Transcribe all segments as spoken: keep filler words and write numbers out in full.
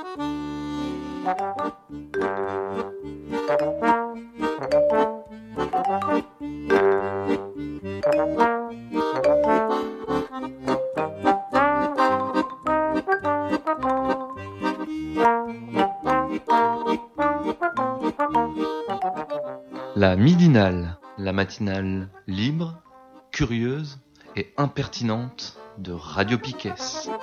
La midinale, la matinale libre, curieuse et impertinente de Radio Piquet.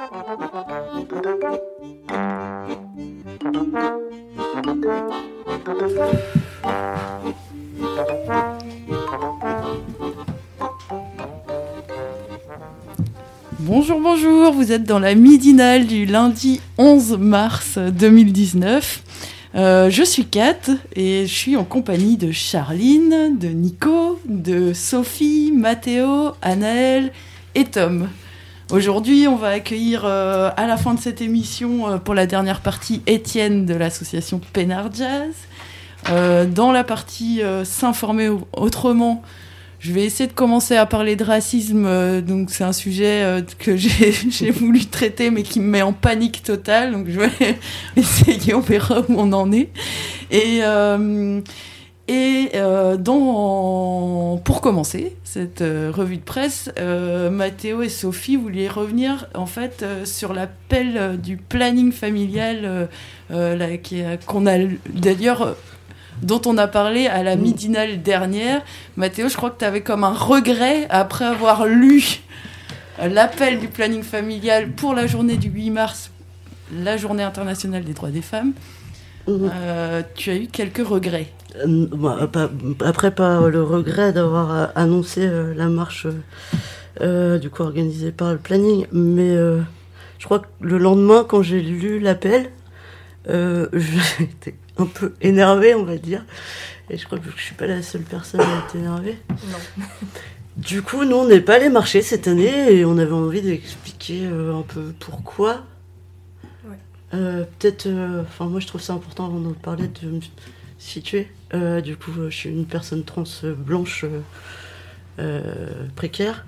Bonjour, bonjour, vous êtes dans la midinale du lundi onze mars deux mille dix-neuf. Euh, je suis Kat et je suis en compagnie de Charline, de Nico, de Sophie, Mathéo, Anaël et Tom. Aujourd'hui, on va accueillir euh, à la fin de cette émission, euh, pour la dernière partie, Étienne de l'association Pénard Jazz. Euh, dans la partie euh, S'informer autrement, je vais essayer de commencer à parler de racisme, euh, donc c'est un sujet euh, que j'ai, j'ai voulu traiter mais qui me met en panique totale, donc je vais essayer, on verra où on en est. Et, euh, et euh, dans, pour commencer cette euh, revue de presse, euh, Mathéo et Sophie voulaient revenir en fait euh, sur l'appel euh, du planning familial euh, euh, là, qui a, qu'on a d'ailleurs... dont on a parlé à la midinale dernière. Mathéo, je crois que tu avais comme un regret après avoir lu l'appel du planning familial pour la journée du huit mars, la journée internationale des droits des femmes. Mmh. Euh, tu as eu quelques regrets. Euh, bah, pas, après, pas le regret d'avoir euh, annoncé euh, la marche euh, du coup organisée par le planning, mais euh, je crois que le lendemain, quand j'ai lu l'appel, euh, j'étais un peu énervée, on va dire. Et je crois que je suis pas la seule personne à être énervée. Non. Du coup, nous, on n'est pas allé marcher cette année et on avait envie d'expliquer euh, un peu pourquoi. Ouais. Euh, peut-être... Enfin, euh, moi, je trouve ça important avant de parler de me situer. Euh, du coup, je suis une personne trans euh, blanche euh, euh, précaire.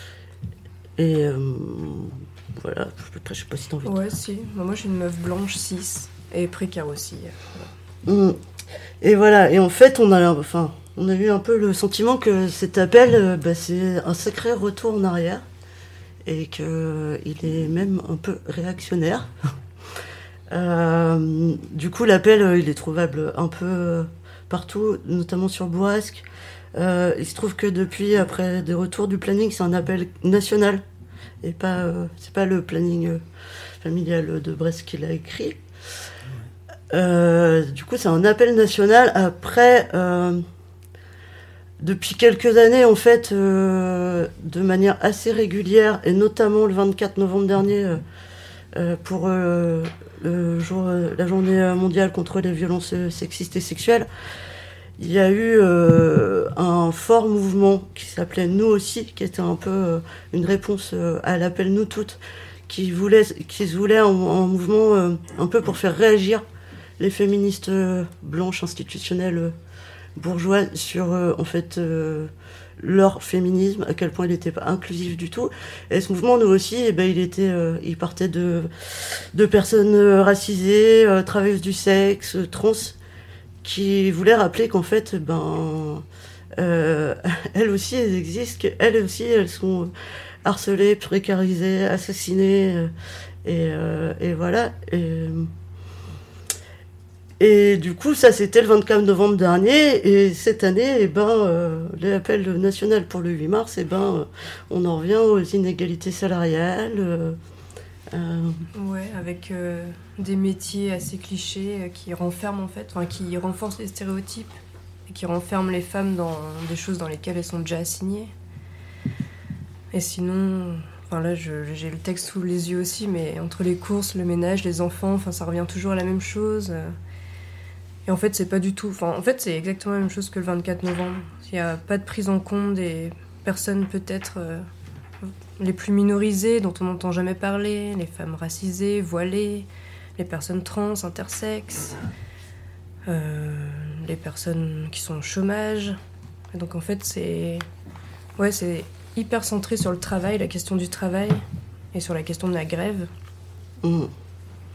Et euh, voilà. Après, je sais pas si t'as envie de... Ouais, si. Moi, je suis une meuf blanche, cis et précaire aussi. Voilà. Et voilà, et en fait, on a, enfin, on a eu un peu le sentiment que cet appel, bah, c'est un sacré retour en arrière, et qu'il est même un peu réactionnaire. euh, du coup, l'appel, il est trouvable un peu partout, notamment sur Bourrasque. Euh, il se trouve que depuis, après des retours du planning, c'est un appel national, et pas, euh, c'est pas le planning familial de Brest qui l'a écrit. Euh, du coup, c'est un appel national. Après, euh, depuis quelques années, en fait, euh, de manière assez régulière, et notamment le vingt-quatre novembre dernier, euh, euh, pour euh, le jour, euh, la journée mondiale contre les violences sexistes et sexuelles, il y a eu euh, un fort mouvement qui s'appelait Nous aussi, qui était un peu euh, une réponse euh, à l'appel Nous toutes, qui voulait, qui se voulait en, en mouvement euh, un peu pour faire réagir les féministes euh, blanches institutionnelles euh, bourgeoises sur euh, en fait euh, leur féminisme, à quel point il n'était pas inclusif du tout. Et ce mouvement, nous aussi, eh ben, il était, euh, il partait de de personnes euh, racisées, euh, travailleuses du sexe, euh, trans, qui voulaient rappeler qu'en fait, ben euh, elles aussi, elles existent, qu'elles aussi, elles sont harcelées, précarisées, assassinées, euh, et, euh, et voilà. Et, Et du coup, ça, c'était le vingt-quatre novembre dernier. Et cette année, eh ben, euh, l'appel national pour le huit mars, eh ben, euh, on en revient aux inégalités salariales. Euh, euh... Ouais, avec euh, des métiers assez clichés euh, qui renferment, en fait, enfin, qui renforcent les stéréotypes et qui renferment les femmes dans des choses dans lesquelles elles sont déjà assignées. Et sinon... Enfin là, je, j'ai le texte sous les yeux aussi, mais entre les courses, le ménage, les enfants, enfin, ça revient toujours à la même chose. Et en fait, c'est pas du tout... Enfin, en fait, c'est exactement la même chose que le vingt-quatre novembre. Il n'y a pas de prise en compte des personnes peut-être euh, les plus minorisées, dont on n'entend jamais parler, les femmes racisées, voilées, les personnes trans, intersexes, euh, les personnes qui sont au chômage. Et donc, en fait, c'est... Ouais, c'est hyper centré sur le travail, la question du travail, et sur la question de la grève. Mmh.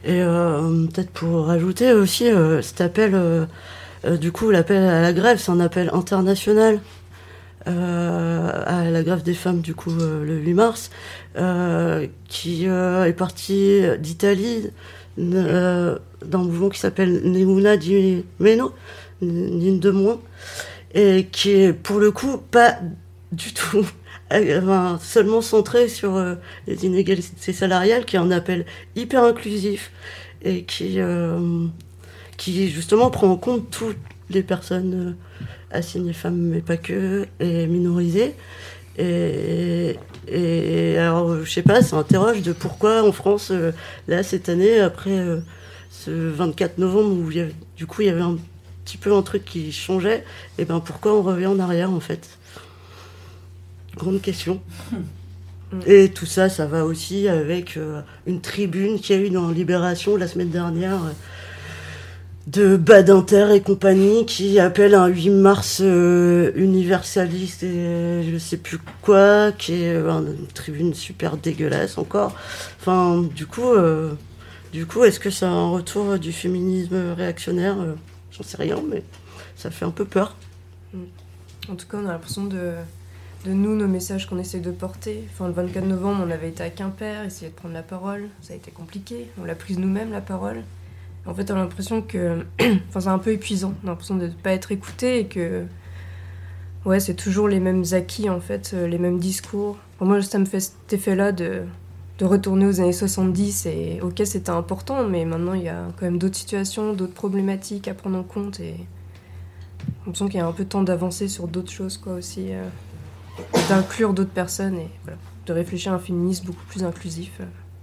Et euh, peut-être pour rajouter aussi, euh, cet appel, euh, euh, du coup, l'appel à la grève, c'est un appel international euh, à la grève des femmes, du coup, euh, le huit mars, euh, qui euh, est parti d'Italie, euh, d'un mouvement qui s'appelle Nessuna di Meno, ni de moins, et qui est, pour le coup, pas du tout... Enfin, seulement centré sur euh, les inégalités salariales, qui est un appel hyper inclusif et qui, euh, qui justement prend en compte toutes les personnes euh, assignées femmes, mais pas que, et minorisées. Et, et, et alors, je sais pas, ça interroge de pourquoi en France, euh, là, cette année, après euh, ce vingt-quatre novembre, où il y avait, du coup il y avait un petit peu un truc qui changeait, et ben pourquoi on revient en arrière en fait? Grande question. Et tout ça, ça va aussi avec euh, une tribune qu'il y a eu dans Libération la semaine dernière euh, de Badinter et compagnie qui appelle un huit mars euh, universaliste et je sais plus quoi, qui est euh, une tribune super dégueulasse encore. Enfin, du coup, euh, du coup, est-ce que c'est un retour du féminisme réactionnaire? euh, J'en sais rien, mais ça fait un peu peur. En tout cas, on a l'impression de... de nous, nos messages qu'on essaie de porter. Enfin, le vingt-quatre novembre, on avait été à Quimper, essayer de prendre la parole. Ça a été compliqué. On l'a prise nous-mêmes, la parole. En fait, on a l'impression que... enfin, c'est un peu épuisant. On a l'impression de ne pas être écouté et que... ouais, c'est toujours les mêmes acquis, en fait, les mêmes discours. Pour moi, ça me fait cet effet-là de, de retourner aux années soixante-dix. Et ok, c'était important, mais maintenant, il y a quand même d'autres situations, d'autres problématiques à prendre en compte. Et j'ai l'impression qu'il y a un peu de temps d'avancer sur d'autres choses, quoi, aussi... Euh... d'inclure d'autres personnes et voilà, de réfléchir à un féminisme beaucoup plus inclusif.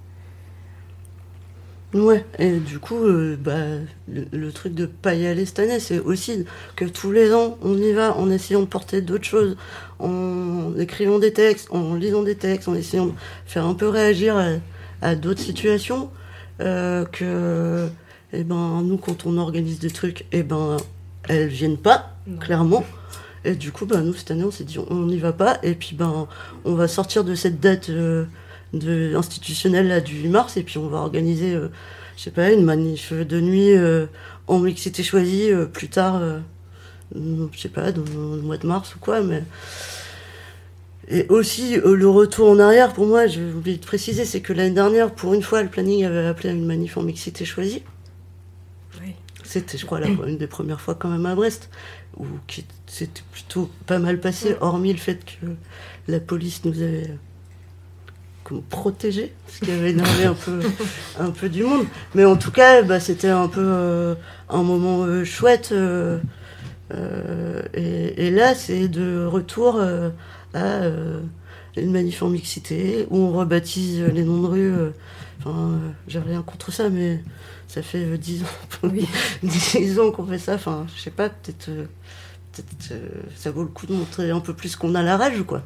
Ouais, et du coup, euh, bah, le, le truc de pas y aller cette année, c'est aussi que tous les ans, on y va en essayant de porter d'autres choses, en écrivant des textes, en lisant des textes, en essayant de faire un peu réagir à, à d'autres situations, euh, que, eh ben, nous, quand on organise des trucs, eh ben, elles viennent pas, non. Clairement. Et du coup, ben, nous, cette année, on s'est dit, on n'y va pas. Et puis, ben, on va sortir de cette date euh, de, institutionnelle là, du huit mars. Et puis, on va organiser, euh, je sais pas, une manif de nuit euh, en mixité choisie euh, plus tard, euh, je sais pas, dans le mois de mars ou quoi. Mais... Et aussi, euh, le retour en arrière, pour moi, j'ai oublié de préciser, c'est que l'année dernière, pour une fois, le planning avait appelé à une manif en mixité choisie. Oui. C'était, je crois, la, une des premières fois quand même à Brest. Où qui c'était plutôt pas mal passé, hormis le fait que la police nous avait comme protégés, ce qui avait énervé un peu, un peu du monde. Mais en tout cas, bah, c'était un peu euh, un moment euh, chouette. Euh, euh, et, et là, c'est de retour euh, à euh, une manif en mixité, où on rebaptise les noms de rue. Euh, enfin, euh, j'ai rien contre ça, mais ça fait euh, dix ans, oui. dix ans qu'on fait ça. Enfin, je sais pas, peut-être... Euh, Peut-être euh, ça vaut le coup de montrer un peu plus qu'on a la rage, quoi.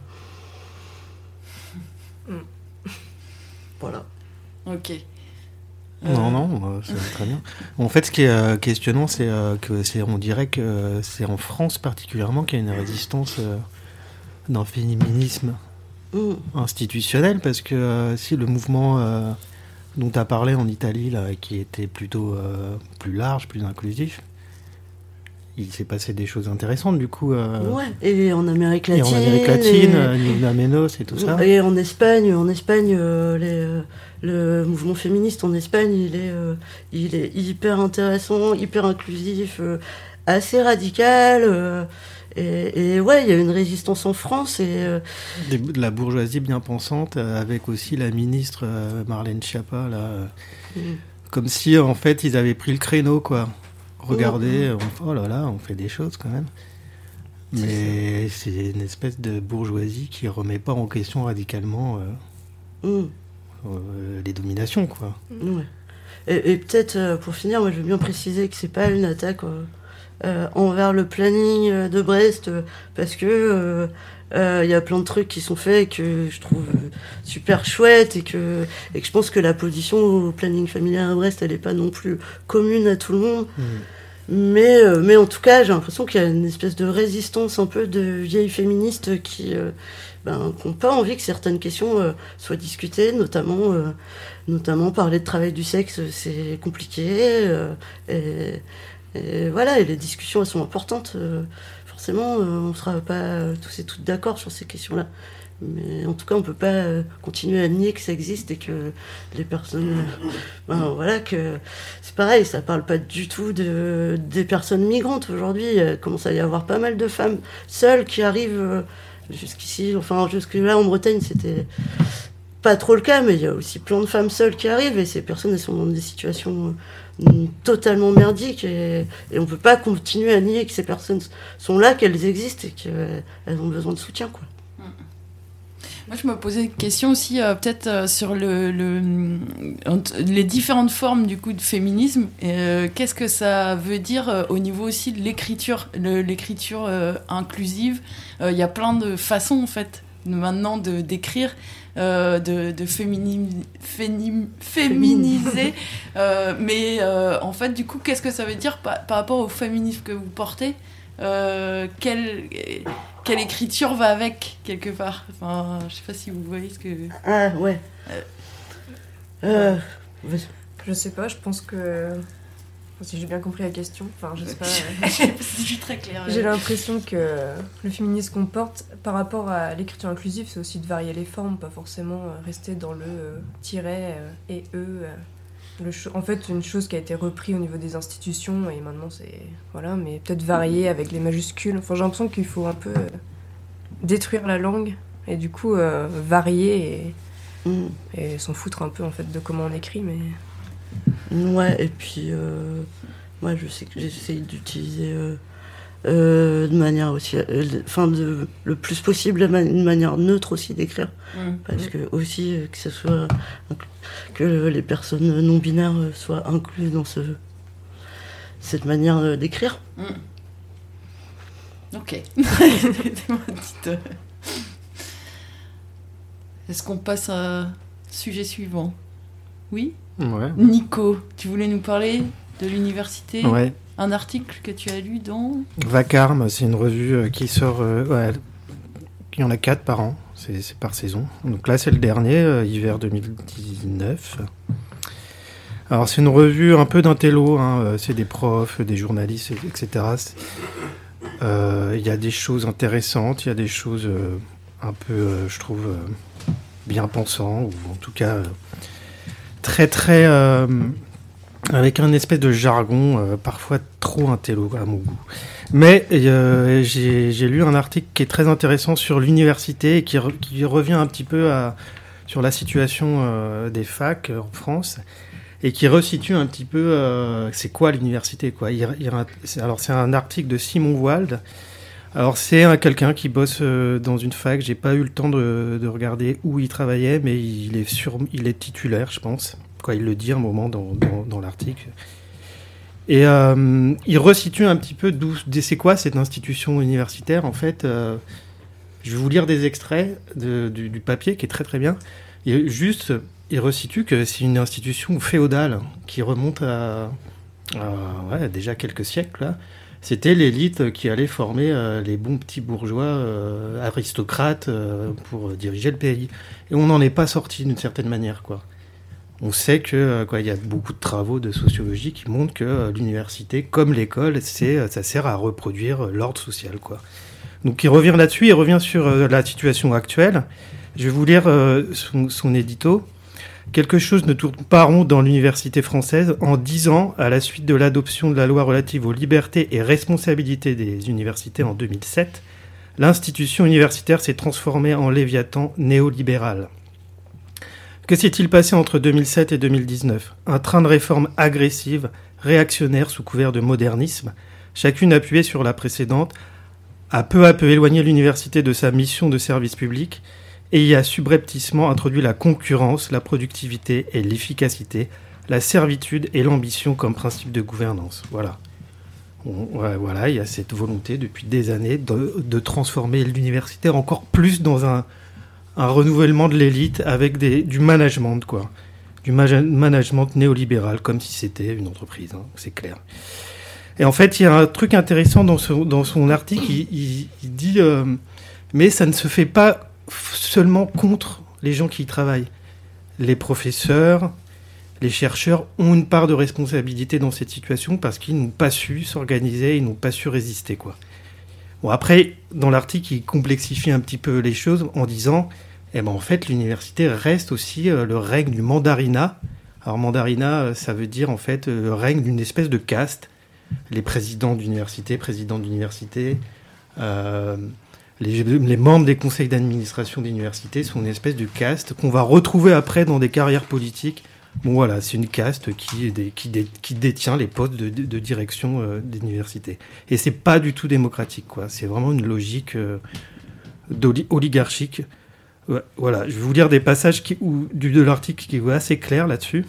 Mm. Voilà. Ok. Euh... Non, non, c'est très bien. En fait, ce qui est euh, questionnant, c'est euh, que c'est, on dirait que euh, c'est en France particulièrement qu'il y a une résistance euh, d'un féminisme mm. institutionnel, parce que euh, si le mouvement euh, dont tu as parlé en Italie, là, qui était plutôt euh, plus large, plus inclusif, il s'est passé des choses intéressantes, du coup. Euh... Ouais, et en Amérique latine. Et en Amérique latine, et... Nina Menos et tout ça. Et en Espagne, en Espagne, euh, les, euh, le mouvement féministe en Espagne, il est, euh, il est hyper intéressant, hyper inclusif, euh, assez radical. Euh, et, et ouais, il y a une résistance en France. Et, euh... Des, de la bourgeoisie bien pensante, euh, avec aussi la ministre euh, Marlène Schiappa, là. Euh, mm. Comme si, en fait, ils avaient pris le créneau, quoi. Regardez, on, oh là là, on fait des choses quand même. Mais c'est, c'est une espèce de bourgeoisie qui remet pas en question radicalement euh, mm. euh, les dominations, quoi. Ouais. Et, et peut-être, euh, pour finir, moi je veux bien préciser que c'est pas une attaque euh, euh, envers le planning de Brest, euh, parce que euh, euh, y a plein de trucs qui sont faits que je trouve euh, super chouettes et que, et que je pense que la position au planning familial à Brest, elle est pas non plus commune à tout le monde. Mm. Mais, euh, mais en tout cas, j'ai l'impression qu'il y a une espèce de résistance un peu de vieilles féministes qui euh, ben, n'ont pas envie que certaines questions euh, soient discutées, notamment, euh, notamment parler de travail du sexe, c'est compliqué. Euh, et, et voilà, et les discussions, elles sont importantes. Euh, forcément, euh, on ne sera pas tous et toutes d'accord sur ces questions-là. Mais en tout cas, on peut pas euh, continuer à nier que ça existe et que les personnes, euh, ben voilà, que c'est pareil, ça parle pas du tout de des personnes migrantes aujourd'hui. Il commence à y avoir pas mal de femmes seules qui arrivent euh, jusqu'ici, enfin jusque là en Bretagne, c'était pas trop le cas, mais il y a aussi plein de femmes seules qui arrivent et ces personnes, elles sont dans des situations euh, totalement merdiques et, et on peut pas continuer à nier que ces personnes sont là, qu'elles existent et qu'elles ont besoin de soutien, quoi. Moi, je me posais une question aussi, euh, peut-être euh, sur le, le, les différentes formes du coup de féminisme. Euh, qu'est-ce que ça veut dire euh, au niveau aussi de l'écriture, le, l'écriture euh, inclusive. Il euh, y a plein de façons en fait maintenant de d'écrire, euh, de, de fémini, fénim, féminiser. euh, mais euh, en fait, du coup, qu'est-ce que ça veut dire par, par rapport au féminisme que vous portez? Euh, quelle, quelle écriture va avec quelque part, enfin, je sais pas si vous voyez ce que... Ah ouais. Euh... Euh... Je sais pas, je pense que... Si j'ai bien compris la question, enfin je sais pas... Je sais pas si je suis très claire. J'ai l'impression que le féminisme qu'on porte par rapport à l'écriture inclusive, c'est aussi de varier les formes, pas forcément rester dans le euh, tiret euh, et eux... Euh. Le cho- en fait, une chose qui a été reprise au niveau des institutions et maintenant c'est voilà, mais peut-être varier avec les majuscules. Enfin, j'ai l'impression qu'il faut un peu euh, détruire la langue et du coup euh, varier et, mm. et s'en foutre un peu en fait de comment on écrit, mais ouais. Et puis euh, moi, je sais que j'essaye d'utiliser euh, euh, de manière aussi, enfin euh, le plus possible, une manière neutre aussi d'écrire, mm. parce que aussi euh, que ce soit que les personnes non binaires soient incluses dans ce, cette manière d'écrire. Mm. Ok. Est-ce qu'on passe à sujet suivant? Oui. Ouais. Nico, tu voulais nous parler de l'université? Ouais. Un article que tu as lu dans Vacarme, c'est une revue qui sort, euh, ouais, il y en a quatre par an. C'est, c'est par saison. Donc là, c'est le dernier, euh, hiver deux mille dix-neuf. Alors, c'est une revue un peu d'intello. Hein, c'est des profs, des journalistes, et cetera. Il euh, y a des choses intéressantes, il y a des choses euh, un peu, euh, je trouve, euh, bien pensants, ou en tout cas, euh, très, très... Euh, avec un espèce de jargon, euh, parfois trop intello à mon goût. Mais euh, j'ai, j'ai lu un article qui est très intéressant sur l'université et qui, re, qui revient un petit peu à, sur la situation euh, des facs en France et qui resitue un petit peu euh, c'est quoi l'université, quoi. Il, il, c'est, alors c'est un article de Simon Wald. Alors c'est un, quelqu'un qui bosse euh, dans une fac. J'ai pas eu le temps de, de regarder où il travaillait, mais il est, sur, il est titulaire, je pense. Quoi, il le dit un moment dans, dans, dans l'article. Et euh, il resitue un petit peu d'où c'est quoi cette institution universitaire. En fait, euh, je vais vous lire des extraits de, du, du papier qui est très très bien. Il, juste, il resitue que c'est une institution féodale qui remonte à, à ouais, déjà quelques siècles. Là. C'était l'élite qui allait former euh, les bons petits bourgeois euh, aristocrates euh, pour diriger le pays. Et on n'en est pas sorti d'une certaine manière, quoi. On sait que quoi, il y a beaucoup de travaux de sociologie qui montrent que euh, l'université, comme l'école, c'est, ça sert à reproduire l'ordre social, quoi. Donc il revient là-dessus, il revient sur euh, la situation actuelle. Je vais vous lire euh, son, son édito. Quelque chose ne tourne pas rond dans l'université française. En dix ans, à la suite de l'adoption de la loi relative aux libertés et responsabilités des universités en deux mille sept, l'institution universitaire s'est transformée en léviathan néolibéral. Que s'est-il passé entre deux mille sept et deux mille dix-neuf ? Un train de réformes agressives, réactionnaires sous couvert de modernisme, chacune appuyée sur la précédente, a peu à peu éloigné l'université de sa mission de service public et y a subrepticement introduit la concurrence, la productivité et l'efficacité, la servitude et l'ambition comme principe de gouvernance. Voilà. On, ouais, voilà, il y a cette volonté depuis des années de, de transformer l'université encore plus dans un un renouvellement de l'élite avec des, du management, quoi. Du ma- management néolibéral, comme si c'était une entreprise, hein, c'est clair. Et en fait, il y a un truc intéressant dans, ce, dans son article, il, il, il dit euh, mais ça ne se fait pas seulement contre les gens qui y travaillent. Les professeurs, les chercheurs ont une part de responsabilité dans cette situation parce qu'ils n'ont pas su s'organiser, ils n'ont pas su résister, quoi. Bon, après, dans l'article, il complexifie un petit peu les choses en disant eh ben, en fait, l'université reste aussi euh, le règne du mandarinat. Alors, mandarinat, ça veut dire, en fait, le règne d'une espèce de caste. Les présidents d'université, présidents d'université, euh, les, les membres des conseils d'administration d'université sont une espèce de caste qu'on va retrouver après dans des carrières politiques. Bon, voilà, c'est une caste qui, qui, qui détient les postes de, de, de direction euh, d'université. Et c'est pas du tout démocratique, quoi. C'est vraiment une logique euh, oligarchique. Ouais, voilà, je vais vous lire des passages qui, où, du, de l'article qui est assez clair là-dessus.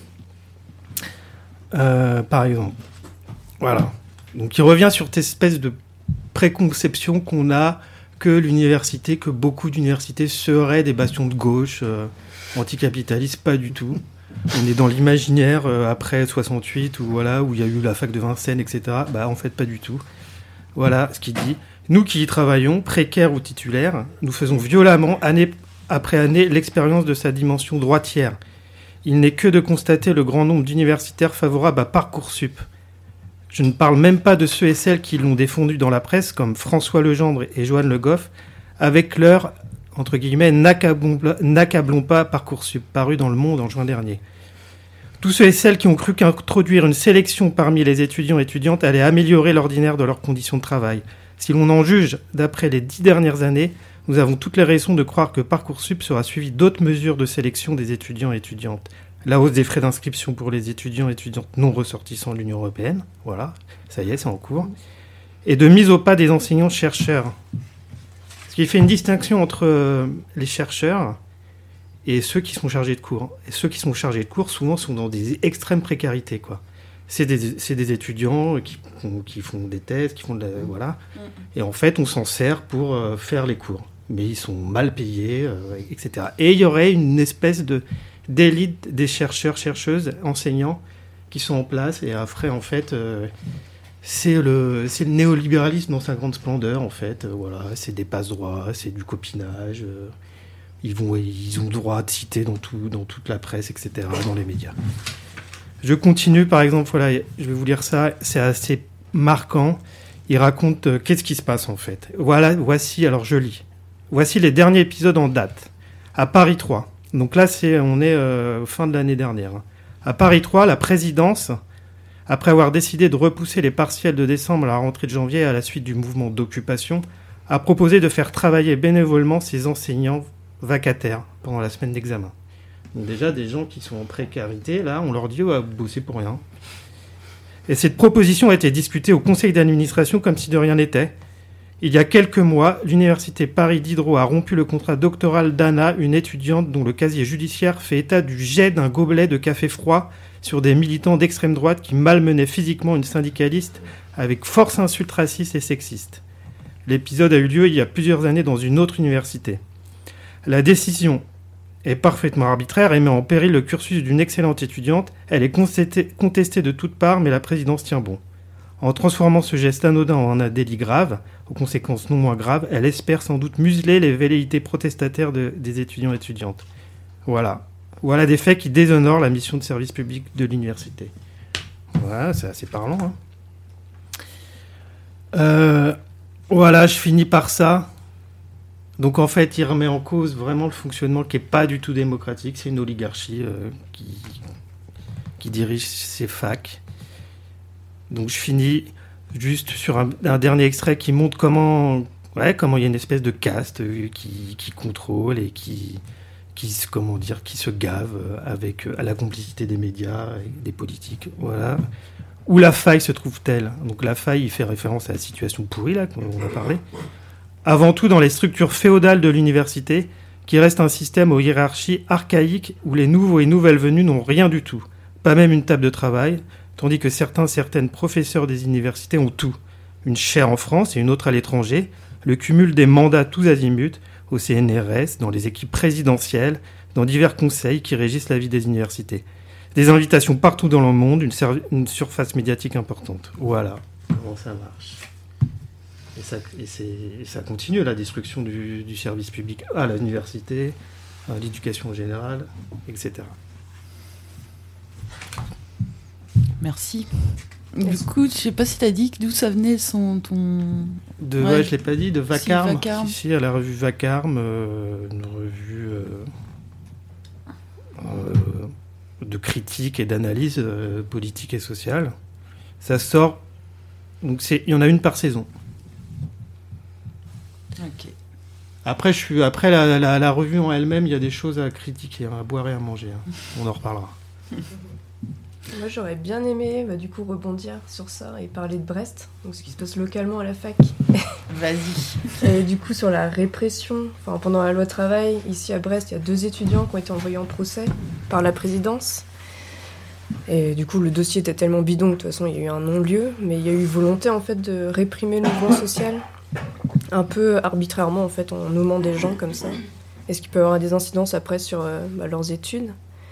Euh, par exemple. Voilà. Donc, il revient sur cette espèce de préconception qu'on a que l'université, que beaucoup d'universités seraient des bastions de gauche, euh, anticapitalistes, pas du tout. On est dans l'imaginaire euh, après soixante-huit, où, voilà, où il y a eu la fac de Vincennes, et cetera. Bah, en fait, pas du tout. Voilà ce qu'il dit. Nous qui y travaillons, précaires ou titulaires, nous faisons violemment, année après année, l'expérience de sa dimension droitière. Il n'est que de constater le grand nombre d'universitaires favorables à Parcoursup. Je ne parle même pas de ceux et celles qui l'ont défendu dans la presse, comme François Legendre et Joanne Le Goff, avec leur, entre guillemets, n'accablons, n'accablons pas Parcoursup, paru dans Le Monde en juin dernier. Tous ceux et celles qui ont cru qu'introduire une sélection parmi les étudiants et étudiantes allait améliorer l'ordinaire de leurs conditions de travail. Si l'on en juge d'après les dix dernières années, nous avons toutes les raisons de croire que Parcoursup sera suivi d'autres mesures de sélection des étudiants et étudiantes. La hausse des frais d'inscription pour les étudiants et étudiantes non ressortissants de l'Union européenne, voilà, ça y est, c'est en cours, et de mise au pas des enseignants-chercheurs. Ce qui fait une distinction entre euh, les chercheurs et ceux qui sont chargés de cours. Et ceux qui sont chargés de cours, souvent, sont dans des extrêmes précarités, quoi. C'est des, c'est des étudiants qui, qui font des thèses, qui font de la, voilà. Et en fait, on s'en sert pour euh, faire les cours. Mais ils sont mal payés, euh, et cetera. Et il y aurait une espèce de d'élite des chercheurs, chercheuses, enseignants qui sont en place. Et après, en fait, euh, c'est, le, c'est le néolibéralisme dans sa grande splendeur, en fait. Euh, voilà, c'est des passe-droits, c'est du copinage. Euh, ils, vont, ils ont droit de citer dans, tout, dans toute la presse, et cetera, dans les médias. Je continue, par exemple, voilà, je vais vous lire ça, c'est assez marquant. Il raconte euh, qu'est-ce qui se passe, en fait. Voilà, voici, alors je lis. Voici les derniers épisodes en date. À Paris trois. Donc là, c'est, on est euh, fin de l'année dernière. À Paris trois, la présidence, après avoir décidé de repousser les partiels de décembre à la rentrée de janvier à la suite du mouvement d'occupation, a proposé de faire travailler bénévolement ses enseignants vacataires pendant la semaine d'examen. Donc déjà, des gens qui sont en précarité, là, on leur dit oh, « vous bossez pour rien ». Et cette proposition a été discutée au conseil d'administration comme si de rien n'était. Il y a quelques mois, l'université Paris Diderot a rompu le contrat doctoral d'Anna, une étudiante dont le casier judiciaire fait état du jet d'un gobelet de café froid sur des militants d'extrême droite qui malmenaient physiquement une syndicaliste avec force insultes racistes et sexistes. L'épisode a eu lieu il y a plusieurs années dans une autre université. La décision est parfaitement arbitraire et met en péril le cursus d'une excellente étudiante. Elle est contestée, contestée de toutes parts, mais la présidence tient bon. En transformant ce geste anodin en un délit grave, aux conséquences non moins graves, elle espère sans doute museler les velléités protestataires de, des étudiants et étudiantes. Voilà. Voilà des faits qui déshonorent la mission de service public de l'université. Voilà, c'est assez parlant. Hein. Euh, voilà, je finis par ça. Donc en fait, il remet en cause vraiment le fonctionnement qui n'est pas du tout démocratique. C'est une oligarchie euh, qui, qui dirige ces facs. Donc je finis juste sur un, un dernier extrait qui montre comment, ouais, comment il y a une espèce de caste euh, qui, qui contrôle et qui, qui, comment dire, qui se gave avec euh, à la complicité des médias et des politiques. Voilà. Où la faille se trouve-t-elle ? Donc la faille, il fait référence à la situation pourrie là, qu'on a parlé. Avant tout dans les structures féodales de l'université, qui reste un système aux hiérarchies archaïques où les nouveaux et nouvelles venus n'ont rien du tout, pas même une table de travail, tandis que certains, certaines professeurs des universités ont tout. Une chaire en France et une autre à l'étranger, le cumul des mandats tous azimuts, au C N R S, dans les équipes présidentielles, dans divers conseils qui régissent la vie des universités. Des invitations partout dans le monde, une, ser- une surface médiatique importante. Voilà. comment ça marche. Et ça, et c'est, et ça continue, la destruction du, du service public à l'université, à l'éducation générale, et cetera. Merci. Du coup, je sais pas si tu as dit d'où ça venait son ton. De, ouais, ouais je l'ai pas dit, de Vacarme. Si, Vacarme. Si, si, à la revue Vacarme, euh, une revue euh, euh, de critique et d'analyse euh, politique et sociale. Ça sort, donc c'est, il y en a une par saison. Ok. Après, je suis, après la, la, la revue en elle-même, il y a des choses à critiquer, à boire et à manger. Hein. On en reparlera. Moi, j'aurais bien aimé, bah, du coup, rebondir sur ça et parler de Brest, donc ce qui se passe localement à la fac. Vas-y. Et du coup, sur la répression, enfin, pendant la loi travail, ici à Brest, il y a deux étudiants qui ont été envoyés en procès par la présidence. Et du coup, le dossier était tellement bidon que de toute façon, il y a eu un non-lieu, mais il y a eu volonté, en fait, de réprimer le mouvement social, un peu arbitrairement, en fait, en nommant des gens comme ça. Et ce qui peut avoir des incidences après sur euh, bah, leurs études.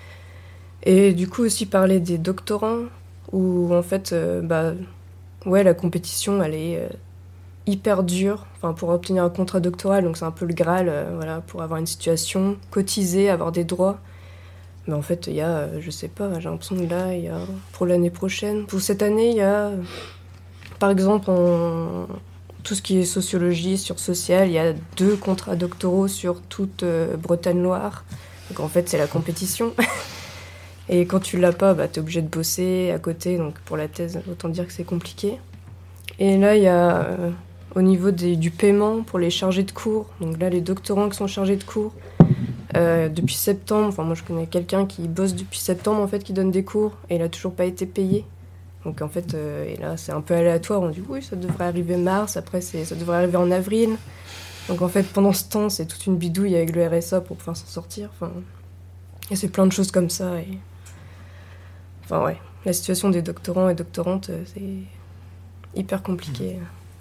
Et du coup aussi parler des doctorants, où en fait, euh, bah, ouais, la compétition, elle est euh, hyper dure, enfin, pour obtenir un contrat doctoral, donc c'est un peu le Graal, euh, voilà, pour avoir une situation, cotiser, avoir des droits. Mais en fait, il y a, euh, je sais pas, j'ai l'impression que là, il y a, pour l'année prochaine, pour cette année, il y a, euh, par exemple, en, tout ce qui est sociologie, sur social, il y a deux contrats doctoraux sur toute euh, Bretagne-Loire. Donc en fait, c'est la compétition. Et quand tu l'as pas, bah, t'es obligé de bosser à côté. Donc pour la thèse, autant dire que c'est compliqué. Et là, il y a euh, au niveau des, du paiement pour les chargés de cours. Donc là, les doctorants qui sont chargés de cours, euh, depuis septembre, enfin moi je connais quelqu'un qui bosse depuis septembre, en fait, qui donne des cours, et il a toujours pas été payé. Donc en fait, euh, et là, c'est un peu aléatoire. On dit oui, ça devrait arriver mars, après c'est, ça devrait arriver en avril. Donc en fait, pendant ce temps, c'est toute une bidouille avec le R S A pour pouvoir s'en sortir. Enfin, et c'est plein de choses comme ça. Et... Enfin ouais, la situation des doctorants et doctorantes, c'est hyper compliqué.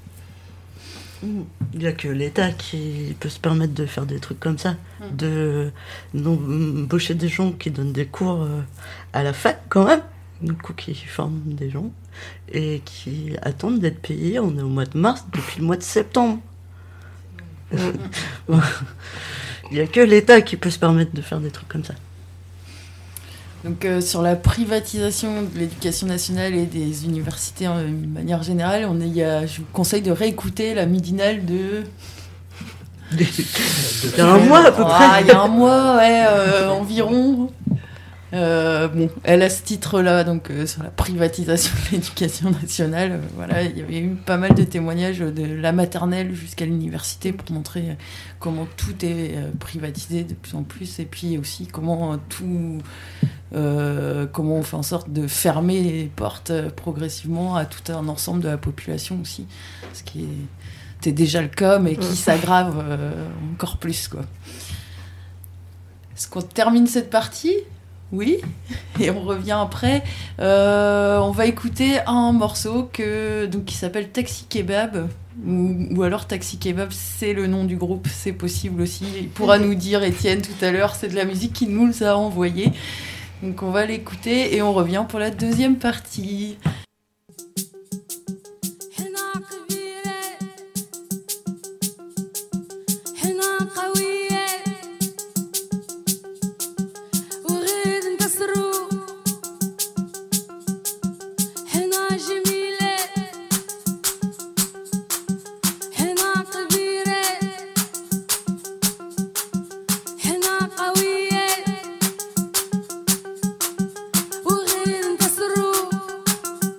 Il n'y a que l'État qui peut se permettre de faire des trucs comme ça, mmh. de embaucher des gens qui donnent des cours à la fac quand même, du coup qui forment des gens, et qui attendent d'être payés. On est au mois de mars depuis le mois de septembre. Mmh. Il n'y a que l'État qui peut se permettre de faire des trucs comme ça. Donc euh, sur la privatisation de l'éducation nationale et des universités en de manière générale, on est, y a, je vous conseille de réécouter la midinale de... Il y a un mois à peu près. Ah, il y a un mois, ouais, euh, environ. Euh, bon, elle a ce titre-là, donc euh, sur la privatisation de l'éducation nationale. Euh, voilà, il y avait eu pas mal de témoignages de la maternelle jusqu'à l'université pour montrer comment tout est euh, privatisé de plus en plus, et puis aussi comment euh, tout, euh, comment on fait en sorte de fermer les portes euh, progressivement à tout un ensemble de la population aussi, ce qui était déjà le cas, mais qui s'aggrave euh, encore plus, quoi. Est-ce qu'on termine cette partie ? Oui, et on revient après. Euh, on va écouter un morceau que, donc, qui s'appelle Taxi Kebab, ou, ou alors Taxi Kebab, c'est le nom du groupe, c'est possible aussi. Il pourra nous dire, Étienne, tout à l'heure, c'est de la musique qu'il nous a envoyée. Donc on va l'écouter et on revient pour la deuxième partie. وغير نكسرو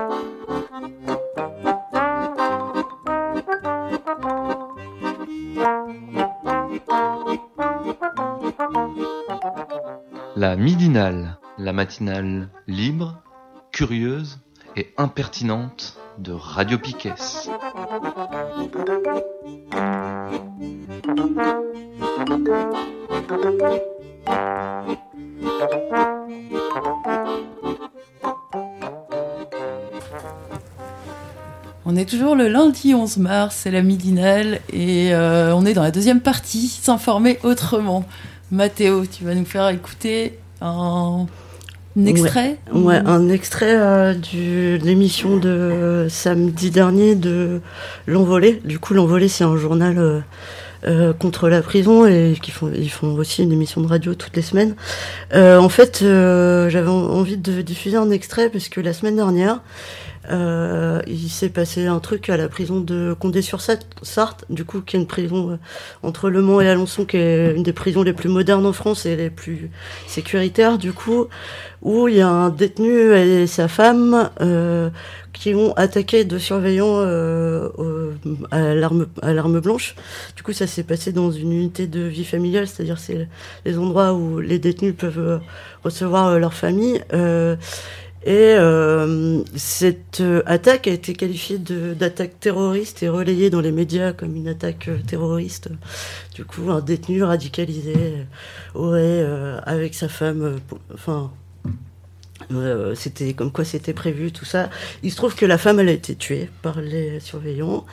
La midinale, la matinale libre, curieuse et impertinente de Radio Piquet. On est toujours le lundi onze mars, c'est la midinale, et euh, on est dans la deuxième partie, s'informer autrement. Mathéo, tu vas nous faire écouter un, un extrait Ouais, ouais un extrait euh, du, de l'émission de samedi dernier de L'Envolée. Du coup, L'Envolée, c'est un journal euh, euh, contre la prison, et qui font, ils font aussi une émission de radio toutes les semaines. Euh, en fait, euh, j'avais envie de diffuser un extrait, parce que la semaine dernière, Euh, il s'est passé un truc à la prison de Condé-sur-Sarthe, du coup, qui est une prison euh, entre Le Mans et Alençon, qui est une des prisons les plus modernes en France et les plus sécuritaires, du coup, où il y a un détenu et sa femme euh, qui ont attaqué deux surveillants euh, au, à l'arme à l'arme blanche. Du coup, ça s'est passé dans une unité de vie familiale, c'est-à-dire c'est les endroits où les détenus peuvent recevoir leur famille. Euh, Et euh, cette euh, attaque a été qualifiée de, d'attaque terroriste et relayée dans les médias comme une attaque euh, terroriste. Du coup, un détenu radicalisé euh, aurait, euh, avec sa femme, euh, pour, enfin, euh, c'était comme quoi c'était prévu, tout ça. Il se trouve que la femme, elle a été tuée par les surveillants.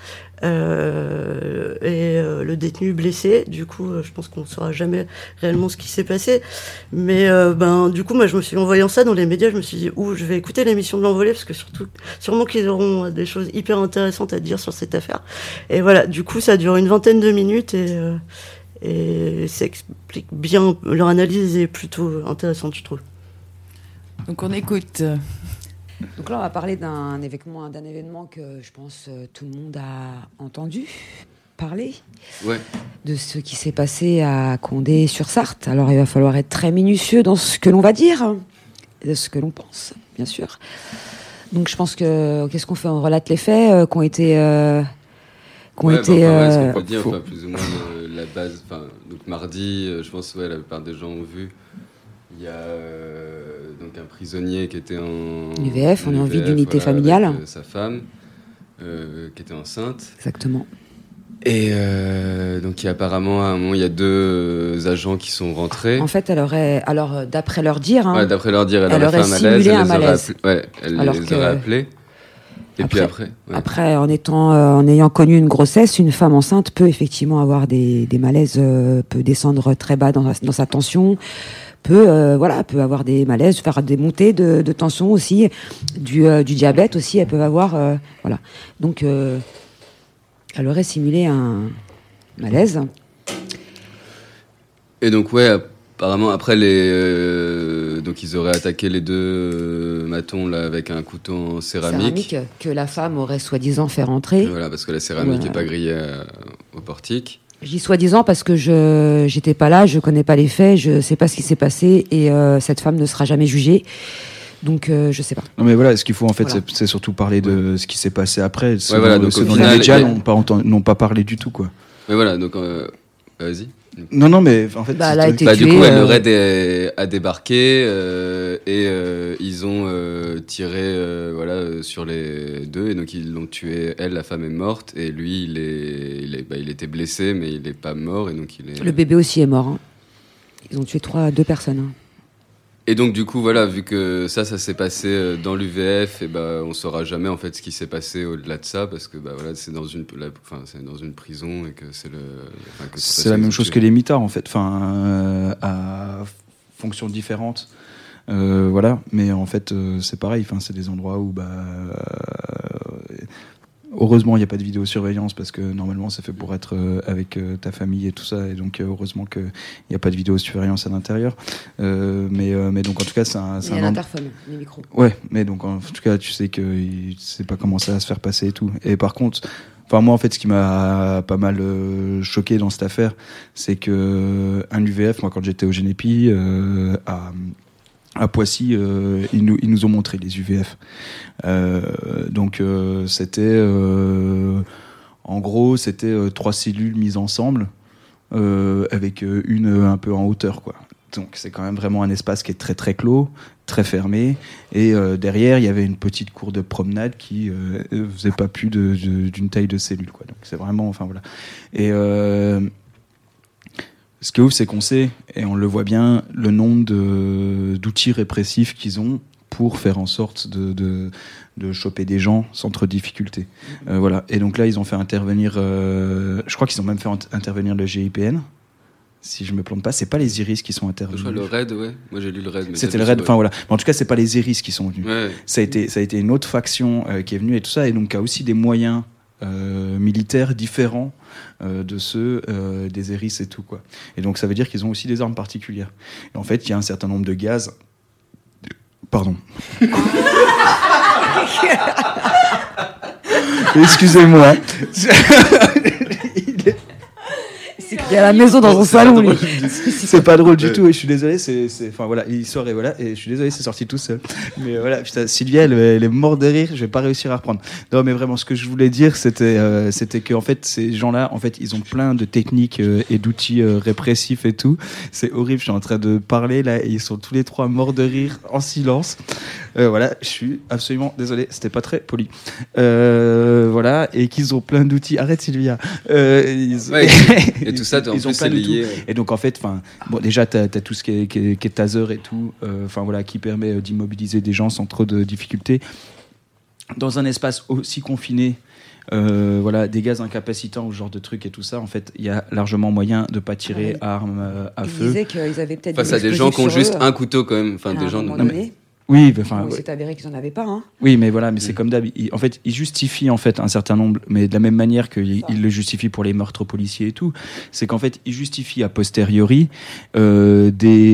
Euh, et euh, le détenu blessé. Du coup, euh, je pense qu'on ne saura jamais réellement ce qui s'est passé. Mais euh, ben, du coup, moi, je me suis, en voyant ça dans les médias, je me suis dit, ouh, je vais écouter l'émission de L'Envolée, parce que surtout, sûrement qu'ils auront des choses hyper intéressantes à dire sur cette affaire. Et voilà, du coup, ça dure une vingtaine de minutes, et, euh, et ça explique bien. Leur analyse est plutôt intéressante, je trouve. Donc on écoute. Donc là, on va parler d'un événement, d'un événement que je pense euh, tout le monde a entendu parler, ouais. de ce qui s'est passé à Condé-sur-Sarthe. Alors, il va falloir être très minutieux dans ce que l'on va dire, et de ce que l'on pense, bien sûr. Donc, je pense que qu'est-ce qu'on fait ? On relate les faits euh, qui ont été, euh, qui ont ouais, été. Bah, enfin, ouais, euh, ce qu'on peut dire, faut... enfin, plus ou moins le, la base. Enfin, donc mardi, euh, je pense, ouais, la plupart des gens ont vu. Il y a euh, donc un prisonnier qui était en U V F, on est en vie d'unité voilà, familiale. Avec, euh, sa femme, euh, qui était enceinte. Exactement. Et euh, donc, il y a apparemment, à un moment, il y a deux agents qui sont rentrés. En fait, elle aurait, alors d'après leur dire, hein, ouais, d'après leur dire, elle, elle aurait aurait fait un malaise. simulé Elle un les aurait malaise. appelés, ouais, elle alors les que... aurait appelés. Et après, puis après, ouais. après, en étant, euh, en ayant connu une grossesse, une femme enceinte peut effectivement avoir des, des malaises, euh, peut descendre très bas dans, dans sa tension. peut euh, voilà peut avoir des malaises, faire des montées de, de tension aussi, du, euh, du diabète aussi, elles peuvent avoir euh, voilà. Donc euh, elle aurait simulé un malaise. Et donc ouais, apparemment après les euh, donc ils auraient attaqué les deux euh, matons là avec un couteau en céramique. Céramique que la femme aurait soi-disant fait rentrer. Voilà, parce que la céramique ouais. est pas grillée euh, au portique. Je dis soi-disant parce que je j'étais pas là, je connais pas les faits, je sais pas ce qui s'est passé et euh, cette femme ne sera jamais jugée. Donc euh, je sais pas. Non mais voilà, ce qu'il faut en fait, voilà. c'est, c'est surtout parler de ce qui s'est passé après. Ce ouais, voilà, donc ceux au dont final, les médias il y a... n'ont pas entendu, n'ont pas parlé du tout quoi. Mais voilà, donc euh, vas-y. Non non mais en fait. Bah, elle a été bah, tuée, du coup, elle euh... aurait des... a débarqué euh, et euh, ils ont euh, tiré euh, voilà sur les deux et donc ils l'ont tué. Elle, la femme est morte et lui, il est, il est, bah, il était blessé mais il est pas mort et donc il est. Le bébé aussi est mort. Hein. Ils ont tué trois, deux personnes. Hein. Et donc du coup voilà, vu que ça ça s'est passé dans l'U V F et bah on saura jamais en fait ce qui s'est passé au-delà de ça parce que bah voilà, c'est dans une la, enfin c'est dans une prison et que c'est le enfin, que c'est, c'est la même chose tué. Que les mitards en fait, enfin euh, à fonctions différentes. Euh, voilà, mais en fait euh, c'est pareil, enfin c'est des endroits où bah euh, heureusement, il n'y a pas de vidéosurveillance parce que normalement, c'est fait pour être euh, avec euh, ta famille et tout ça. Et donc, euh, heureusement qu'il n'y a pas de vidéosurveillance à l'intérieur. Euh, mais, euh, mais donc, en tout cas, c'est un. C'est il y a un l'interphone, les micros. Ouais, mais donc, en tout cas, tu sais que tu sais pas comment ça va se faire passer et tout. Et par contre, enfin, moi, en fait, ce qui m'a pas mal euh, choqué dans cette affaire, c'est que un U V F, moi, quand j'étais au Génépi, euh, à. à Poissy, euh, ils, nous, ils nous ont montré les U V F. Euh, donc euh, c'était, euh, en gros, c'était euh, trois cellules mises ensemble euh, avec euh, une un peu en hauteur, quoi. Donc c'est quand même vraiment un espace qui est très très clos, très fermé. Et euh, derrière, il y avait une petite cour de promenade qui euh, faisait pas plus de, de, d'une taille de cellule, quoi. Donc c'est vraiment, enfin voilà. Et euh, ce qui est ouf, c'est qu'on sait, et on le voit bien, le nombre de, d'outils répressifs qu'ils ont pour faire en sorte de, de, de choper des gens sans trop de difficultés. Euh, voilà. Et donc là, ils ont fait intervenir, euh, je crois qu'ils ont même fait intervenir le G I P N. Si je me plante pas, c'est pas les Iris qui sont intervenus. Le Raid, ouais. Moi j'ai lu le Raid. Mais C'était le Raid. Enfin voilà. Mais en tout cas, c'est pas les Iris qui sont venus. Ouais. Ça a été, ça a été une autre faction euh, qui est venue et tout ça, et donc qui a aussi des moyens euh, militaires différents euh, de ceux euh, des Iris et tout, quoi. Et donc ça veut dire qu'ils ont aussi des armes particulières. Et en fait, il y a un certain nombre de gaz. Pardon. Excusez-moi. Il y a la maison dans son salon, lui. C'est pas drôle du tout, et je suis désolé, c'est, c'est, enfin voilà, il sort et voilà, et je suis désolé, c'est sorti tout seul. Mais euh, voilà, putain, Sylvia, elle, elle est morte de rire, je vais pas réussir à reprendre. Non, mais vraiment, ce que je voulais dire, c'était, euh, c'était que en fait, ces gens-là, en fait, ils ont plein de techniques euh, et d'outils euh, répressifs et tout. C'est horrible, je suis en train de parler là, et ils sont tous les trois morts de rire en silence. Euh, voilà, je suis absolument désolé, c'était pas très poli. Euh, voilà, et qu'ils ont plein d'outils. Arrête, Sylvia. Euh, ils... ouais, et tout ça, en ils plus, ont c'est lié. Ouais. Et donc en fait, enfin, bon, déjà t'as, t'as tout ce qui est, qui est, qui est taser et tout, enfin euh, voilà, qui permet d'immobiliser des gens sans trop de difficultés dans un espace aussi confiné. Euh, voilà, des gaz incapacitants ou ce genre de trucs et tout ça, en fait, il y a largement moyen de pas tirer ouais. armes euh, à ils feu. Ils disaient qu'ils avaient peut-être face à des gens qui ont juste eux, un couteau quand même, enfin des gens. Non, mais... Oui, enfin, bon, c'est avéré qu'ils en avaient pas. Hein. Oui, mais voilà, mais mmh. c'est comme d'hab. En fait, ils justifient en fait un certain nombre, mais de la même manière qu'ils le justifient pour les meurtres policiers et tout, c'est qu'en fait, ils justifient a posteriori euh,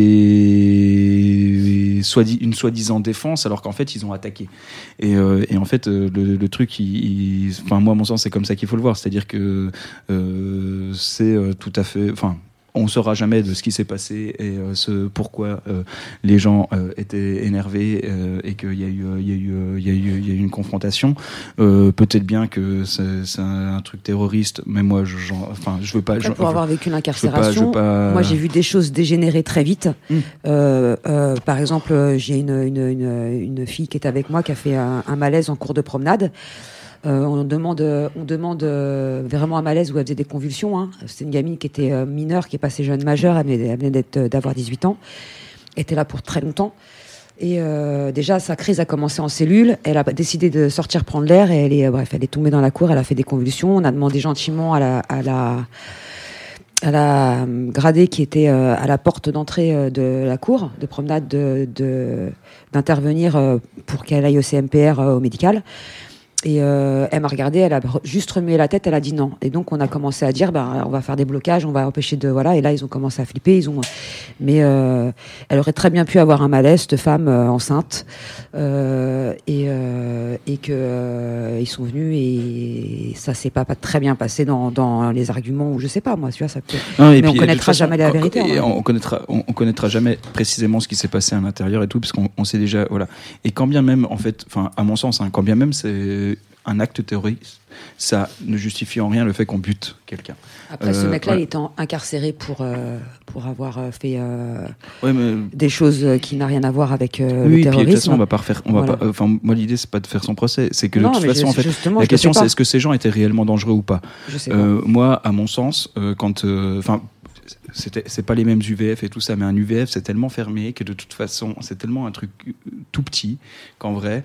des soit une soi-disant défense, alors qu'en fait, ils ont attaqué. Et, euh, et en fait, le, le truc, il, il... enfin, moi, à mon sens, c'est comme ça qu'il faut le voir, c'est-à-dire que euh, c'est euh, tout à fait, enfin. On ne saura jamais de ce qui s'est passé et euh, ce pourquoi euh, les gens euh, étaient énervés euh, et qu'il y a eu, il y a eu, il y a eu, il y a eu une confrontation. Euh, peut-être bien que c'est, c'est un truc terroriste, mais moi, je, genre, enfin, je veux pas. Après, je, pour je, avoir vécu l'incarcération, pas... moi, j'ai vu des choses dégénérer très vite. Mmh. Euh, euh, par exemple, j'ai une, une, une, une fille qui est avec moi qui a fait un, un malaise en cours de promenade. Euh, on demande, on demande euh, vraiment un malaise où elle faisait des convulsions. Hein. C'était une gamine qui était euh, mineure, qui est passée jeune majeure. Elle venait, elle venait d'être, d'avoir dix-huit ans. Elle était là pour très longtemps. Et euh, déjà, sa crise a commencé en cellule. Elle a décidé de sortir prendre l'air. Et elle est, bref, elle est tombée dans la cour. Elle a fait des convulsions. On a demandé gentiment à la, à la, à la gradée qui était euh, à la porte d'entrée de la cour de promenade de, de, d'intervenir euh, pour qu'elle aille au C M P R euh, au médical. Et euh, elle m'a regardée, elle a juste remué la tête, elle a dit non. Et donc on a commencé à dire, bah, on va faire des blocages, on va empêcher de voilà. Et là ils ont commencé à flipper, ils ont. Mais euh, elle aurait très bien pu avoir un malaise, cette femme euh, enceinte, euh, et euh, et que euh, ils sont venus et ça s'est pas, pas très bien passé dans, dans les arguments ou je sais pas moi, tu vois ça peut. Non, mais puis, on connaîtra façon, jamais la vérité. Et hein. on connaîtra, on, on connaîtra jamais précisément ce qui s'est passé à l'intérieur et tout, parce qu'on on sait déjà voilà. Et quand bien même en fait, enfin à mon sens, hein, quand bien même c'est un acte terroriste, ça ne justifie en rien le fait qu'on bute quelqu'un. Après, ce euh, mec-là, ouais. il est incarcéré pour, euh, pour avoir fait euh, ouais, mais... des choses qui n'ont rien à voir avec euh, oui, le terrorisme. Oui, de toute façon, on va pas refaire. On voilà. va pas. Enfin, moi, l'idée, c'est pas de faire son procès. C'est que non, de toute façon, je, en fait, la question, c'est est-ce que ces gens étaient réellement dangereux ou pas. Je sais euh, pas. Moi, à mon sens, euh, quand, enfin. Euh, C'était, c'est pas les mêmes U V F et tout ça, mais un U V F c'est tellement fermé que de toute façon c'est tellement un truc tout petit qu'en vrai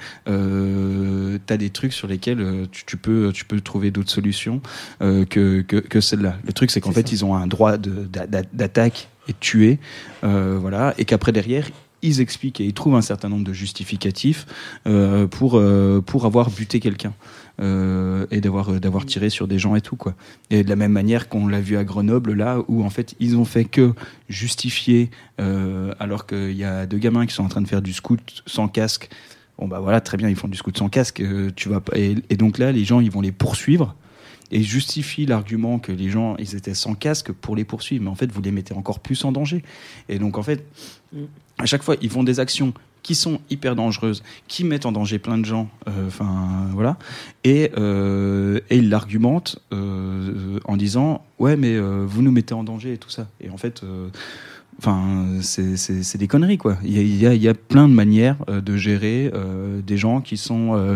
euh, t'as des trucs sur lesquels euh, tu, tu peux tu peux trouver d'autres solutions euh, que, que que celle-là. Le truc c'est qu'en c'est fait ça. Ils ont un droit de, d'attaque et de tuer, euh, voilà, et qu'après derrière ils expliquent et ils trouvent un certain nombre de justificatifs euh, pour euh, pour avoir buté quelqu'un. Euh, et d'avoir d'avoir tiré sur des gens et tout quoi. Et de la même manière qu'on l'a vu à Grenoble là où en fait ils ont fait que justifier euh, alors qu'il y a deux gamins qui sont en train de faire du scout sans casque. Bon bah voilà très bien ils font du scout sans casque. Euh, tu vas pas et, et donc là les gens ils vont les poursuivre et justifient l'argument que les gens ils étaient sans casque pour les poursuivre. Mais en fait vous les mettez encore plus en danger. Et donc en fait à chaque fois, ils font des actions qui sont hyper dangereuses, qui mettent en danger plein de gens, enfin euh, voilà, et, euh, et ils l'argumentent euh, en disant ouais mais euh, vous nous mettez en danger et tout ça. Et en fait, enfin euh, c'est, c'est, c'est des conneries quoi. Il y a, il y a, il y a plein de manières euh, de gérer euh, des gens qui sont euh,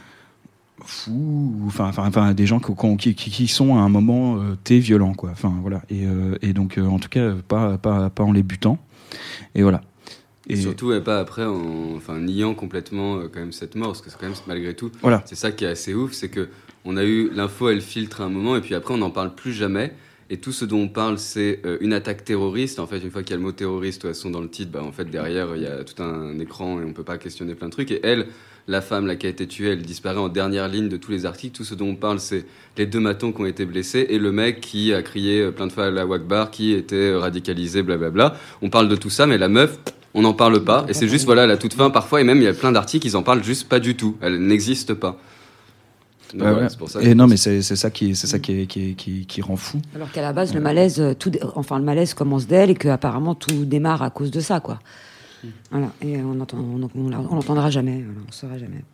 fous, enfin enfin enfin des gens qui, qui, qui sont à un moment euh, T violents quoi. Enfin voilà. Et, euh, et donc euh, en tout cas pas pas pas en les butant. Et voilà. Et surtout, et pas après, en enfin, niant complètement euh, quand même cette mort, parce que c'est quand même, malgré tout, voilà. C'est ça qui est assez ouf, c'est que on a eu l'info, elle filtre à un moment, et puis après, on n'en parle plus jamais. Et tout ce dont on parle, c'est euh, une attaque terroriste. En fait, une fois qu'il y a le mot terroriste, de toute façon, dans le titre, bah, en fait, derrière, il y a tout un écran et on peut pas questionner plein de trucs. Et elle, la femme là, qui a été tuée, elle disparaît en dernière ligne de tous les articles. Tout ce dont on parle, c'est les deux matons qui ont été blessés et le mec qui a crié plein de fois à la Wakbar, qui était radicalisé, blablabla. On parle de tout ça, mais la meuf... On n'en parle pas, et c'est juste, voilà, à la toute fin, parfois, et même, il y a plein d'articles, ils en parlent juste pas du tout. Elle n'existe pas. Donc, ouais, ouais, ouais. C'est pour ça et non, mais c'est, c'est ça, qui, c'est ça qui, est, qui, est, qui, qui rend fou. Alors qu'à la base, le malaise, tout, enfin, le malaise commence d'elle, et qu'apparemment, tout démarre à cause de ça, quoi. Voilà, et on entend, on, on, on l'entendra jamais, voilà, on ne saura jamais.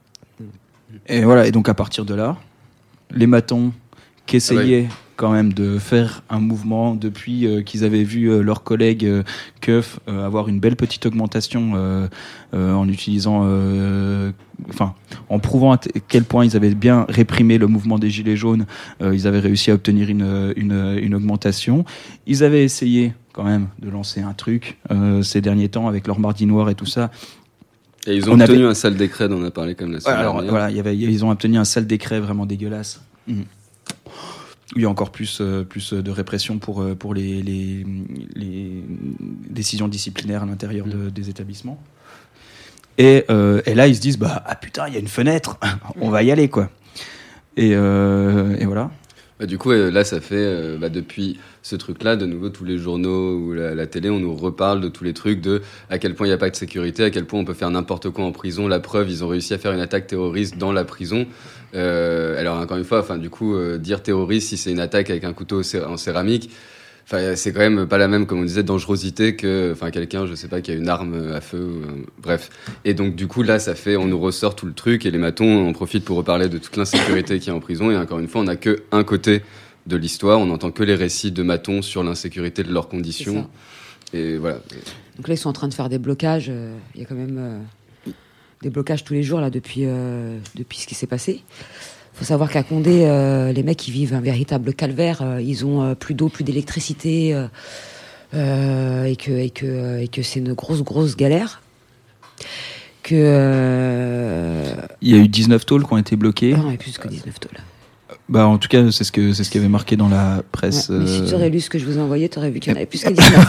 Et voilà, et donc à partir de là, les matons qui essayaient... Ah ouais. quand même de faire un mouvement depuis euh, qu'ils avaient vu euh, leurs collègues euh, Keuf euh, avoir une belle petite augmentation euh, euh, en utilisant, enfin, euh, en prouvant à t- quel point ils avaient bien réprimé le mouvement des Gilets jaunes, euh, ils avaient réussi à obtenir une, une, une augmentation. Ils avaient essayé quand même de lancer un truc euh, ces derniers temps avec leur mardi noir et tout ça. Et ils ont on obtenu avait... un sale décret dont on a parlé comme la semaine ouais, alors, dernière. Voilà, il y avait, ils ont obtenu un sale décret vraiment dégueulasse. Mmh. Il y a encore plus, euh, plus de répression pour, euh, pour les, les, les décisions disciplinaires à l'intérieur de, des établissements. Et, euh, et là, ils se disent bah, ah putain, il y a une fenêtre, on va y aller, quoi. Et, euh, et voilà. Bah, du coup, là, ça fait, euh, bah, depuis ce truc-là, de nouveau, tous les journaux ou la, la télé, on nous reparle de tous les trucs, de à quel point il n'y a pas de sécurité, à quel point on peut faire n'importe quoi en prison. La preuve, ils ont réussi à faire une attaque terroriste dans la prison. Euh, alors, encore une fois, enfin, du coup, euh, dire terroriste, si c'est une attaque avec un couteau en céramique, enfin, c'est quand même pas la même, comme on disait, dangerosité que, enfin, quelqu'un, je sais pas, qui a une arme à feu, euh, bref. Et donc, du coup, là, ça fait, on nous ressort tout le truc, et les matons, on profite pour reparler de toute l'insécurité qu'il y a en prison, et encore une fois, on n'a que un côté de l'histoire, on n'entend que les récits de matons sur l'insécurité de leurs conditions. Et voilà. Donc là, ils sont en train de faire des blocages, il euh, y a quand même euh, des blocages tous les jours, là, depuis, euh, depuis ce qui s'est passé. Il faut savoir qu'à Condé, euh, les mecs, ils vivent un véritable calvaire. Euh, ils ont euh, plus d'eau, plus d'électricité, euh, euh, et, que, et, que, et que c'est une grosse, grosse galère. Que, euh... Il y a eu dix-neuf tôles qui ont été bloquées. Ah non, il y a plus que dix-neuf tôles. Bah, en tout cas, c'est ce que c'est ce qui avait marqué dans la presse. Ouais, mais euh... si tu aurais lu ce que je vous ai envoyé, tu aurais vu qu'il y en avait plus que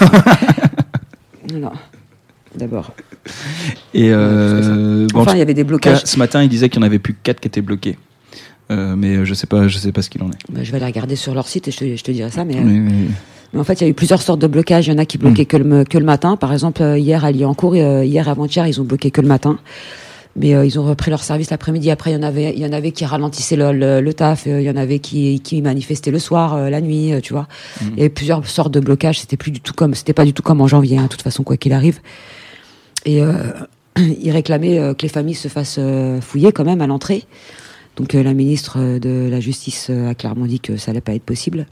dix-neuf. Non, d'abord. Et euh, bon, enfin, il y avait des blocages. Cas, ce matin, il disait qu'il n'y en avait plus que quatre qui étaient bloqués. Euh, mais je sais pas, je sais pas ce qu'il en est. Bah, je vais aller regarder sur leur site et je te, je te dirai ça. Mais, oui, oui. Euh, mais en fait, il y a eu plusieurs sortes de blocages. Il y en a qui bloquaient mmh. que, le, que le matin. Par exemple, hier à Liancourt, euh, hier avant-hier, ils ont bloqué que le matin. Mais euh, ils ont repris leur service l'après-midi. Après, il y en avait, il y en avait qui ralentissaient le, le, le taf. Il y en avait qui, qui manifestaient le soir, euh, la nuit, euh, tu vois. Mmh. Il y avait plusieurs sortes de blocages. C'était plus du tout comme, c'était pas du tout comme en janvier, hein, de toute façon, quoi qu'il arrive. Et euh, ils réclamaient euh, que les familles se fassent euh, fouiller quand même à l'entrée. Donc euh, la ministre de la Justice euh, a clairement dit que ça allait pas être possible.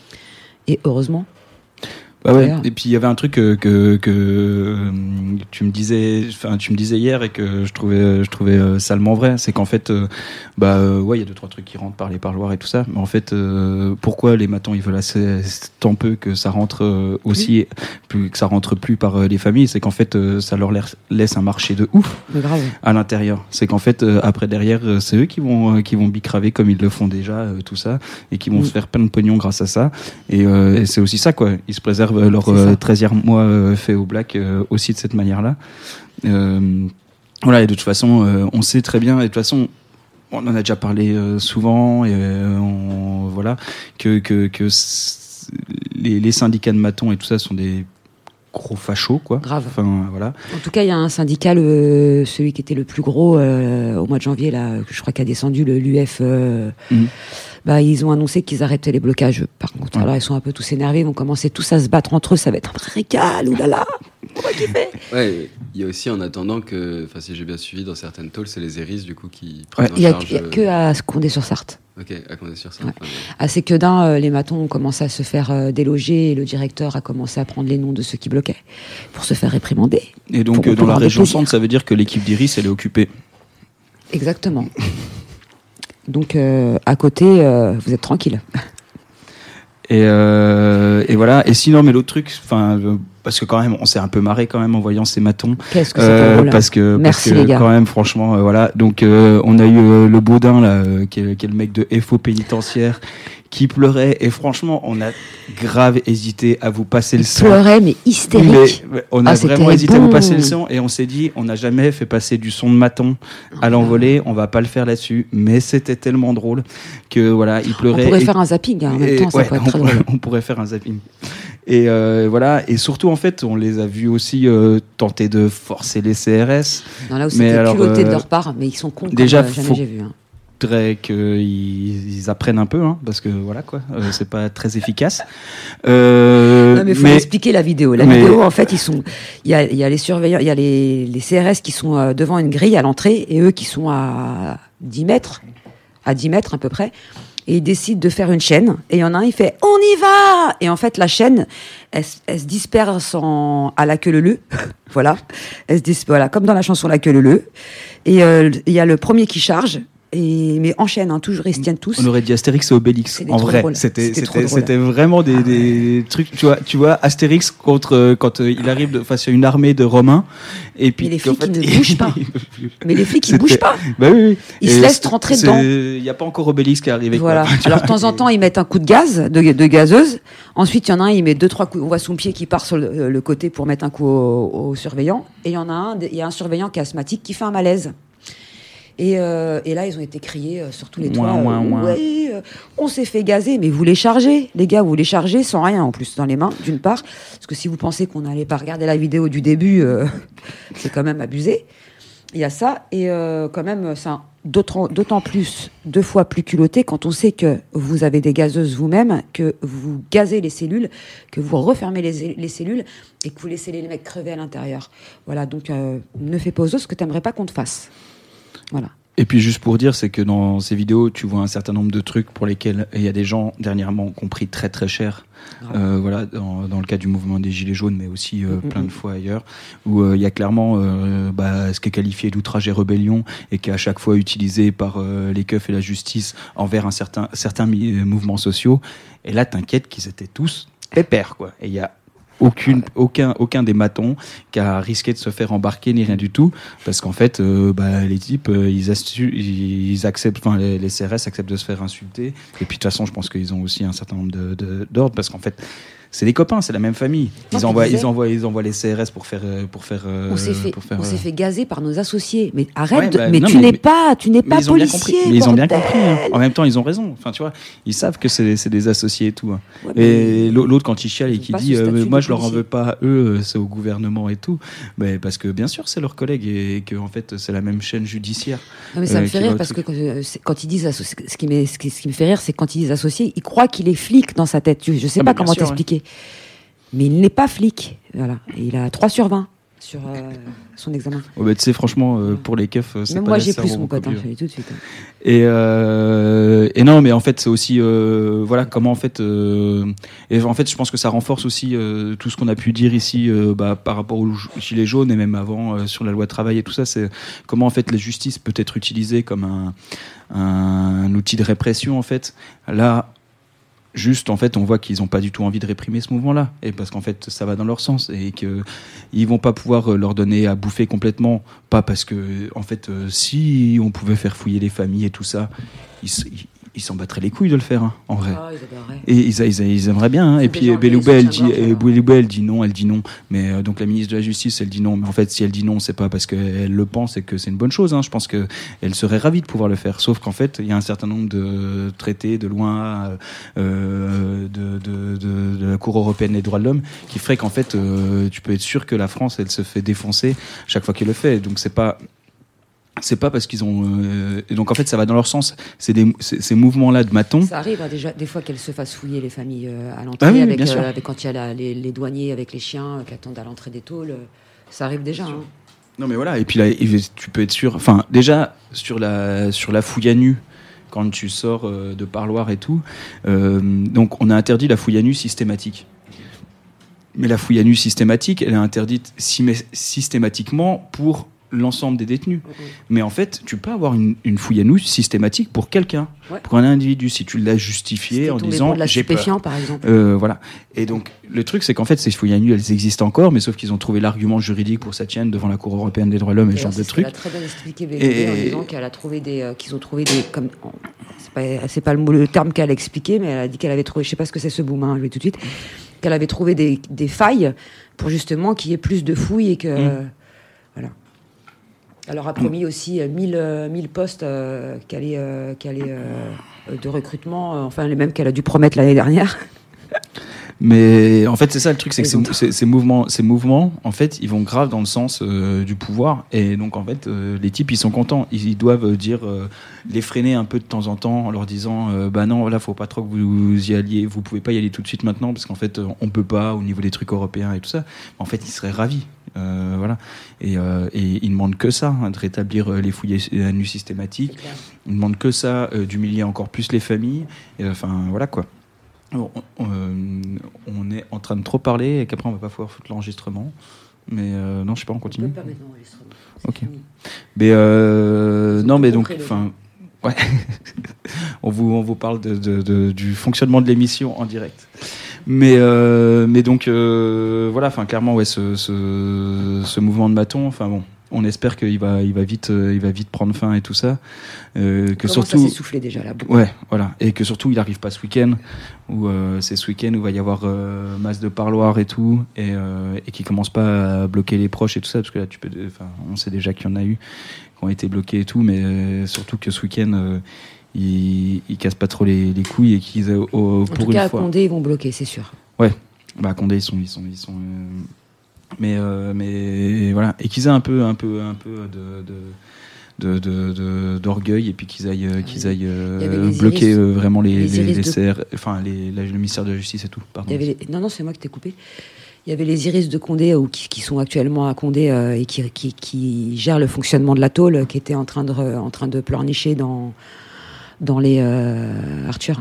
Et heureusement. Bah ouais. Et puis il y avait un truc que, que, que tu me disais, enfin tu me disais hier et que je trouvais, je trouvais euh, salement vrai, c'est qu'en fait, euh, bah euh, ouais, il y a deux trois trucs qui rentrent par les parloirs et tout ça, mais en fait, euh, pourquoi les matons ils veulent assez tant peu que ça rentre euh, aussi, oui. plus que ça rentre plus par euh, les familles, c'est qu'en fait, euh, ça leur laisse un marché de ouf grave. À l'intérieur. C'est qu'en fait, euh, après derrière, euh, c'est eux qui vont, euh, qui vont bicraver comme ils le font déjà, euh, tout ça, et qui vont oui. se faire plein de pognon grâce à ça. Et, euh, et c'est aussi ça quoi. Ils se préservent leur euh, treizième mois euh, fait au black euh, aussi de cette manière-là. Euh, voilà, et de toute façon, euh, on sait très bien, et de toute façon, on en a déjà parlé euh, souvent, et euh, on, voilà, que, que, que les, les syndicats de matons et tout ça sont des gros fachos, quoi. Grave. Enfin, voilà. En tout cas, il y a un syndicat, le, celui qui était le plus gros euh, au mois de janvier, là, je crois qu'il a descendu, le, l'U F. Euh, mmh. Bah, ils ont annoncé qu'ils arrêtaient les blocages. Par contre, ouais. Alors ils sont un peu tous énervés, ils vont commencer tous à se battre entre eux, ça va être un vrai régal, oulala. On va kiffer. Ouais, il y a aussi en attendant que, enfin si j'ai bien suivi, dans certaines tôles, c'est les Hérisses du coup qui prennent Ouais, en il y a, charge. il y a que à Condé-sur-Sarthe. Ok, à Condé-sur-Sarthe. Ouais. Enfin, À Séquedin, euh, les matons ont commencé à se faire euh, déloger et le directeur a commencé à prendre les noms de ceux qui bloquaient pour se faire réprimander. Et donc, Pour- euh, dans pour la avoir des région plaisirs. centre, ça veut dire que l'équipe d'Iris, elle est occupée. Exactement. Donc, euh, à côté, euh, vous êtes tranquille. Et, euh, et voilà. Et sinon, mais l'autre truc, enfin, euh, parce que quand même, on s'est un peu marré quand même en voyant ces matons. Qu'est-ce que c'est Euh, drôle. parce que, Merci, parce que les gars. quand même, franchement, euh, voilà. Donc, euh, on a eu euh, le Baudin là, euh, qui, est, qui est le mec de F O pénitentiaire, qui pleurait. Et franchement, on a grave hésité à vous passer le Il sang. pleurait, mais hystérique. Mais, on a Ah, c'était vraiment hésité à vous bon. passer le son et on s'est dit, on n'a jamais fait passer du son de maton à l'envolée, on va pas le faire là-dessus. Mais c'était tellement drôle que voilà, il On pleurait. pourrait et- faire un zapping hein, en même et- temps, ça ouais, pourrait on, être très pourrait, drôle. on pourrait faire un zapping. Et euh, voilà, et surtout en fait, on les a vus aussi euh, tenter de forcer les C R S. Non, là où Mais c'était alors, culotté de euh, leur part, mais ils sont cons déjà, comme euh, jamais faut- j'ai vu. Hein. Faudrait qu'ils ils apprennent un peu, hein, parce que voilà quoi, euh, c'est pas très efficace. Euh, Non, mais il faut mais- expliquer la vidéo. La mais- vidéo, en fait, ils sont, il y a, il y a les surveillants, il y a les, les C R S qui sont euh, devant une grille à l'entrée et eux qui sont à dix mètres, à dix mètres à peu près. Et ils décident de faire une chaîne. Et il y en a un, il fait, on y va! Et en fait, la chaîne, elle, s- elle se disperse en, à la queue leu Voilà. Elle se dis, voilà, comme dans la chanson La queue leu Et euh, il y a le premier qui charge. Et, mais enchaîne, hein, toujours, ils se tiennent tous. On aurait dit Astérix et Obélix. C'était En trop vrai, drôle. c'était C'était trop c'était drôle. c'était vraiment des, Ah ouais. des trucs. Tu vois, tu vois Astérix contre euh, quand euh, il arrive de- face à une armée de Romains et puis Mais les qu'en flics, fait, ils ne bougent pas. Mais les flics, ils C'était- bougent pas. Bah oui, oui. Ils Et se laissent c'est- rentrer c'est- dedans. Il n'y a pas encore Obélix qui est arrivé. quoi. Voilà. Enfin, tu Alors de vois, temps en et- temps, ils mettent un coup de gaz, de, de gazeuse. Ensuite, il y en a un, il met deux trois coups. On voit son pied qui part sur le, le côté pour mettre un coup au, au surveillant. Et il y en a un, il y a un surveillant qui est asthmatique qui fait un malaise. Et, euh, et là, ils ont été criés euh, sur tous les toits. Ouin, ouin, euh, ouin. Ouais, euh, on s'est fait gazer, mais vous les chargez, les gars, vous les chargez sans rien en plus dans les mains, d'une part. Parce que si vous pensez qu'on n'allait pas regarder la vidéo du début, euh, c'est quand même abusé. Il y a ça, et euh, quand même, c'est un- d'autant d'autant plus, deux fois plus culotté quand on sait que vous avez des gazeuses vous-même, que vous gazez les cellules, que vous refermez les, les cellules et que vous laissez les mecs crever à l'intérieur. Voilà, donc euh, ne fais pas aux autres ce que tu n'aimerais pas qu'on te fasse. Voilà. Et puis juste pour dire, c'est que dans ces vidéos, tu vois un certain nombre de trucs pour lesquels il y a des gens dernièrement qui ont pris très très cher. Euh, voilà, dans, dans le cas du mouvement des Gilets jaunes, mais aussi euh, Mm-hmm. plein de fois ailleurs, où euh, il y a clairement euh, bah, ce qui est qualifié d'outrage et rébellion et qui est à chaque fois utilisé par euh, les keufs et la justice envers un certain, certains mi- mouvements sociaux. Et là, t'inquiète qu'ils étaient tous pépères, quoi. Et il y a aucune, aucun, aucun des matons qui a risqué de se faire embarquer ni rien du tout, parce qu'en fait, euh, bah, les types, euh, ils, astu- ils acceptent, enfin, les, les C R S acceptent de se faire insulter. Et puis de toute façon, je pense qu'ils ont aussi un certain nombre de, de, d'ordres, parce qu'en fait, c'est des copains, c'est la même famille. Ils Non, envoient, tu disais- ils envoient, ils envoient les C R S pour faire, euh, pour faire. euh, On s'est fait, pour faire, on euh, s'est fait gazer par nos associés. Mais arrête, Ouais, de- bah, mais non, tu mais- n'es mais- pas, tu n'es Mais pas ils ont bien policier. compris. Mais ils ont bien bordel. compris. hein. En même temps, ils ont raison. Enfin, tu vois, ils savent que c'est c'est des associés et tout. hein. Ouais, mais- Et l'au- l'autre, quand il chiale et Ils ont qui pas dit ce euh, statut moi de je leur en policier. veux pas à eux, c'est au gouvernement et tout, mais parce que bien sûr c'est leurs collègues et que en fait c'est la même chaîne judiciaire. Non, mais ça euh, me fait qui rire va parce au que truc. quand, euh, c'est- quand ils disent associ- ce qui, m'est- ce, qui, ce qui me fait rire, c'est quand ils disent associé, ils croient qu'il est flic dans sa tête. Je sais Ah, pas mais bien comment sûr, t'expliquer. Mais il n'est pas flic. Voilà. Et il a trois sur vingt sur euh, son examen. Oh, bah, tu sais franchement euh, pour les keufs, euh, c'est Même pas moi, j'ai nécessairement plus mon pote. Hein, beaucoup je mieux. te le dis tout de suite. hein. Et, euh, et non, mais en fait, c'est aussi euh, voilà comment en fait. Euh, et en fait, je pense que ça renforce aussi euh, tout ce qu'on a pu dire ici euh, bah, par rapport aux gilets jaunes et même avant euh, sur la loi travail et tout ça. C'est comment en fait la justice peut être utilisée comme un, un outil de répression en fait. Là. Juste, en fait, on voit qu'ils n'ont pas du tout envie de réprimer ce mouvement-là, et parce qu'en fait, ça va dans leur sens, et que ils vont pas pouvoir euh, leur donner à bouffer complètement, pas parce que, en fait, euh, si on pouvait faire fouiller les familles et tout ça, ils s- ils ils s'en battraient les couilles de le faire, hein, en vrai. Ah, ils adoreraient. Et ils, ils, ils aimeraient bien. Hein. Ils Et sont puis déjà euh, Belloubet, enlevés, elle ils dit, sont déjà et enlevés. Belloubet, elle dit non, elle dit non. Mais euh, donc la ministre de la Justice, elle dit non. Mais en fait, si elle dit non, c'est pas parce qu'elle le pense et que c'est une bonne chose. Hein. Je pense que elle serait ravie de pouvoir le faire. Sauf qu'en fait, il y a un certain nombre de traités de lois euh, de, de, de, de la Cour européenne des droits de l'homme qui ferait qu'en fait, euh, tu peux être sûr que la France, elle se fait défoncer chaque fois qu'elle le fait. Donc c'est pas c'est pas parce qu'ils ont euh, et donc en fait ça va dans leur sens. C'est des c'est, ces mouvements là de matons. Ça arrive hein, déjà des fois qu'elles se fassent fouiller les familles euh, à l'entrée Ah oui, avec, bien sûr. euh, avec quand il y a la, les, les douaniers avec les chiens euh, qui attendent à l'entrée des tôles. euh, ça arrive déjà. Hein. Non mais voilà, et puis là tu peux être sûr, enfin déjà sur la sur la fouille à nu quand tu sors euh, de parloir et tout, euh, donc on a interdit la fouille à nu systématique. Mais la fouille à nu systématique, elle est interdite simé- systématiquement pour l'ensemble des détenus. Mmh. Mais en fait, tu peux avoir une, une fouille à nu systématique pour quelqu'un, Ouais. pour un individu, si tu l'as justifié C'était en tombé disant pour de la j'ai peur. stupéfiant par exemple. Euh, voilà. Et donc, le truc, c'est qu'en fait, ces fouilles à nu, elles existent encore, mais sauf qu'ils ont trouvé l'argument juridique pour que ça tienne devant la Cour européenne des droits de l'homme et ce genre de trucs. Elle a très bien expliqué Bélé, Et- en disant qu'elle a trouvé des, euh, qu'ils ont trouvé des, comme, c'est pas, c'est pas le, mot, le terme qu'elle a expliqué, mais elle a dit qu'elle avait trouvé, je sais pas ce que c'est ce boom, hein, je vais tout de suite, qu'elle avait trouvé des, des failles pour justement qu'il y ait plus de fouilles et que, Mm. euh, voilà. Elle leur a promis aussi euh, mille, euh, mille postes euh, qu'elle est, euh, qu'elle est, euh, de recrutement, euh, enfin les mêmes qu'elle a dû promettre l'année dernière. Mais en fait, c'est ça le truc, c'est que Les ces, autres. ces- ces mouvements, ces mouvements, en fait, ils vont grave dans le sens euh, du pouvoir. Et donc, en fait, euh, les types, ils sont contents. Ils, ils doivent dire, euh, les freiner un peu de temps en temps en leur disant, euh, bah non, là, faut pas trop que vous y alliez. Vous pouvez pas y aller tout de suite maintenant parce qu'en fait, euh, on peut pas au niveau des trucs européens et tout ça. En fait, ils seraient ravis. Euh, voilà. Et, euh, et ils demandent que ça, hein, de rétablir euh, les fouilles à nu systématiques. Ils demandent que ça, euh, d'humilier encore plus les familles. Et, enfin, voilà quoi. On, on, euh, on est en train de trop parler et qu'après on va pas pouvoir foutre l'enregistrement. Mais euh, non, je sais pas, on On continue. peut pas maintenant l'enregistrement. C'est Ok. fini. Mais euh, Ils ont non, tout mais donc, compris, les enfin, ouais, on vous on vous parle de, de, de- du fonctionnement de l'émission en direct. Mais euh, mais donc euh, voilà, enfin clairement ouais, ce, ce ce mouvement de maton, enfin bon. On espère qu'il va, il va vite, euh, il va vite prendre fin et tout ça. Euh, que Comment surtout, ça s'est soufflé déjà là. ouais, voilà, et que surtout il arrive pas ce week-end, où euh, c'est ce week-end où il va y avoir euh, masse de parloirs et tout, et, euh, et qui commence pas à bloquer les proches et tout ça, parce que là tu peux, enfin, on sait déjà qu'il y en a eu qui ont été bloqués et tout, mais euh, surtout que ce week-end euh, ils, ils cassent pas trop les, les couilles et qu'ils, euh, au- En pour tout une cas, à fois. Condé, ils vont bloquer, c'est sûr. Bah à Condé ils sont, ils sont, ils sont. euh, mais euh, mais voilà, et qu'ils aient un peu, un peu, un peu de. de de, de, de- d'orgueil et puis qu'ils aillent euh, qu'ils aillent euh, Il y avait les bloquer iris- euh, vraiment les les les, iris les de- C R, enfin les, la- le ministère de la Justice et tout, pardon. Il y avait les- Non, non, c'est moi qui t'ai coupé. Il y avait les iris de Condé euh, ou qui, qui sont actuellement à Condé euh, et qui, qui, qui gèrent le fonctionnement de la tôle, euh, qui étaient en train de, re- en train de pleurnicher dans, dans les. euh, Arthur,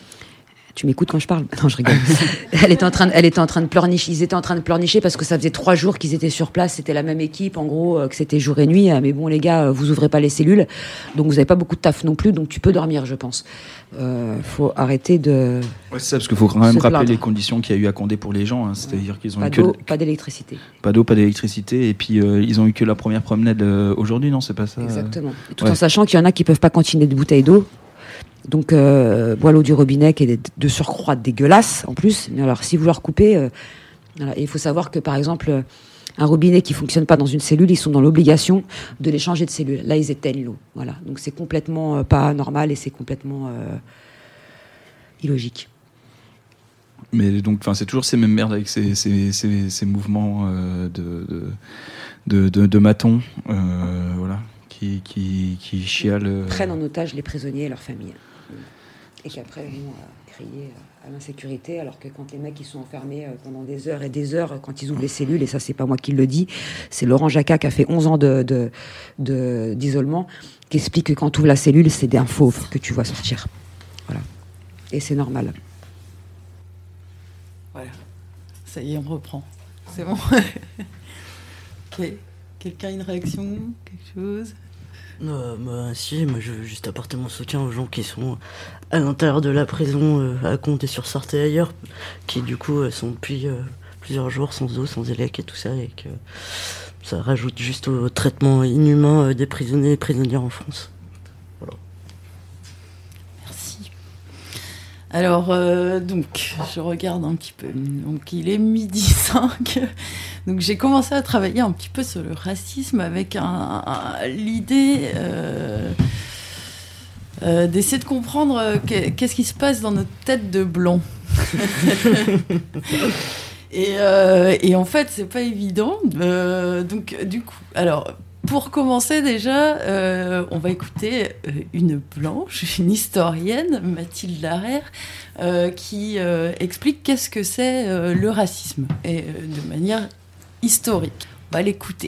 tu m'écoutes quand je parle? Non, je rigole. elle, était en train de, elle était en train de pleurnicher. Ils étaient en train de pleurnicher parce que ça faisait trois jours qu'ils étaient sur place. C'était la même équipe, en gros, euh, que c'était jour et nuit. Mais bon, les gars, vous ouvrez pas les cellules. Donc, vous n'avez pas beaucoup de taf non plus. Donc, tu peux dormir, je pense. Euh, faut arrêter de. Ouais, c'est ça, parce qu'il faut quand même Se rappeler plaindre. les conditions qu'il y a eu à Condé pour les gens, hein. C'est-à-dire qu'ils ont Pas eu que d'eau, pas d'électricité. pas d'eau, pas d'électricité, et puis euh, ils ont eu que la première promenade euh, aujourd'hui, non, c'est pas ça. euh Exactement. Et tout ouais. en sachant qu'il y en a qui peuvent pas continuer de bouteilles d'eau. Donc, euh, boire l'eau du robinet qui est de surcroît dégueulasse en plus. Mais alors, si vous leur coupez, euh, voilà. Et il faut savoir que par exemple, euh, un robinet qui fonctionne pas dans une cellule, ils sont dans l'obligation de les changer de cellule. Là, ils éteignent l'eau. Voilà. Donc, c'est complètement euh, pas normal et c'est complètement euh, illogique. Mais donc, enfin, c'est toujours ces mêmes merdes avec ces, ces, ces, ces mouvements euh, de, de, de, de, de matons, euh, voilà, qui, qui, qui chialent. euh, Prennent en otage les prisonniers et leurs familles. Et qu'après, vont euh, crier euh, à l'insécurité, alors que quand les mecs ils sont enfermés euh, pendant des heures et des heures, quand ils ouvrent les cellules, et ça c'est pas moi qui le dis, c'est Laurent Jacquat qui a fait onze ans de, de, de, d'isolement, qui explique que quand tu ouvres la cellule, c'est d'un fauve que tu vois sortir. Voilà. Et c'est normal. Voilà. Ça y est, on reprend. C'est bon. Ok. Quelqu'un a une réaction? Quelque chose? Euh, bah, si, moi je veux juste apporter mon soutien aux gens qui sont à l'intérieur de la prison, euh, à Condé-sur-Sarthe et ailleurs, qui du coup euh, sont depuis euh, plusieurs jours sans eau, sans élec et tout ça, et que ça rajoute juste au traitement inhumain euh, des prisonniers et prisonnières en France. Voilà. Merci. Alors, euh, donc, je regarde un petit peu. Donc, il est midi cinq. Donc, j'ai commencé à travailler un petit peu sur le racisme avec un, un- l'idée euh, euh, d'essayer de comprendre euh, que- qu'est-ce qui se passe dans notre tête de blanc. et, euh, et en fait, c'est pas évident. Euh, donc, du coup, alors, Pour commencer déjà, euh, on va écouter euh, une blanche, une historienne, Mathilde Larère, euh, qui euh, explique qu'est-ce que c'est euh, le racisme, et euh, de manière historique. On va l'écouter.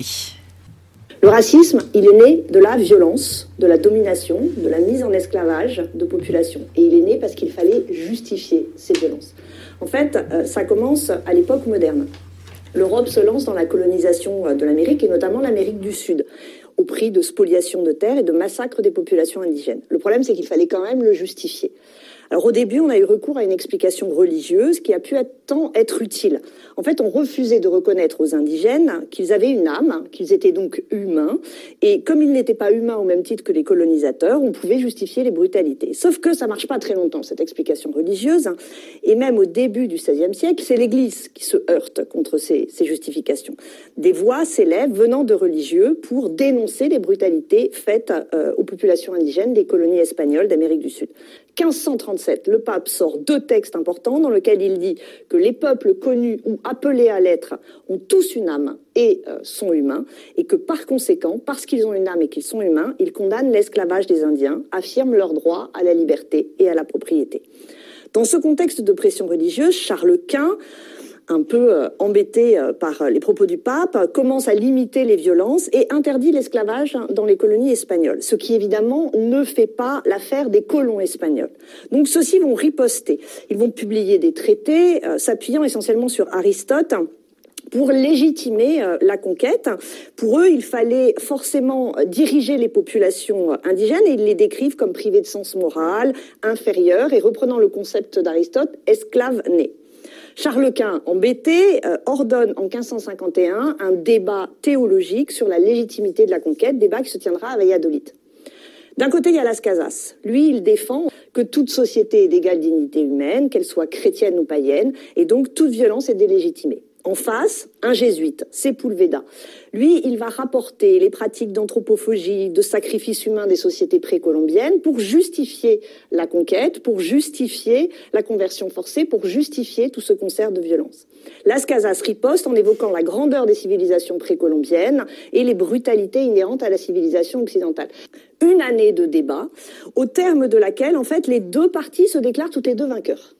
Le racisme, il est né de la violence, de la domination, de la mise en esclavage de populations. Et il est né parce qu'il fallait justifier ces violences. En fait, euh, ça commence à l'époque moderne. L'Europe se lance dans la colonisation de l'Amérique, et notamment l'Amérique du Sud, au prix de spoliation de terres et de massacre des populations indigènes. Le problème, c'est qu'il fallait quand même le justifier. Alors au début, on a eu recours à une explication religieuse qui a pu tant être utile. En fait, on refusait de reconnaître aux indigènes qu'ils avaient une âme, qu'ils étaient donc humains, et comme ils n'étaient pas humains au même titre que les colonisateurs, on pouvait justifier les brutalités. Sauf que ça marche pas très longtemps, cette explication religieuse, et même au début du seizième siècle, c'est l'Église qui se heurte contre ces, ces justifications. Des voix s'élèvent venant de religieux pour dénoncer les brutalités faites euh, aux populations indigènes des colonies espagnoles d'Amérique du Sud. quinze cent trente-sept, le pape sort deux textes importants dans lesquels il dit que les peuples connus ou appelés à l'être ont tous une âme et euh, sont humains, et que par conséquent, parce qu'ils ont une âme et qu'ils sont humains, ils condamnent l'esclavage des Indiens, affirment leur droit à la liberté et à la propriété. Dans ce contexte de pression religieuse, Charles Quint, un peu euh, embêté euh, par les propos du pape, euh, commence à limiter les violences et interdit l'esclavage dans les colonies espagnoles, ce qui évidemment ne fait pas l'affaire des colons espagnols. Donc ceux-ci vont riposter. Ils vont publier des traités euh, s'appuyant essentiellement sur Aristote pour légitimer euh, la conquête. Pour eux, il fallait forcément diriger les populations indigènes, et ils les décrivent comme privées de sens moral, inférieures, et reprenant le concept d'Aristote, esclaves nés. Charles Quint, embêté, euh, ordonne en quinze cent cinquante et un un débat théologique sur la légitimité de la conquête, débat qui se tiendra à Valladolid. D'un côté, il y a Las Casas. Lui, il défend que toute société est d'égale dignité humaine, qu'elle soit chrétienne ou païenne, et donc toute violence est délégitimée. En face, un jésuite, Sepúlveda. Lui, il va rapporter les pratiques d'anthropophagie, de sacrifice humain des sociétés précolombiennes pour justifier la conquête, pour justifier la conversion forcée, pour justifier tout ce concert de violence. Las Casas riposte en évoquant la grandeur des civilisations précolombiennes et les brutalités inhérentes à la civilisation occidentale. Une année de débat, au terme de laquelle, en fait, les deux parties se déclarent toutes les deux vainqueurs.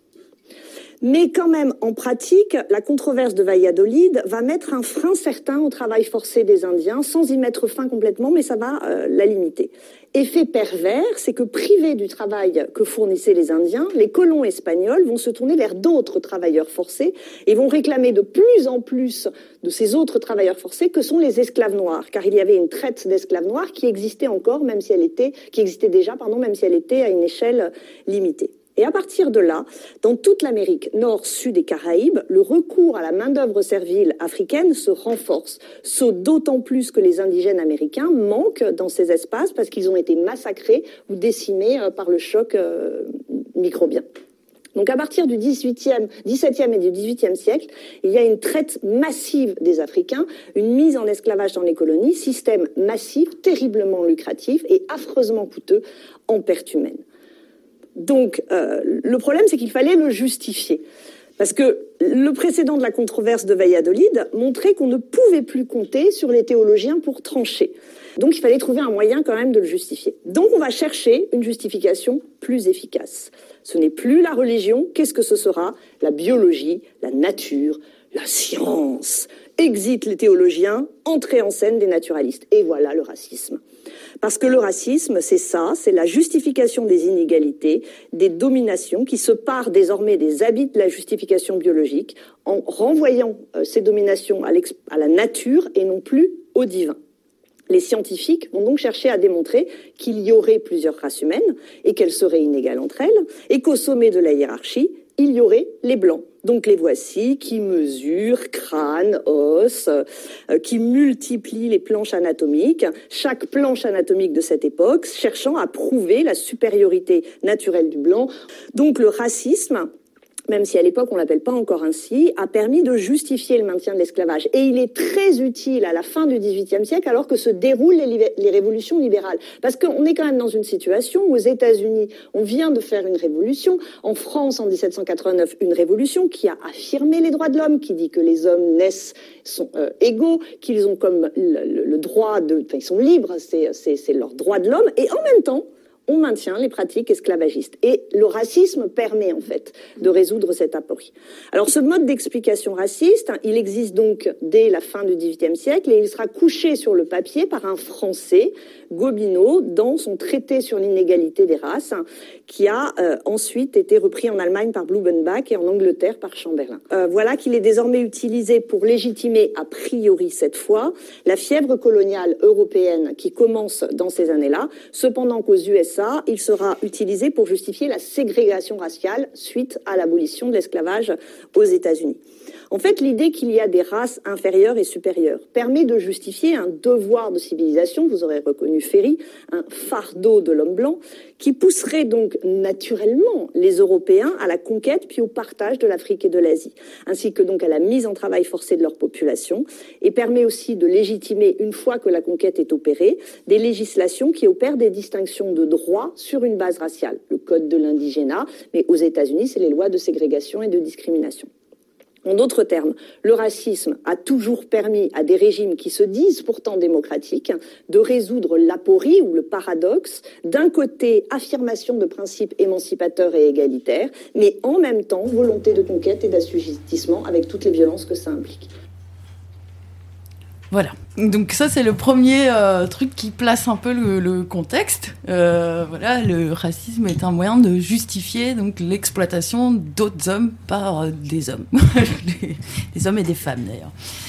Mais quand même, en pratique, la controverse de Valladolid va mettre un frein certain au travail forcé des Indiens, sans y mettre fin complètement, mais ça va euh, la limiter. Effet pervers, c'est que privés du travail que fournissaient les Indiens, les colons espagnols vont se tourner vers d'autres travailleurs forcés et vont réclamer de plus en plus de ces autres travailleurs forcés que sont les esclaves noirs, car il y avait une traite d'esclaves noirs qui existait encore, même si elle était, qui existait déjà, pardon, même si elle était à une échelle limitée. Et à partir de là, dans toute l'Amérique nord, sud et Caraïbes, le recours à la main-d'œuvre servile africaine se renforce. Ce d'autant plus que les indigènes américains manquent dans ces espaces parce qu'ils ont été massacrés ou décimés par le choc euh, microbien. Donc à partir du dix-huitième, dix-septième et du dix-huitième siècle, il y a une traite massive des Africains, une mise en esclavage dans les colonies, système massif, terriblement lucratif et affreusement coûteux en pertes humaines. Donc, euh, le problème, c'est qu'il fallait le justifier. Parce que le précédent de la controverse de Valladolid montrait qu'on ne pouvait plus compter sur les théologiens pour trancher. Donc, il fallait trouver un moyen quand même de le justifier. Donc, on va chercher une justification plus efficace. Ce n'est plus la religion, qu'est-ce que ce sera ? La biologie, la nature, la science. Exit les théologiens, entrée en scène des naturalistes. Et voilà le racisme. Parce que le racisme, c'est ça, c'est la justification des inégalités, des dominations qui se parent désormais des habits de la justification biologique en renvoyant euh, ces dominations à, à la nature et non plus au divin. Les scientifiques vont donc chercher à démontrer qu'il y aurait plusieurs races humaines et qu'elles seraient inégales entre elles et qu'au sommet de la hiérarchie, il y aurait les blancs. Donc les voici qui mesurent crâne, os, euh, qui multiplient les planches anatomiques, chaque planche anatomique de cette époque, cherchant à prouver la supériorité naturelle du blanc. Donc le racisme même si à l'époque on l'appelle pas encore ainsi, a permis de justifier le maintien de l'esclavage. Et il est très utile à la fin du dix-huitième siècle, alors que se déroulent les, les révolutions libérales. Parce qu'on est quand même dans une situation où aux États-Unis, on vient de faire une révolution. En France, en dix-sept cent quatre-vingt-neuf, une révolution qui a affirmé les droits de l'homme, qui dit que les hommes naissent, sont euh, égaux, qu'ils ont comme le, le, le droit de... Enfin, ils sont libres, c'est, c'est, c'est leur droit de l'homme. Et en même temps, on maintient les pratiques esclavagistes. Et le racisme permet, en fait, de résoudre cette aporie. Alors, ce mode d'explication raciste, hein, il existe donc dès la fin du dix-huitième siècle et il sera couché sur le papier par un Français, Gobineau, dans son traité sur l'inégalité des races, hein, qui a euh, ensuite été repris en Allemagne par Blumenbach et en Angleterre par Chamberlain. Euh, voilà qu'il est désormais utilisé pour légitimer, a priori cette fois, la fièvre coloniale européenne qui commence dans ces années-là, cependant qu'aux U S A, il sera utilisé pour justifier la ségrégation raciale suite à l'abolition de l'esclavage aux États-Unis. En fait, l'idée qu'il y a des races inférieures et supérieures permet de justifier un devoir de civilisation, vous aurez reconnu Ferry, un fardeau de l'homme blanc, qui pousserait donc naturellement les Européens à la conquête puis au partage de l'Afrique et de l'Asie, ainsi que donc à la mise en travail forcé de leur population, et permet aussi de légitimer, une fois que la conquête est opérée, des législations qui opèrent des distinctions de droits sur une base raciale, le code de l'indigénat, mais aux États-Unis, c'est les lois de ségrégation et de discrimination. En d'autres termes, le racisme a toujours permis à des régimes qui se disent pourtant démocratiques de résoudre l'aporie ou le paradoxe, d'un côté affirmation de principes émancipateurs et égalitaires, mais en même temps volonté de conquête et d'assujettissement avec toutes les violences que ça implique. Voilà, donc ça c'est le premier euh, truc qui place un peu le, le contexte. Euh, voilà, le racisme est un moyen de justifier donc l'exploitation d'autres hommes par euh, des hommes, des, des hommes et des femmes d'ailleurs.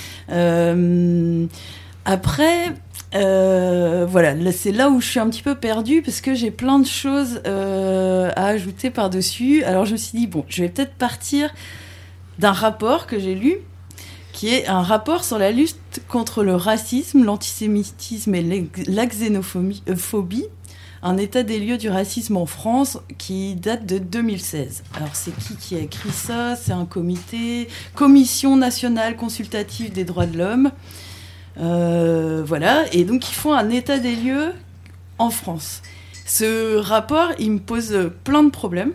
Euh, après, euh, voilà, là, c'est là où je suis un petit peu perdue parce que j'ai plein de choses euh, à ajouter par-dessus. Alors je me suis dit bon, je vais peut-être partir d'un rapport que j'ai lu, qui est un rapport sur la lutte contre le racisme, l'antisémitisme et la xénophobie, un état des lieux du racisme en France qui date de deux mille seize. Alors c'est qui qui a écrit ça ? C'est un comité, Commission nationale consultative des droits de l'homme. Euh, voilà, et donc ils font un état des lieux en France. Ce rapport, il me pose plein de problèmes.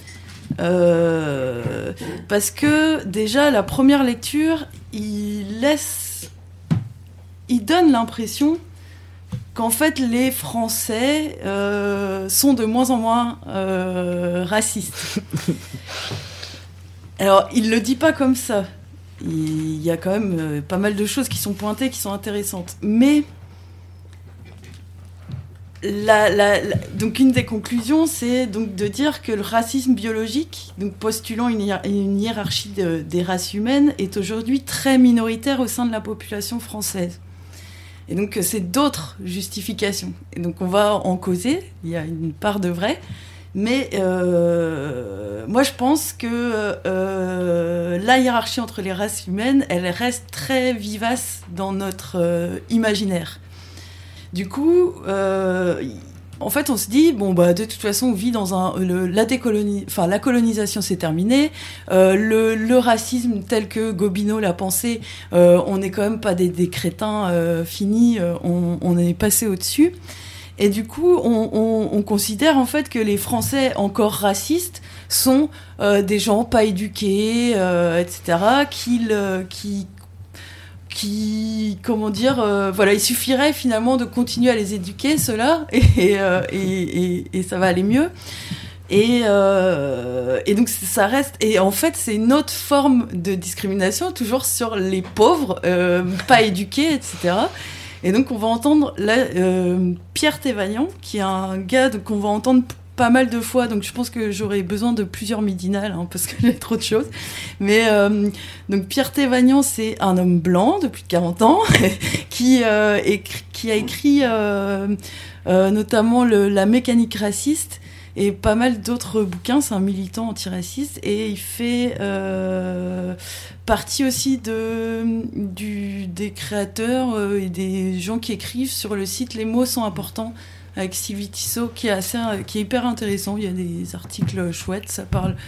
Euh, parce que déjà la première lecture il laisse il donne l'impression qu'en fait les Français euh, sont de moins en moins euh, racistes. Alors il le dit pas comme ça, il y a quand même euh, pas mal de choses qui sont pointées qui sont intéressantes, mais La, la, la, donc une des conclusions, c'est donc de dire que le racisme biologique, donc postulant une, hiér- une hiérarchie de, des races humaines, est aujourd'hui très minoritaire au sein de la population française. Et donc c'est d'autres justifications. Et donc on va en causer, il y a une part de vrai, mais euh, moi je pense que euh, la hiérarchie entre les races humaines, elle reste très vivace dans notre euh, imaginaire. Du coup, euh, en fait, on se dit bon bah de toute façon, on vit dans un le, la décolonie, enfin la colonisation c'est terminé, euh, le, le racisme tel que Gobineau l'a pensé, euh, on n'est quand même pas des, des crétins euh, finis, euh, on, on est passé au-dessus. Et du coup, on, on, on considère en fait que les Français encore racistes sont euh, des gens pas éduqués, euh, et cetera, qui le, qui qui, comment dire, euh, voilà, il suffirait finalement de continuer à les éduquer, ceux-là, et, et, euh, et, et, et ça va aller mieux. Et, euh, et donc ça reste, et en fait c'est une autre forme de discrimination, toujours sur les pauvres, euh, pas éduqués, et cetera. Et donc on va entendre là, euh, Pierre Thévagnan, qui est un gars de, qu'on va entendre pas mal de fois, donc je pense que j'aurais besoin de plusieurs midinales, hein, parce que j'ai trop de choses. Mais euh, donc Pierre Thévagnan, c'est un homme blanc de plus de quarante ans qui, euh, écrit, qui a écrit euh, euh, notamment le, La mécanique raciste et pas mal d'autres bouquins. C'est un militant antiraciste et il fait euh, partie aussi de, du, des créateurs euh, et des gens qui écrivent sur le site Les mots sont importants, avec Sylvie Tissot, qui est, assez, qui est hyper intéressant. Il y a des articles chouettes, ça parle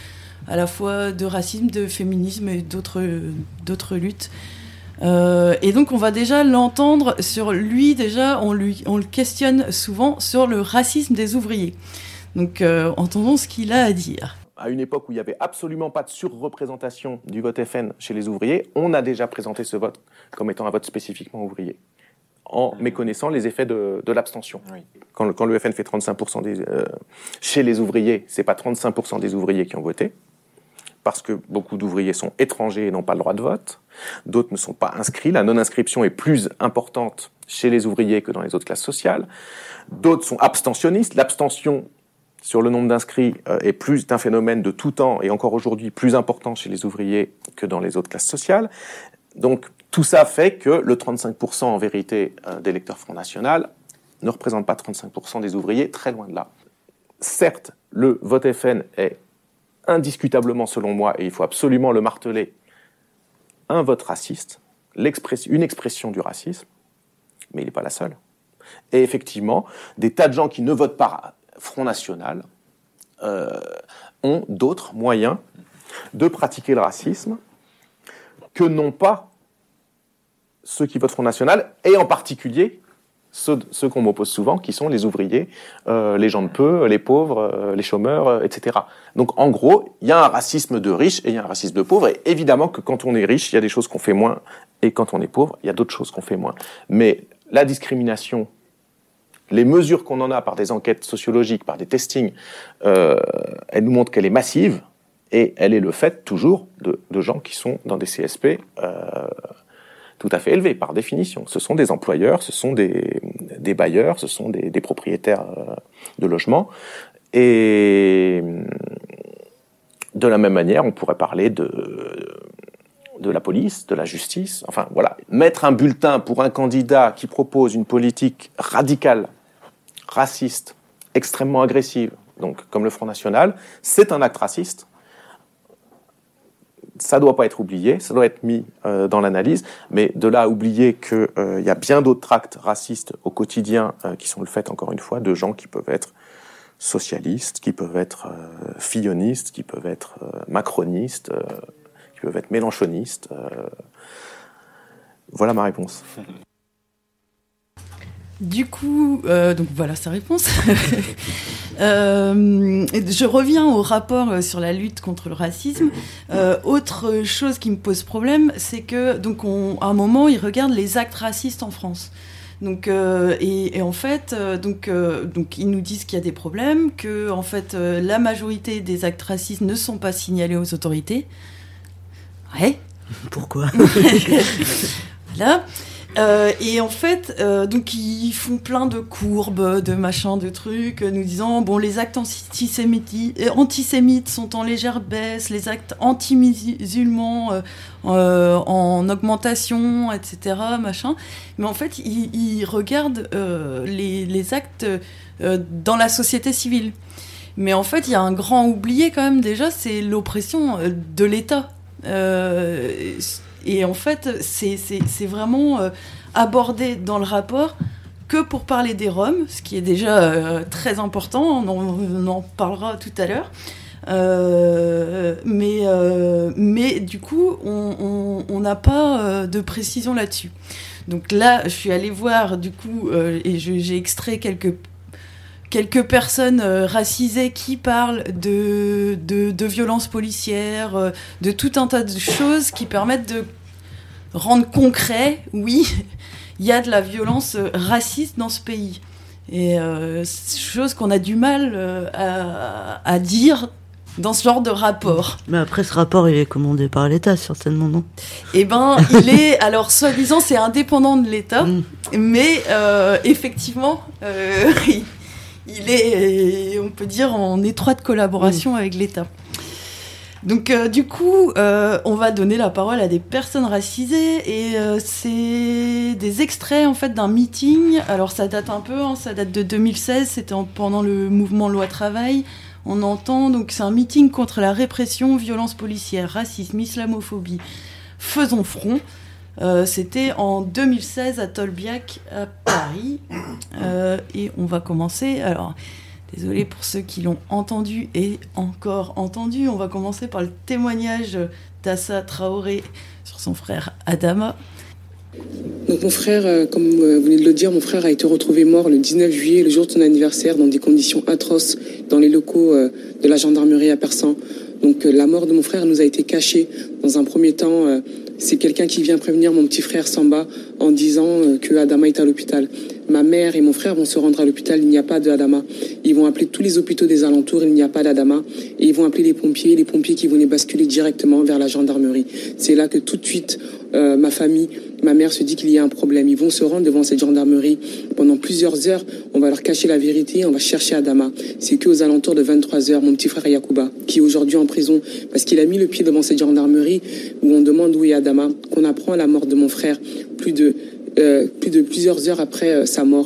à la fois de racisme, de féminisme et d'autres, d'autres luttes. Euh, et donc on va déjà l'entendre sur lui, déjà on, lui, on le questionne souvent sur le racisme des ouvriers. Donc euh, entendons ce qu'il a à dire. À une époque où il n'y avait absolument pas de surreprésentation du vote F N chez les ouvriers, on a déjà présenté ce vote comme étant un vote spécifiquement ouvrier, en méconnaissant les effets de, de l'abstention. Oui. Quand, le, quand le F N fait trente-cinq pour cent des, euh, chez les ouvriers, c'est pas trente-cinq pour cent des ouvriers qui ont voté, parce que beaucoup d'ouvriers sont étrangers et n'ont pas le droit de vote. D'autres ne sont pas inscrits. La non-inscription est plus importante chez les ouvriers que dans les autres classes sociales. D'autres sont abstentionnistes. L'abstention sur le nombre d'inscrits euh, est plus un phénomène de tout temps et encore aujourd'hui plus important chez les ouvriers que dans les autres classes sociales. Donc tout ça fait que le trente-cinq pour cent en vérité euh, d'électeurs Front National ne représente pas trente-cinq pour cent des ouvriers, très loin de là. Certes, le vote F N est indiscutablement, selon moi, et il faut absolument le marteler, un vote raciste, l'express- une expression du racisme, mais il n'est pas la seule. Et effectivement, des tas de gens qui ne votent pas Front National euh, ont d'autres moyens de pratiquer le racisme que n'ont pas ceux qui votent Front National, et en particulier ceux, ceux qu'on m'oppose souvent, qui sont les ouvriers, euh, les gens de peu, les pauvres, euh, les chômeurs, euh, et cetera. Donc en gros, il y a un racisme de riches et il y a un racisme de pauvres, et évidemment que quand on est riche, il y a des choses qu'on fait moins, et quand on est pauvre, il y a d'autres choses qu'on fait moins. Mais la discrimination, les mesures qu'on en a par des enquêtes sociologiques, par des testings, euh, elles nous montrent qu'elle est massive, et elle est le fait toujours de, de gens qui sont dans des C S P euh, tout à fait élevés, par définition. Ce sont des employeurs, ce sont des, des bailleurs, ce sont des, des propriétaires euh, de logements. Et de la même manière, on pourrait parler de, de la police, de la justice. Enfin, voilà. Mettre un bulletin pour un candidat qui propose une politique radicale, raciste, extrêmement agressive, donc comme le Front National, c'est un acte raciste. Ça doit pas être oublié, ça doit être mis euh, dans l'analyse, mais de là à oublier qu'il euh, y a bien d'autres actes racistes au quotidien euh, qui sont le fait, encore une fois, de gens qui peuvent être socialistes, qui peuvent être euh, fillonistes, qui peuvent être euh, macronistes, euh, qui peuvent être mélenchonistes. Euh... Voilà ma réponse. Du coup, euh, donc voilà sa réponse. euh, je reviens au rapport sur la lutte contre le racisme. Euh, autre chose qui me pose problème, c'est que donc on, à un moment, ils regardent les actes racistes en France. Donc euh, et, et en fait, euh, donc euh, donc ils nous disent qu'il y a des problèmes, que en fait euh, la majorité des actes racistes ne sont pas signalés aux autorités. Ouais. Pourquoi? Voilà. Euh, et en fait, euh, donc ils font plein de courbes, de machins, de trucs, euh, nous disant bon, les actes antisémites, euh, antisémites sont en légère baisse, les actes anti-musulmans euh, euh, en augmentation, et cetera. Machin. Mais en fait, ils, ils regardent euh, les, les actes euh, dans la société civile. Mais en fait, il y a un grand oublié quand même déjà, c'est l'oppression de l'État. Euh, Et en fait, c'est, c'est, c'est vraiment euh, abordé dans le rapport que pour parler des Roms, ce qui est déjà euh, très important, on en, on en parlera tout à l'heure. Euh, mais, euh, mais du coup, on n'a pas euh, de précision là-dessus. Donc là, je suis allée voir, du coup, euh, et je, j'ai extrait quelques, quelques personnes euh, racisées qui parlent de, de, de violences policières, euh, de tout un tas de choses qui permettent de rendre concret, oui, il y a de la violence euh, raciste dans ce pays. Et euh, c'est chose qu'on a du mal euh, à, à dire dans ce genre de rapport. Mais après, ce rapport, il est commandé par l'État, certainement, non? Eh ben, il est, alors, soi-disant, c'est indépendant de l'État, mmh. mais euh, effectivement, euh, il est, on peut dire, en étroite collaboration mmh. avec l'État. Donc, euh, du coup, euh, on va donner la parole à des personnes racisées, et euh, c'est des extraits, en fait, d'un meeting. Alors, ça date un peu, hein, ça date de deux mille seize, c'était en, pendant le mouvement Loi Travail. On entend, donc c'est un meeting contre la répression, violence policière, racisme, islamophobie. Faisons front. Euh, c'était en deux mille seize à Tolbiac, à Paris. Euh, et on va commencer. Alors, Désolée pour ceux qui l'ont entendu et encore entendu. On va commencer par le témoignage d'Assa Traoré sur son frère Adama. Donc mon frère, euh, comme euh, vous venez de le dire, mon frère a été retrouvé mort le dix-neuf juillet, le jour de son anniversaire, dans des conditions atroces, dans les locaux euh, de la gendarmerie à Persan. Donc euh, la mort de mon frère nous a été cachée. Dans un premier temps, euh, c'est quelqu'un qui vient prévenir mon petit frère Samba en disant euh, que Adama est à l'hôpital. Ma mère et mon frère vont se rendre à l'hôpital, il n'y a pas de Adama. Ils vont appeler tous les hôpitaux des alentours, il n'y a pas d'Adama. Et ils vont appeler les pompiers, les pompiers qui vont les basculer directement vers la gendarmerie. C'est là que tout de suite, euh, ma famille, ma mère se dit qu'il y a un problème. Ils vont se rendre devant cette gendarmerie pendant plusieurs heures. On va leur cacher la vérité, on va chercher Adama. C'est qu'aux alentours de vingt-trois heures, mon petit frère Yacouba, qui est aujourd'hui en prison, parce qu'il a mis le pied devant cette gendarmerie où on demande où est Adama, qu'on apprend la mort de mon frère plus de, euh, plus de plusieurs heures après euh, sa mort.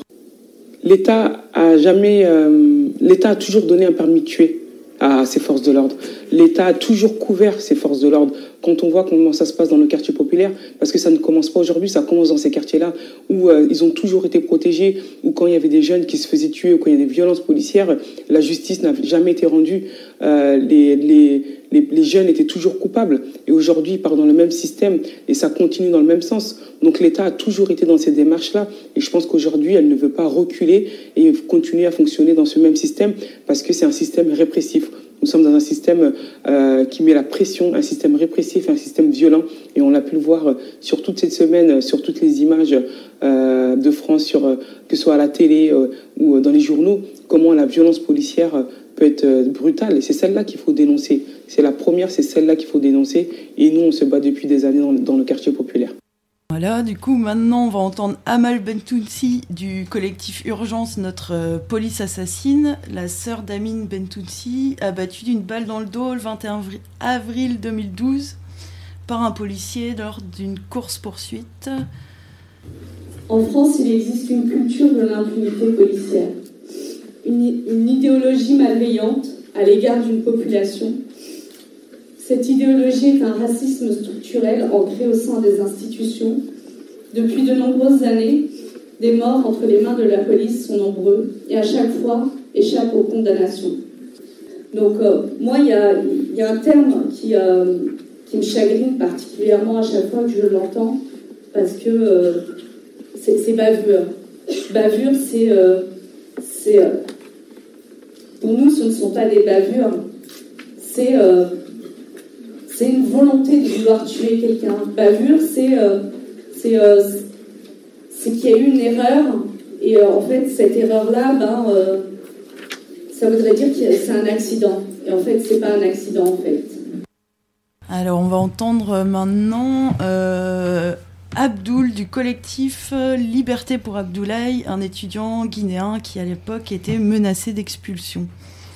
L'État a jamais, euh, l'État a toujours donné un permis de tuer à ses forces de l'ordre. L'État a toujours couvert ses forces de l'ordre. Quand on voit comment ça se passe dans nos quartiers populaires, parce que ça ne commence pas aujourd'hui, ça commence dans ces quartiers-là où euh, ils ont toujours été protégés, où quand il y avait des jeunes qui se faisaient tuer, ou quand il y a des violences policières, la justice n'a jamais été rendue. Euh, les, les, les, les jeunes étaient toujours coupables. Et aujourd'hui, ils partent dans le même système et ça continue dans le même sens. Donc l'État a toujours été dans ces démarches-là et je pense qu'aujourd'hui, elle ne veut pas reculer et continuer à fonctionner dans ce même système parce que c'est un système répressif. Nous sommes dans un système euh, qui met la pression, un système répressif, un système violent. Et on l'a pu le voir sur toute cette semaine, sur toutes les images euh, de France, sur, euh, que ce soit à la télé euh, ou dans les journaux, comment la violence policière peut être euh, brutale. Et c'est celle-là qu'il faut dénoncer. C'est la première, c'est celle-là qu'il faut dénoncer. Et nous, on se bat depuis des années dans, dans le quartier populaire. Voilà, du coup, maintenant, on va entendre Amal Bentounsi du collectif Urgence, notre euh, police assassine. La sœur d'Amine Bentounsi, abattue d'une balle dans le dos le vingt et un avril deux mille douze par un policier lors d'une course-poursuite. En France, il existe une culture de l'impunité policière, une, une idéologie malveillante à l'égard d'une population. Cette idéologie est un racisme structurel ancré au sein des institutions. Depuis de nombreuses années, des morts entre les mains de la police sont nombreux et à chaque fois échappent aux condamnations. Donc euh, moi, il y a, y a un terme qui, euh, qui me chagrine particulièrement à chaque fois que je l'entends parce que euh, c'est, c'est bavure. Bavure, c'est... Euh, c'est euh, pour nous, ce ne sont pas des bavures, c'est... Euh, C'est une volonté de vouloir tuer quelqu'un. Bavure, c'est, euh, c'est, euh, c'est qu'il y a eu une erreur. Et euh, en fait, cette erreur-là, ben, euh, ça voudrait dire que c'est un accident. Et en fait, c'est pas un accident, en fait. Alors, on va entendre maintenant euh, Abdoul du collectif Liberté pour Abdoulaye, un étudiant guinéen qui, à l'époque, était menacé d'expulsion.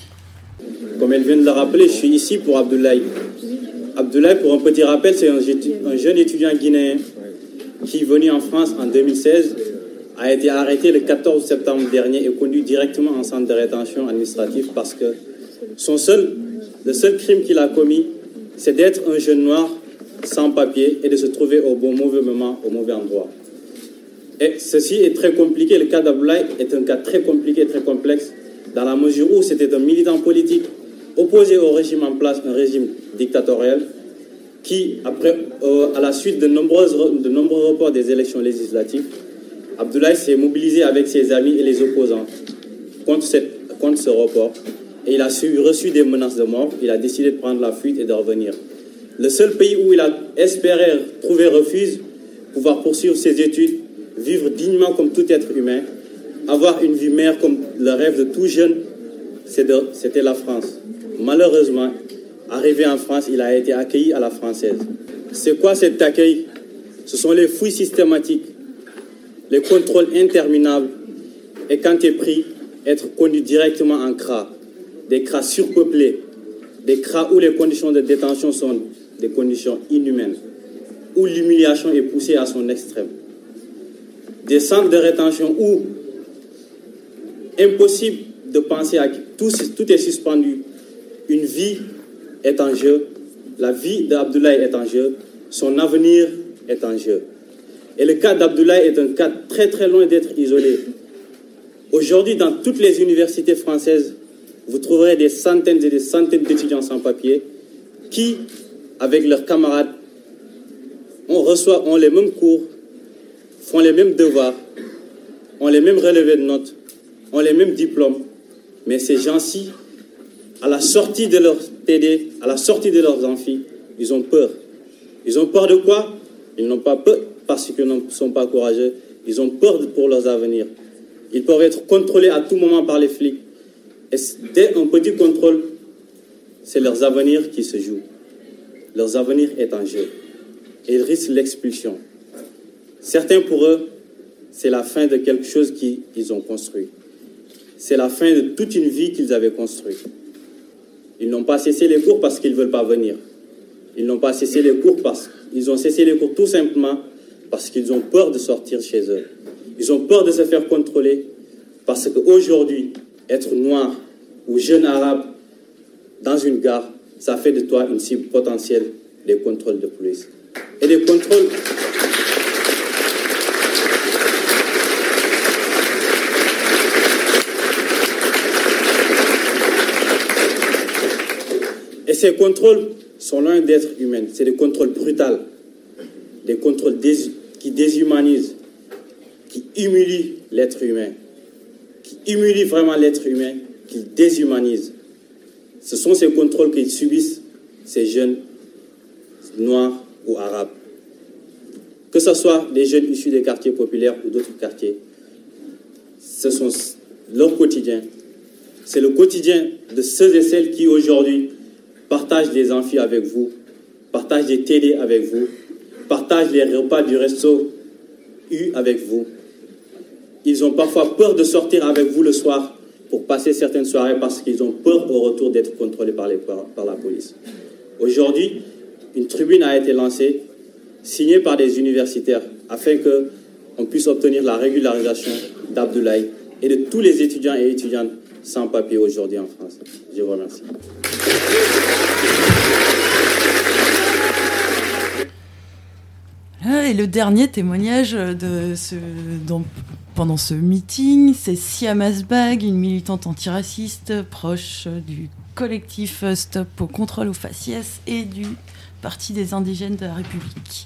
Comme elle vient de le rappeler, je suis ici pour Abdoulaye. Abdoulaye, pour un petit rappel, c'est un, un jeune étudiant guinéen qui, venu en France en deux mille seize, a été arrêté le quatorze septembre dernier et conduit directement en centre de rétention administrative parce que son seul, le seul crime qu'il a commis, c'est d'être un jeune noir sans papier et de se trouver au bon mauvais moment, au mauvais endroit. Et ceci est très compliqué. Le cas d'Abdoulaye est un cas très compliqué, très complexe, dans la mesure où c'était un militant politique opposé au régime en place, un régime dictatorial, qui, après, euh, à la suite de, nombreuses, de nombreux reports des élections législatives, Abdoulaye s'est mobilisé avec ses amis et les opposants contre, cette, contre ce report. Et il a su, reçu des menaces de mort. Il a décidé de prendre la fuite et de revenir. Le seul pays où il a espéré trouver refuge, pouvoir poursuivre ses études, vivre dignement comme tout être humain, avoir une vie meilleure comme le rêve de tout jeune, c'était la France. Malheureusement, arrivé en France, il a été accueilli à la française. C'est quoi cet accueil? Ce sont les fouilles systématiques, les contrôles interminables, et quand tu es pris, être conduit directement en C R A, des C R A surpeuplés, des C R A où les conditions de détention sont des conditions inhumaines, où l'humiliation est poussée à son extrême. Des centres de rétention où impossible de penser à tout, tout est suspendu. Une vie est en jeu, la vie d'Abdoulaye est en jeu, son avenir est en jeu. Et le cas d'Abdoulaye est un cas très très loin d'être isolé. Aujourd'hui, dans toutes les universités françaises, vous trouverez des centaines et des centaines d'étudiants sans papier qui, avec leurs camarades, on reçoit, ont les mêmes cours, font les mêmes devoirs, ont les mêmes relevés de notes, ont les mêmes diplômes. Mais ces gens-ci, à la sortie de leur T D, à la sortie de leurs amphis, ils ont peur. Ils ont peur de quoi? Ils n'ont pas peur parce qu'ils ne sont pas courageux. Ils ont peur pour leurs avenirs. Ils peuvent être contrôlés à tout moment par les flics. Et dès un petit contrôle, c'est leurs avenirs qui se jouent. Leur avenir est en jeu. Et ils risquent l'expulsion. Certains, pour eux, c'est la fin de quelque chose qu'ils ont construit. C'est la fin de toute une vie qu'ils avaient construite. Ils n'ont pas cessé les cours parce qu'ils ne veulent pas venir. Ils n'ont pas cessé les cours parce qu'ils ont cessé les cours tout simplement parce qu'ils ont peur de sortir chez eux. Ils ont peur de se faire contrôler parce qu'aujourd'hui, être noir ou jeune arabe dans une gare, ça fait de toi une cible potentielle des contrôles de police. Et des contrôles... Et ces contrôles sont loin d'être humains. C'est des contrôles brutaux, des contrôles dés- qui déshumanisent, qui humilient l'être humain, qui humilient vraiment l'être humain, qui déshumanisent. Ce sont ces contrôles qu'ils subissent, ces jeunes noirs ou arabes. Que ce soit des jeunes issus des quartiers populaires ou d'autres quartiers, ce sont leur quotidien. C'est le quotidien de ceux et celles qui aujourd'hui partagent des amphis avec vous, partagent des T D avec vous, partagent les repas du resto U avec vous. Ils ont parfois peur de sortir avec vous le soir pour passer certaines soirées parce qu'ils ont peur au retour d'être contrôlés par, les, par, par la police. Aujourd'hui, une tribune a été lancée, signée par des universitaires, afin qu'on puisse obtenir la régularisation d'Abdoulaye et de tous les étudiants et étudiantes sans papier aujourd'hui en France. Je vous remercie. Et le dernier témoignage de ce, dans, pendant ce meeting, c'est Siam Asbag, une militante antiraciste proche du collectif Stop au contrôle aux faciès et du Parti des indigènes de la République.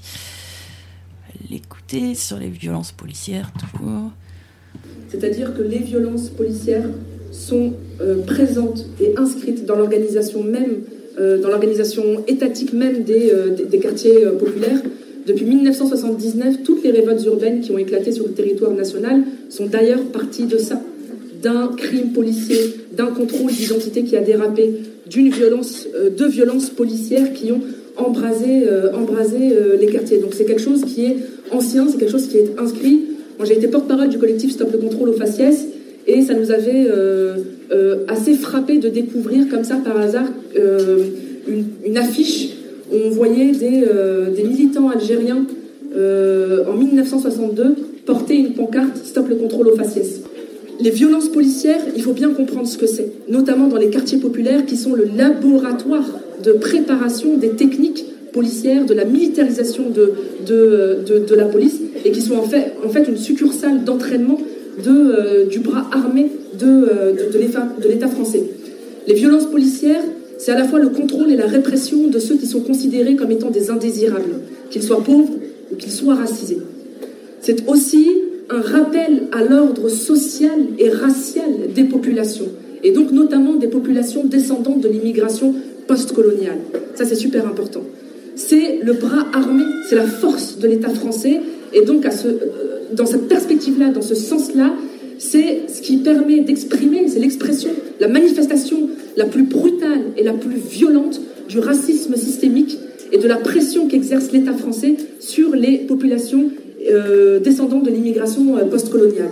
L'écouter sur les violences policières, toujours. C'est-à-dire que les violences policières sont euh, présentes et inscrites dans l'organisation même, euh, dans l'organisation étatique même des, euh, des, des quartiers euh, populaires. Depuis mille neuf cent soixante-dix-neuf, toutes les révoltes urbaines qui ont éclaté sur le territoire national sont d'ailleurs parties de ça, d'un crime policier, d'un contrôle d'identité qui a dérapé, d'une violence, euh, de violences policières qui ont embrasé, euh, embrasé euh, les quartiers. Donc c'est quelque chose qui est ancien, c'est quelque chose qui est inscrit. Moi j'ai été porte-parole du collectif Stop le contrôle aux faciès et ça nous avait euh, euh, assez frappé de découvrir comme ça par hasard euh, une, une affiche. On voyait des, euh, des militants algériens euh, en mille neuf cent soixante-deux porter une pancarte « Stop le contrôle aux faciès ». Les violences policières, il faut bien comprendre ce que c'est, notamment dans les quartiers populaires qui sont le laboratoire de préparation des techniques policières, de la militarisation de, de, de, de la police et qui sont en fait, en fait une succursale d'entraînement de, euh, du bras armé de, euh, de, de, l'État, de l'État français. Les violences policières, c'est à la fois le contrôle et la répression de ceux qui sont considérés comme étant des indésirables, qu'ils soient pauvres ou qu'ils soient racisés. C'est aussi un rappel à l'ordre social et racial des populations, et donc notamment des populations descendantes de l'immigration post-coloniale. Ça, c'est super important. C'est le bras armé, c'est la force de l'État français, et donc à ce, dans cette perspective-là, dans ce sens-là, c'est ce qui permet d'exprimer, c'est l'expression, la manifestation la plus brutale et la plus violente du racisme systémique et de la pression qu'exerce l'État français sur les populations euh, descendantes de l'immigration euh, post-coloniale.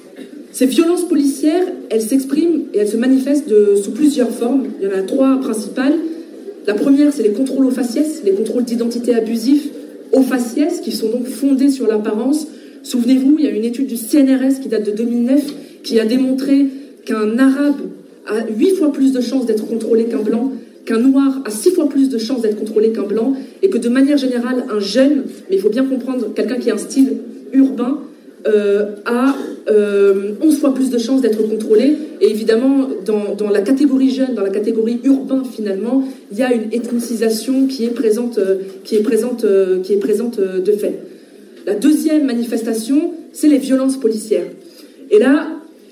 Ces violences policières, elles s'expriment et elles se manifestent de, sous plusieurs formes. Il y en a trois principales. La première, c'est les contrôles aux faciès, les contrôles d'identité abusifs aux faciès, qui sont donc fondés sur l'apparence. Souvenez-vous, il y a une étude du C N R S qui date de deux mille neuf qui a démontré qu'un arabe a huit fois plus de chances d'être contrôlé qu'un blanc, qu'un noir a six fois plus de chances d'être contrôlé qu'un blanc, et que de manière générale, un jeune, mais il faut bien comprendre, quelqu'un qui a un style urbain, euh, a euh, onze fois plus de chances d'être contrôlé. Et évidemment, dans, dans la catégorie jeune, dans la catégorie urbain, finalement, il y a une ethnicisation qui est présente, euh, qui est présente, euh, qui est présente euh, de fait. La deuxième manifestation, c'est les violences policières. Et là,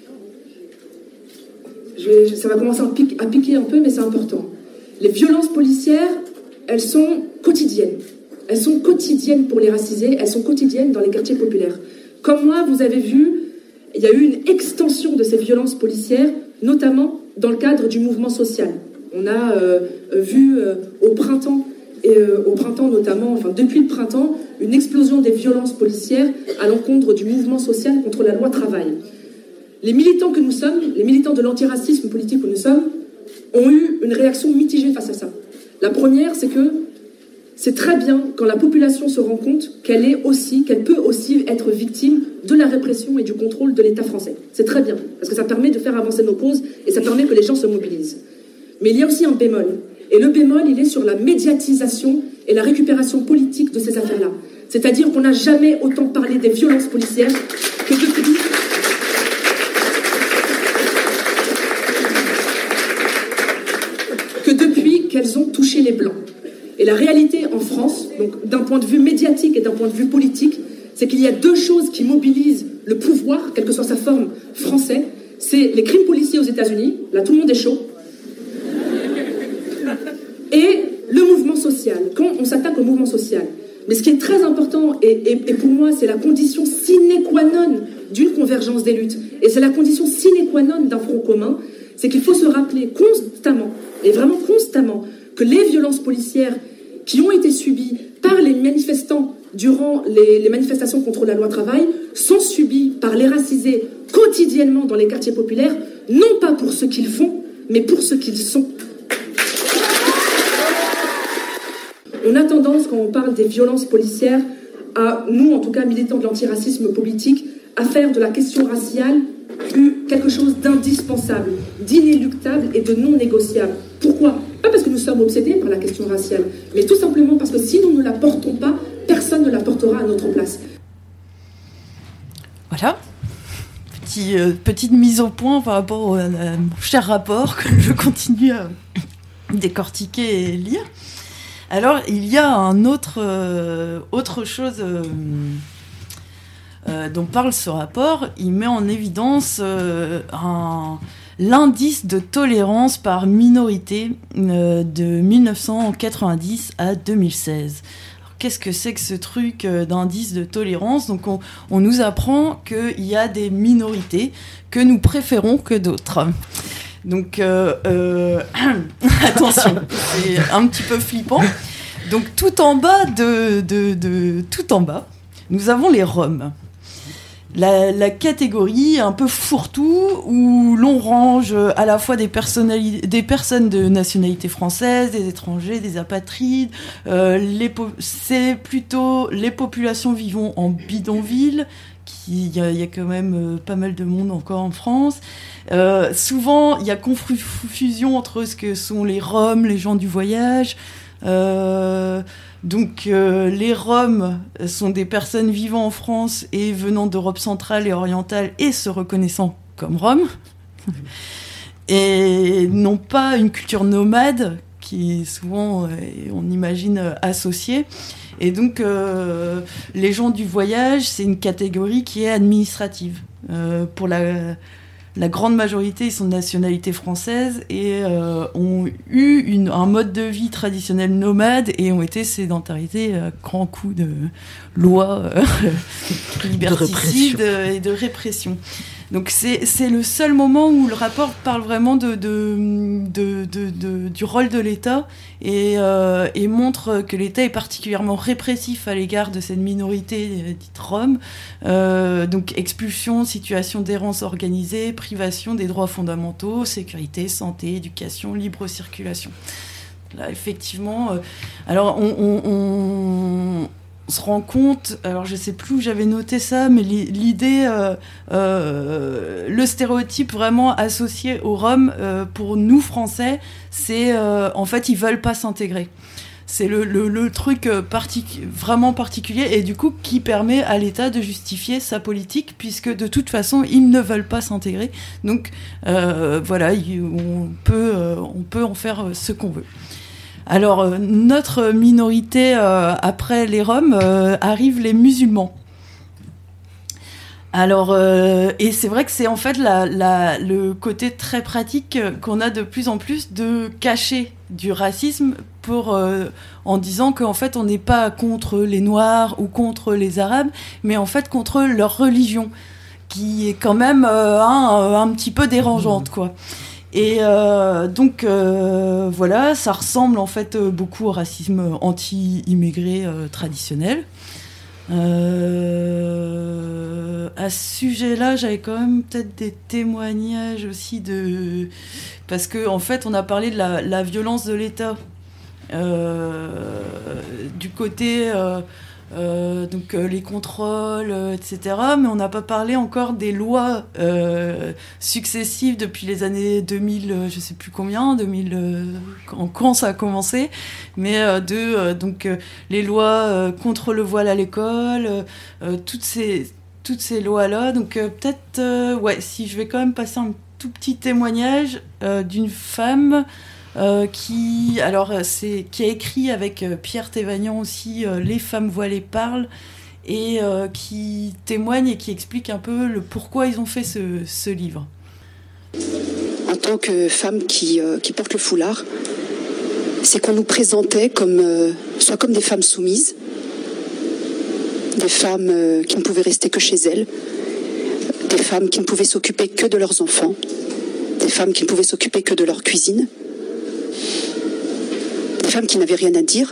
je vais, ça va commencer à, pique, à piquer un peu, mais c'est important. Les violences policières, elles sont quotidiennes. Elles sont quotidiennes pour les racisés, elles sont quotidiennes dans les quartiers populaires. Comme moi, vous avez vu, il y a eu une extension de ces violences policières, notamment dans le cadre du mouvement social. On a euh, vu euh, au printemps, et euh, au printemps notamment, enfin depuis le printemps, une explosion des violences policières à l'encontre du mouvement social contre la loi travail. Les militants que nous sommes, les militants de l'antiracisme politique que nous sommes, ont eu une réaction mitigée face à ça. La première, c'est que c'est très bien quand la population se rend compte qu'elle est aussi, qu'elle peut aussi être victime de la répression et du contrôle de l'État français. C'est très bien, parce que ça permet de faire avancer nos causes et ça permet que les gens se mobilisent. Mais il y a aussi un bémol. Et le bémol, il est sur la médiatisation et la récupération politique de ces affaires-là. C'est-à-dire qu'on n'a jamais autant parlé des violences policières que depuis... que depuis qu'elles ont touché les Blancs. Et la réalité en France, donc d'un point de vue médiatique et d'un point de vue politique, c'est qu'il y a deux choses qui mobilisent le pouvoir, quelle que soit sa forme, français. C'est les crimes policiers aux États-Unis, là tout le monde est chaud, et le mouvement social, quand on s'attaque au mouvement social. Mais ce qui est très important, et, et, et pour moi c'est la condition sine qua non d'une convergence des luttes, et c'est la condition sine qua non d'un front commun, c'est qu'il faut se rappeler constamment, et vraiment constamment, que les violences policières qui ont été subies par les manifestants durant les, les manifestations contre la loi travail sont subies par les racisés quotidiennement dans les quartiers populaires, non pas pour ce qu'ils font, mais pour ce qu'ils sont. On a tendance, quand on parle des violences policières, à, nous en tout cas militants de l'antiracisme politique, à faire de la question raciale quelque chose d'indispensable, d'inéluctable et de non négociable. Pourquoi ? Pas parce que nous sommes obsédés par la question raciale, mais tout simplement parce que si nous ne la portons pas, personne ne la portera à notre place. Voilà. Petit, euh, petite mise au point par rapport à mon cher rapport que je continue à décortiquer et lire. Alors, il y a un autre, euh, autre chose euh, euh, dont parle ce rapport. Il met en évidence euh, un, l'indice de tolérance par minorité euh, de mille neuf cent quatre-vingt-dix à deux mille seize. Alors, qu'est-ce que c'est que ce truc euh, d'indice de tolérance ? Donc, on, on nous apprend qu'il y a des minorités que nous préférons que d'autres. Donc, euh, euh, attention, c'est un petit peu flippant. Donc, tout en bas de, de, de tout en bas, nous avons les Roms. La, la catégorie un peu fourre-tout où l'on range à la fois des, personnali- des personnes de nationalité française, des étrangers, des apatrides. Euh, les po- c'est plutôt les populations vivant en bidonville. Il y, y a quand même euh, pas mal de monde encore en France. Euh, souvent, il y a confusion entre ce que sont les Roms, les gens du voyage. Euh, donc, euh, les Roms sont des personnes vivant en France et venant d'Europe centrale et orientale et se reconnaissant comme Roms. Et non pas une culture nomade qui souvent, euh, on imagine, euh, associée. Et donc, euh, les gens du voyage, c'est une catégorie qui est administrative. Euh, pour la, la grande majorité, ils sont de nationalité française et euh, ont eu une, un mode de vie traditionnel nomade et ont été sédentarisés à grands coups de lois euh, liberticides et de répression. Donc c'est, c'est le seul moment où le rapport parle vraiment de, de, de, de, de, du rôle de l'État et, euh, et montre que l'État est particulièrement répressif à l'égard de cette minorité dite Rome. Euh, donc expulsion, situation d'errance organisée, privation des droits fondamentaux, sécurité, santé, éducation, libre circulation. Là, effectivement, euh, alors on... on, on on se rend compte, alors je sais plus où j'avais noté ça, mais l'idée, euh, euh, le stéréotype vraiment associé aux Roms, euh, pour nous Français, c'est euh, en fait ils veulent pas s'intégrer. c'est le, le, le truc partic- vraiment particulier et du coup qui permet à l'État de justifier sa politique puisque de toute façon ils ne veulent pas s'intégrer. Donc euh, voilà, on peut, euh, on peut en faire ce qu'on veut. Alors euh, notre minorité euh, après les Roms euh, arrivent les musulmans. Alors, euh, et c'est vrai que c'est en fait la, la, le côté très pratique qu'on a de plus en plus de cacher du racisme pour, euh, en disant qu'en fait on n'est pas contre les Noirs ou contre les Arabes, mais en fait contre leur religion, qui est quand même euh, un, un petit peu dérangeante, quoi. Et euh, donc euh, voilà, ça ressemble en fait beaucoup au racisme anti-immigré euh, traditionnel. Euh, à ce sujet-là, j'avais quand même peut-être des témoignages aussi de... Parce qu'en en fait, on a parlé de la, la violence de l'État. Euh, du côté... Euh, euh, donc euh, les contrôles, euh, et cetera. Mais on n'a pas parlé encore des lois euh, successives depuis les années deux mille, euh, je sais plus combien, deux mille, euh, quand, quand ça a commencé, mais euh, de euh, donc euh, les lois euh, contre le voile à l'école, euh, euh, toutes ces toutes ces lois-là. Donc euh, peut-être, euh, ouais, si je vais quand même passer un tout petit témoignage euh, d'une femme. Euh, qui, alors, c'est, qui a écrit avec euh, Pierre Thévagnan aussi euh, Les femmes voilées parlent et euh, qui témoigne et qui explique un peu le pourquoi ils ont fait ce, ce livre. En tant que femme qui, euh, qui porte le foulard, c'est qu'on nous présentait comme, euh, soit comme des femmes soumises, des femmes euh, qui ne pouvaient rester que chez elles, des femmes qui ne pouvaient s'occuper que de leurs enfants, des femmes qui ne pouvaient s'occuper que de leur cuisine, des femmes qui n'avaient rien à dire,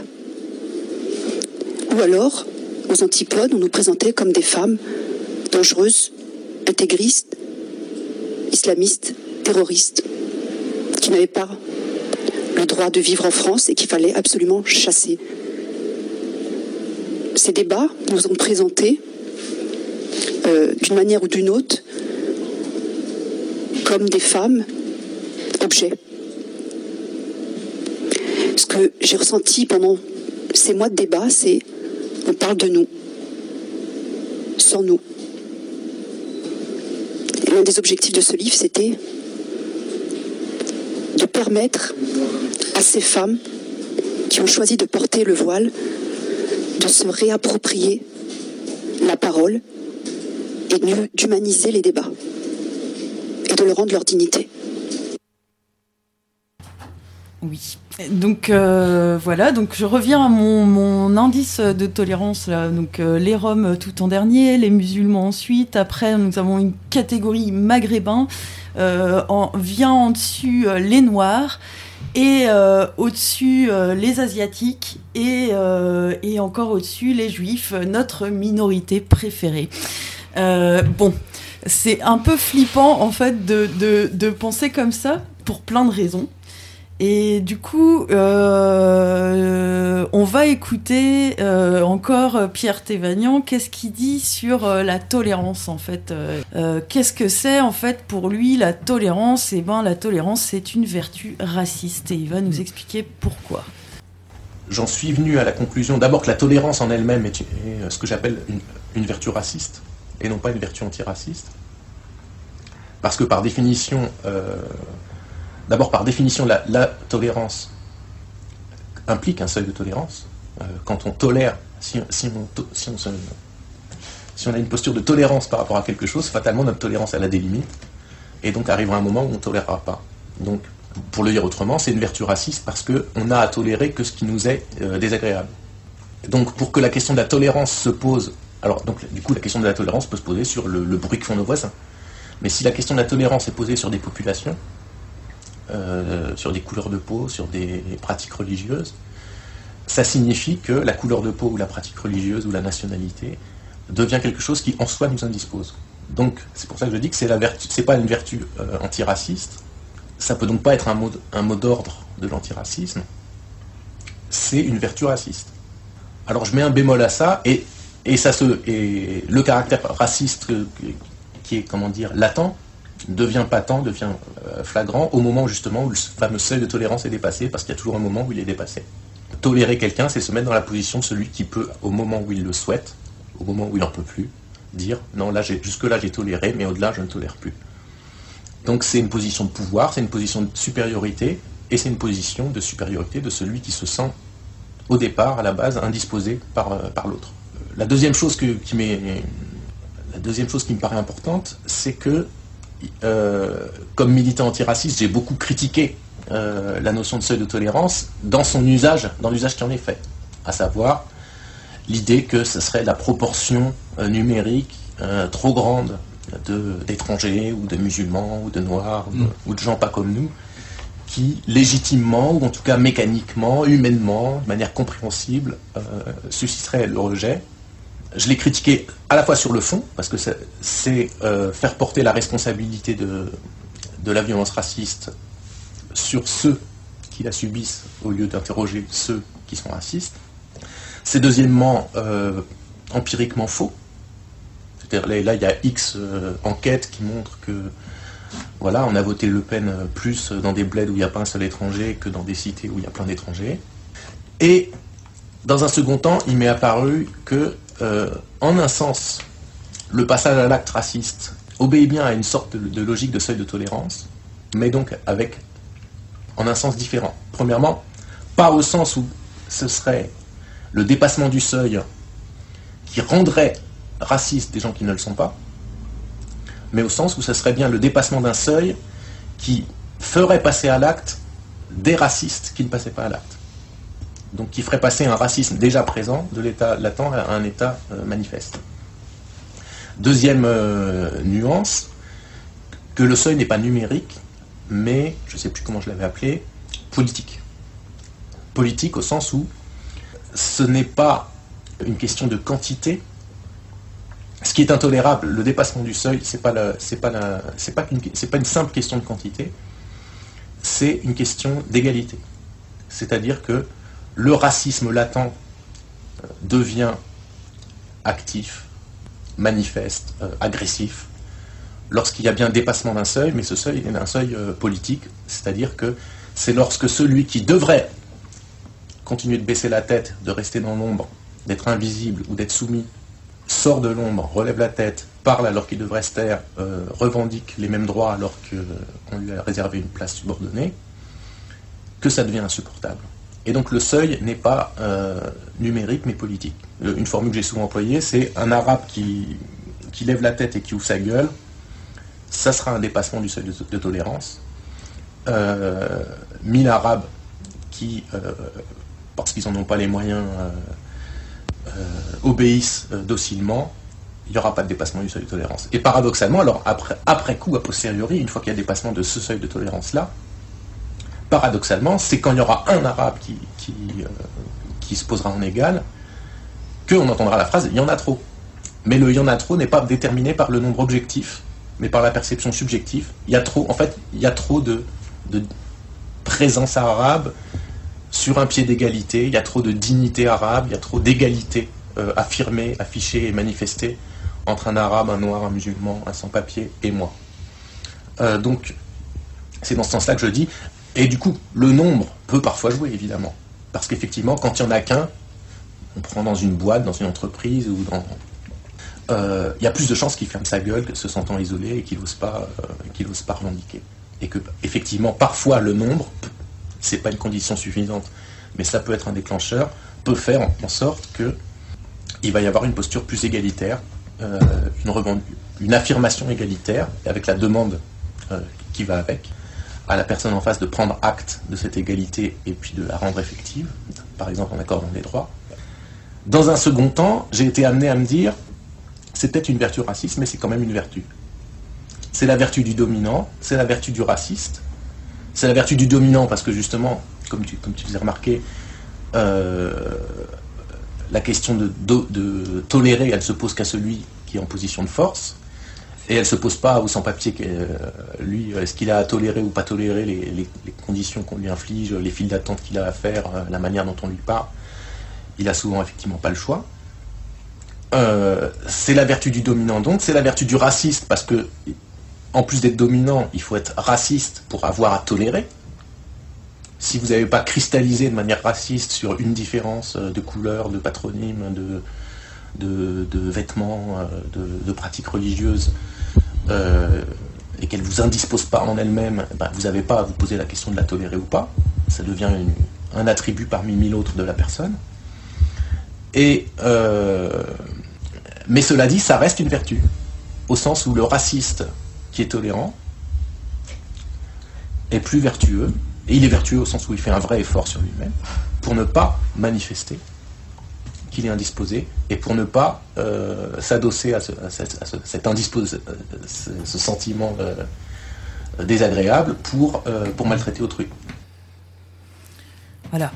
ou alors, aux antipodes, on nous présentait comme des femmes dangereuses, intégristes, islamistes, terroristes, qui n'avaient pas le droit de vivre en France et qu'il fallait absolument chasser. Ces débats nous ont présenté, euh, d'une manière ou d'une autre, comme des femmes objets. Ce que j'ai ressenti pendant ces mois de débat, c'est on parle de nous, sans nous. Et l'un des objectifs de ce livre, c'était de permettre à ces femmes qui ont choisi de porter le voile de se réapproprier la parole et d'humaniser les débats et de leur rendre leur dignité. Oui. Donc euh, voilà, donc je reviens à mon, mon indice de tolérance là. Donc euh, les Roms tout en dernier, les musulmans ensuite. Après nous avons une catégorie maghrébin. Euh, en, vient en dessus euh, les Noirs et euh, au-dessus euh, les Asiatiques et, euh, et encore au-dessus les Juifs, notre minorité préférée. Euh, bon, c'est un peu flippant en fait de, de, de penser comme ça pour plein de raisons. Et du coup, euh, on va écouter euh, encore Pierre Thévagnan. Qu'est-ce qu'il dit sur euh, la tolérance en fait euh, euh, Qu'est-ce que c'est en fait pour lui la tolérance Eh ben, la tolérance c'est une vertu raciste et il va nous expliquer pourquoi. J'en suis venu à la conclusion d'abord que la tolérance en elle-même est, est ce que j'appelle une, une vertu raciste et non pas une vertu antiraciste, parce que par définition euh, D'abord, par définition, la, la tolérance implique un seuil de tolérance. Euh, quand on tolère, si, si, on, si, on se, si on a une posture de tolérance par rapport à quelque chose, fatalement, notre tolérance, elle a des limites. Et donc, arrivera un moment où on ne tolérera pas. Donc, pour le dire autrement, c'est une vertu raciste parce qu'on n'a à tolérer que ce qui nous est euh, désagréable. Donc, pour que la question de la tolérance se pose... Alors, donc, du coup, la question de la tolérance peut se poser sur le, le bruit que font nos voisins. Mais si la question de la tolérance est posée sur des populations, Euh, sur des couleurs de peau, sur des pratiques religieuses, ça signifie que la couleur de peau ou la pratique religieuse ou la nationalité devient quelque chose qui en soi nous indispose. Donc c'est pour ça que je dis que c'est la vertu, c'est pas une vertu euh, antiraciste, ça peut donc pas être un mot, un mot d'ordre de l'antiracisme, c'est une vertu raciste. Alors je mets un bémol à ça, et, et, ça se, et le caractère raciste que, qui est, comment dire, latent, devient patent, devient euh, flagrant au moment justement où le fameux seuil de tolérance est dépassé, parce qu'il y a toujours un moment où il est dépassé. tolérer quelqu'un, c'est se mettre dans la position de celui qui peut, au moment où il le souhaite, au moment où il n'en peut plus, dire non, là, j'ai, jusque-là j'ai toléré, mais au-delà je ne tolère plus. Donc c'est une position de pouvoir, c'est une position de supériorité, et c'est une position de supériorité de celui qui se sent au départ, à la base, indisposé par, euh, par l'autre. La deuxième chose que, qui m'est, la deuxième chose qui me paraît importante, c'est que euh, comme militant antiraciste, j'ai beaucoup critiqué euh, la notion de seuil de tolérance dans son usage, dans l'usage qui en est fait, à savoir l'idée que ce serait la proportion euh, numérique euh, trop grande de, d'étrangers ou de musulmans ou de noirs mmh. ou, ou de gens pas comme nous qui légitimement ou en tout cas mécaniquement, humainement, de manière compréhensible euh, susciterait le rejet. Je l'ai critiqué à la fois sur le fond, parce que c'est, c'est euh, faire porter la responsabilité de, de la violence raciste sur ceux qui la subissent au lieu d'interroger ceux qui sont racistes. C'est deuxièmement euh, empiriquement faux. C'est-à-dire là, là il y a X euh, enquêtes qui montrent que voilà, on a voté Le Pen plus dans des bleds où il n'y a pas un seul étranger que dans des cités où il y a plein d'étrangers. Et dans un second temps, il m'est apparu que, euh, en un sens, le passage à l'acte raciste obéit bien à une sorte de, de logique de seuil de tolérance, mais donc avec, en un sens différent. Premièrement, pas au sens où ce serait le dépassement du seuil qui rendrait racistes des gens qui ne le sont pas, mais au sens où ce serait bien le dépassement d'un seuil qui ferait passer à l'acte des racistes qui ne passaient pas à l'acte. Donc qui ferait passer un racisme déjà présent de l'état latent à un état euh, manifeste. Deuxième euh, nuance, que le seuil n'est pas numérique, mais, je ne sais plus comment je l'avais appelé, politique. Politique au sens où ce n'est pas une question de quantité. Ce qui est intolérable, le dépassement du seuil, c'est pas la, c'est pas la, c'est pas une, c'est pas une simple question de quantité, c'est une question d'égalité. C'est-à-dire que le racisme latent devient actif, manifeste, euh, agressif, lorsqu'il y a bien dépassement d'un seuil, mais ce seuil est un seuil euh, politique, c'est-à-dire que c'est lorsque celui qui devrait continuer de baisser la tête, de rester dans l'ombre, d'être invisible ou d'être soumis, sort de l'ombre, relève la tête, parle alors qu'il devrait se taire, euh, revendique les mêmes droits alors qu'on lui a réservé une place subordonnée, que ça devient insupportable. Et donc le seuil n'est pas euh, numérique mais politique. Une formule que j'ai souvent employée, c'est un arabe qui, qui lève la tête et qui ouvre sa gueule, ça sera un dépassement du seuil de, de tolérance. Euh, mille arabes qui, euh, parce qu'ils n'en ont pas les moyens, euh, Euh, obéissent euh, docilement, il n'y aura pas de dépassement du seuil de tolérance. Et paradoxalement, alors après, après coup, a posteriori, une fois qu'il y a dépassement de ce seuil de tolérance-là, paradoxalement, c'est quand il y aura un arabe qui, qui, euh, qui se posera en égal, qu'on entendra la phrase « il y en a trop ». Mais le « il y en a trop » n'est pas déterminé par le nombre objectif, mais par la perception subjective. Il y a trop, en fait, il y a trop de, de présence arabe sur un pied d'égalité, il y a trop de dignité arabe, il y a trop d'égalité euh, affirmée, affichée et manifestée entre un arabe, un noir, un musulman, un sans-papier et moi. Euh, donc, c'est dans ce sens-là que je dis, et du coup, le nombre peut parfois jouer, évidemment, parce qu'effectivement, quand il n'y en a qu'un, on prend dans une boîte, dans une entreprise, ou dans... Euh, il y a plus de chances qu'il ferme sa gueule, que se sentant isolé, et qu'il n'ose pas, euh, qu'il n'ose pas revendiquer. Et que, effectivement, parfois, le nombre... c'est pas une condition suffisante, mais ça peut être un déclencheur, peut faire en sorte qu'il va y avoir une posture plus égalitaire, euh, une, revend... une affirmation égalitaire, avec la demande euh, qui va avec, à la personne en face de prendre acte de cette égalité et puis de la rendre effective, par exemple en accordant des droits. Dans un second temps, j'ai été amené à me dire, c'est peut-être une vertu raciste, mais c'est quand même une vertu. C'est la vertu du dominant, c'est la vertu du raciste. C'est la vertu du dominant parce que justement, comme tu, comme tu faisais remarquer, euh, la question de, de, de tolérer, elle se pose qu'à celui qui est en position de force, et elle ne se pose pas au sans-papier, euh, lui, est-ce qu'il a à tolérer ou pas tolérer les, les, les conditions qu'on lui inflige, les files d'attente qu'il a à faire, euh, la manière dont on lui parle. Il a souvent effectivement pas le choix. Euh, c'est la vertu du dominant donc, c'est la vertu du raciste parce que en plus d'être dominant, il faut être raciste pour avoir à tolérer. si vous n'avez pas cristallisé de manière raciste sur une différence de couleur, de patronyme, de, de, de vêtements, de, de pratiques religieuses, euh, et qu'elle ne vous indispose pas en elle-même, ben, vous n'avez pas à vous poser la question de la tolérer ou pas. Ça devient une, un attribut parmi mille autres de la personne. Et, euh, mais cela dit, ça reste une vertu, au sens où le raciste qui est tolérant est plus vertueux, et il est vertueux au sens où il fait un vrai effort sur lui-même, pour ne pas manifester qu'il est indisposé, et pour ne pas euh, s'adosser à, ce, à, cette, à ce, cet indispos, ce, ce sentiment euh, désagréable pour, euh, pour maltraiter autrui. Voilà.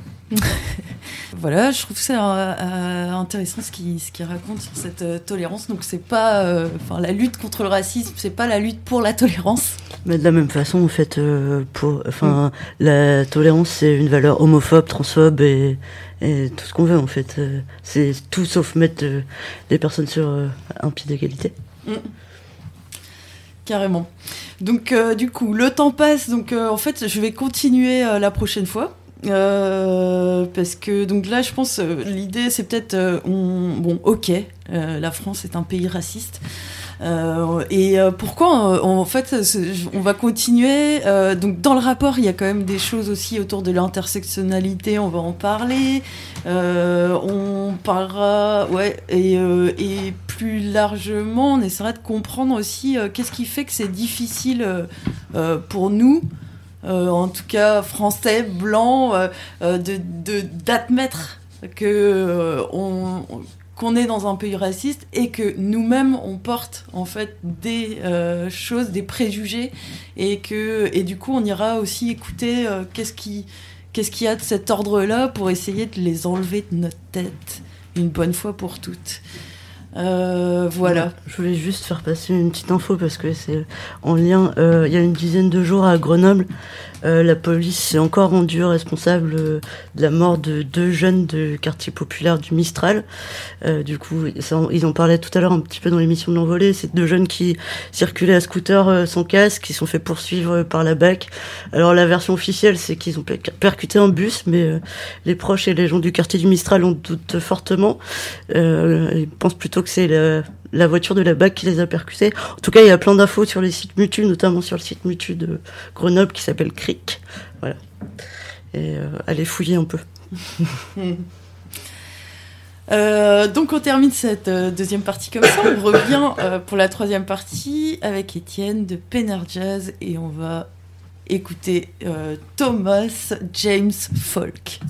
Voilà, je trouve que c'est euh, euh, intéressant ce qu'il ce qu'il raconte sur cette euh, tolérance. Donc c'est pas, enfin euh, la lutte contre le racisme, c'est pas la lutte pour la tolérance. Mais de la même façon, en fait, euh, pour, enfin, mmh. la tolérance c'est une valeur homophobe, transphobe et, et tout ce qu'on veut en fait. Euh, c'est tout sauf mettre euh, les personnes sur euh, un pied d'égalité. Mmh. Carrément. Donc euh, du coup, le temps passe. Donc euh, en fait, je vais continuer euh, la prochaine fois. Euh, parce que donc là je pense euh, l'idée c'est peut-être euh, on, bon ok euh, la France est un pays raciste euh, et euh, pourquoi euh, en fait on va continuer euh, donc dans le rapport il y a quand même des choses aussi autour de l'intersectionnalité, on va en parler, euh, on parlera ouais et, euh, et plus largement on essaiera de comprendre aussi euh, qu'est-ce qui fait que c'est difficile euh, pour nous Euh, en tout cas français, blanc, euh, euh, de, de, d'admettre que, euh, on, qu'on est dans un pays raciste et que nous-mêmes on porte en fait des euh, choses, des préjugés et, que, et du coup on ira aussi écouter euh, qu'est-ce, qui, qu'est-ce qu'il y a de cet ordre-là pour essayer de les enlever de notre tête une bonne fois pour toutes. Euh, voilà. Je voulais juste faire passer une petite info parce que c'est en lien. Euh, il y a une dizaine de jours à Grenoble, euh, la police s'est encore rendue responsable euh, de la mort de deux jeunes de quartier populaire du Mistral. Euh, du coup, ça, ils en parlaient tout à l'heure un petit peu dans l'émission de l'Envolée. C'est deux jeunes qui circulaient à scooter euh, sans casque, qui sont fait poursuivre par la B A C. Alors la version officielle, c'est qu'ils ont percuté un bus, mais euh, les proches et les gens du quartier du Mistral en doutent fortement. Euh, ils pensent plutôt que c'est la, la voiture de la B A C qui les a percutés. En tout cas, il y a plein d'infos sur les sites Mutu, notamment sur le site Mutu de Grenoble qui s'appelle C R I C. Voilà. Et euh, allez fouiller un peu. euh, donc on termine cette euh, deuxième partie comme ça. On revient euh, pour la troisième partie avec Étienne de Penner Jazz et on va écouter euh, Thomas James Folk.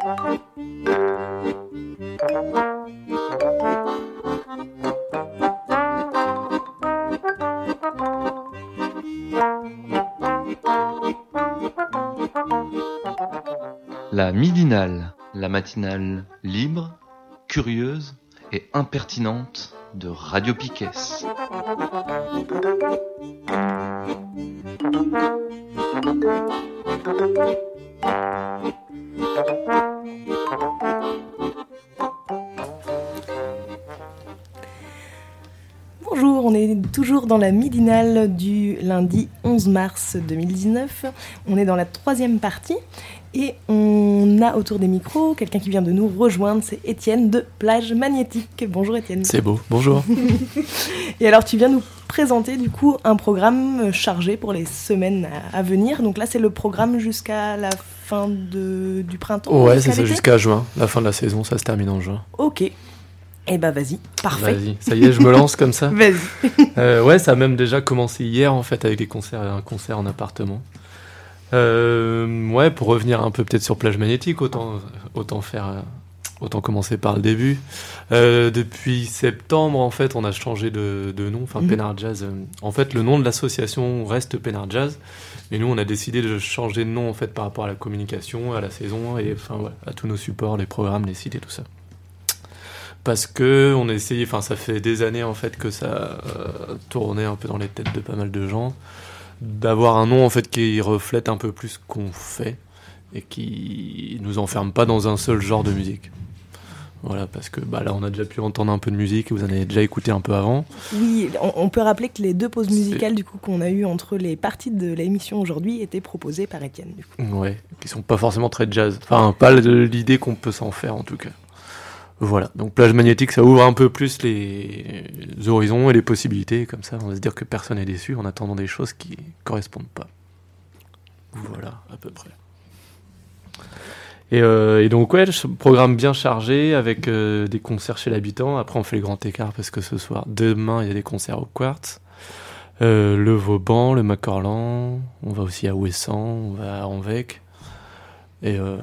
La midinale, la matinale libre, curieuse et impertinente de Radio Piquet. Bonjour, on est toujours dans la midinale du lundi onze mars deux mille dix-neuf. On est dans la troisième partie et on a autour des micros quelqu'un qui vient de nous rejoindre, c'est Étienne de Plage Magnétique. Bonjour Étienne. C'est beau, bonjour. Et alors tu viens nous présenter du coup un programme chargé pour les semaines à venir. Donc là c'est le programme jusqu'à la fin de, du printemps. Ouais, c'est ça, jusqu'à juin. La fin de la saison, ça se termine en juin. Ok. Eh ben vas-y, parfait. Vas-y, ça y est, je me lance comme ça. Vas-y. Euh, ouais, ça a même déjà commencé hier en fait avec les concerts, un concert en appartement. Euh, ouais, pour revenir un peu peut-être sur Plage Magnétique, autant autant faire, autant commencer par le début. Euh, depuis septembre, en fait, on a changé de, de nom, enfin mmh. Pénard Jazz. En fait, le nom de l'association reste Pénard Jazz, mais nous, on a décidé de changer de nom en fait par rapport à la communication, à la saison et enfin ouais, à tous nos supports, les programmes, les sites et tout ça. Parce que on a essayé, enfin ça fait des années en fait que ça euh, tournait un peu dans les têtes de pas mal de gens, d'avoir un nom en fait qui reflète un peu plus ce qu'on fait et qui nous enferme pas dans un seul genre de musique. Voilà, parce que bah, là on a déjà pu entendre un peu de musique et vous en avez déjà écouté un peu avant. Oui, on, on peut rappeler que les deux pauses musicales du coup qu'on a eues entre les parties de l'émission aujourd'hui étaient proposées par Étienne. Du coup. Ouais, qui sont pas forcément très jazz, enfin pas l'idée qu'on peut s'en faire en tout cas. Voilà, donc Plage Magnétique, ça ouvre un peu plus les horizons et les possibilités, comme ça on va se dire que personne n'est déçu en attendant des choses qui correspondent pas. Voilà, à peu près. Et, euh, et donc ouais, programme bien chargé avec euh, des concerts chez l'habitant. Après on fait les grands écarts parce que ce soir, demain, il y a des concerts au Quartz. Euh, le Vauban, le Macorlan, on va aussi à Ouessant, on va à Anvec. Et, euh,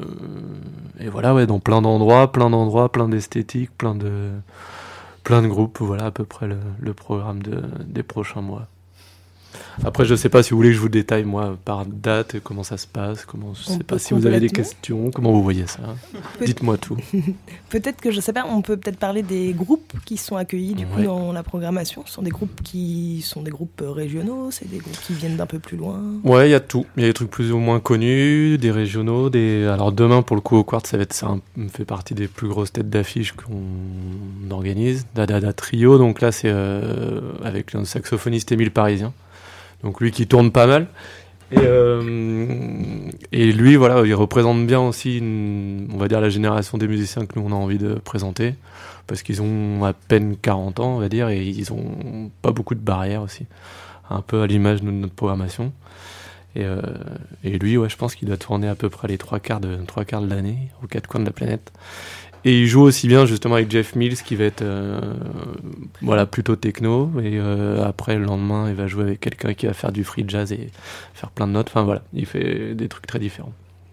et voilà, ouais, dans plein d'endroits, plein d'endroits, plein d'esthétiques, plein de, plein de groupes. Voilà à peu près le, le programme de, des prochains mois. Après, je sais pas si vous voulez que je vous détaille, moi, par date, comment ça se passe, comment, je sais pas si vous avez des questions, comment vous voyez ça. Peut- Dites-moi tout. Peut-être que, je sais pas, on peut peut-être parler des groupes qui sont accueillis, du coup, ouais. dans la programmation. Ce sont des groupes qui sont des groupes régionaux, c'est des groupes qui viennent d'un peu plus loin. Ouais, il y a tout. Il y a des trucs plus ou moins connus, des régionaux, des... Alors demain, pour le coup, au Quartz, ça va être, ça fait partie des plus grosses têtes d'affiche qu'on organise. Dada Trio, donc là, c'est euh, avec un saxophoniste Émile Parisien. Donc lui qui tourne pas mal. Et, euh, et lui, voilà, il représente bien aussi, une, on va dire, la génération des musiciens que nous, on a envie de présenter. Parce qu'ils ont à peine quarante ans, on va dire, et ils ont pas beaucoup de barrières aussi. Un peu à l'image de notre programmation. Et, euh, et lui, ouais, je pense qu'il doit tourner à peu près les trois quarts de, trois quarts de l'année, aux quatre coins de la planète. Et il joue aussi bien justement avec Jeff Mills qui va être euh, voilà, plutôt techno, et euh, après le lendemain il va jouer avec quelqu'un qui va faire du free jazz et faire plein de notes, enfin voilà, il fait des trucs très différents.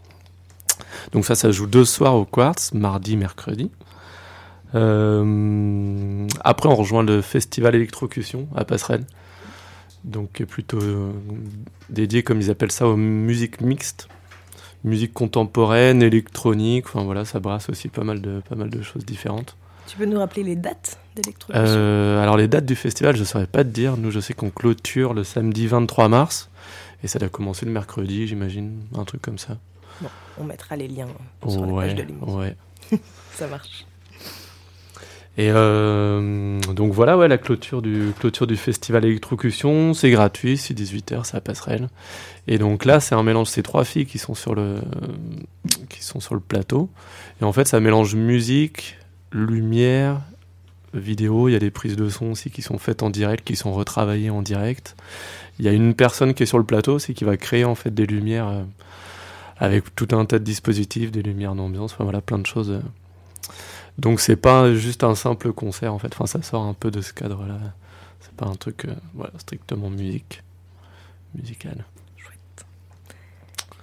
Donc ça, ça joue deux soirs au Quartz, mardi, mercredi. Euh, après on rejoint le festival Électrocution à Passerelle, donc plutôt euh, dédié, comme ils appellent ça, aux musiques mixtes. Musique contemporaine, électronique, enfin voilà, ça brasse aussi pas mal de, pas mal de choses différentes. Tu peux nous rappeler les dates d'Électrocution ? euh, Alors les dates du festival, je ne saurais pas te dire. Nous, je sais qu'on clôture le samedi vingt-trois mars, et ça doit commencer le mercredi, j'imagine, un truc comme ça. Bon, on mettra les liens oh, sur la ouais, page de l'émission. Ouais. Ça marche. Et euh, donc voilà, ouais, la clôture du, clôture du festival Électrocution, c'est gratuit, c'est dix-huit heures, c'est à Passerelle. Et donc là, c'est un mélange, c'est trois filles qui sont sur le, qui sont sur le plateau. Et en fait, ça mélange musique, lumière, vidéo. Il y a des prises de son aussi qui sont faites en direct, qui sont retravaillées en direct. Il y a une personne qui est sur le plateau, c'est qui va créer en fait des lumières euh, avec tout un tas de dispositifs, des lumières d'ambiance, enfin voilà, plein de choses. Euh. Donc c'est pas juste un simple concert en fait, enfin ça sort un peu de ce cadre-là. C'est pas un truc euh, voilà, strictement musique, musical. Chouette.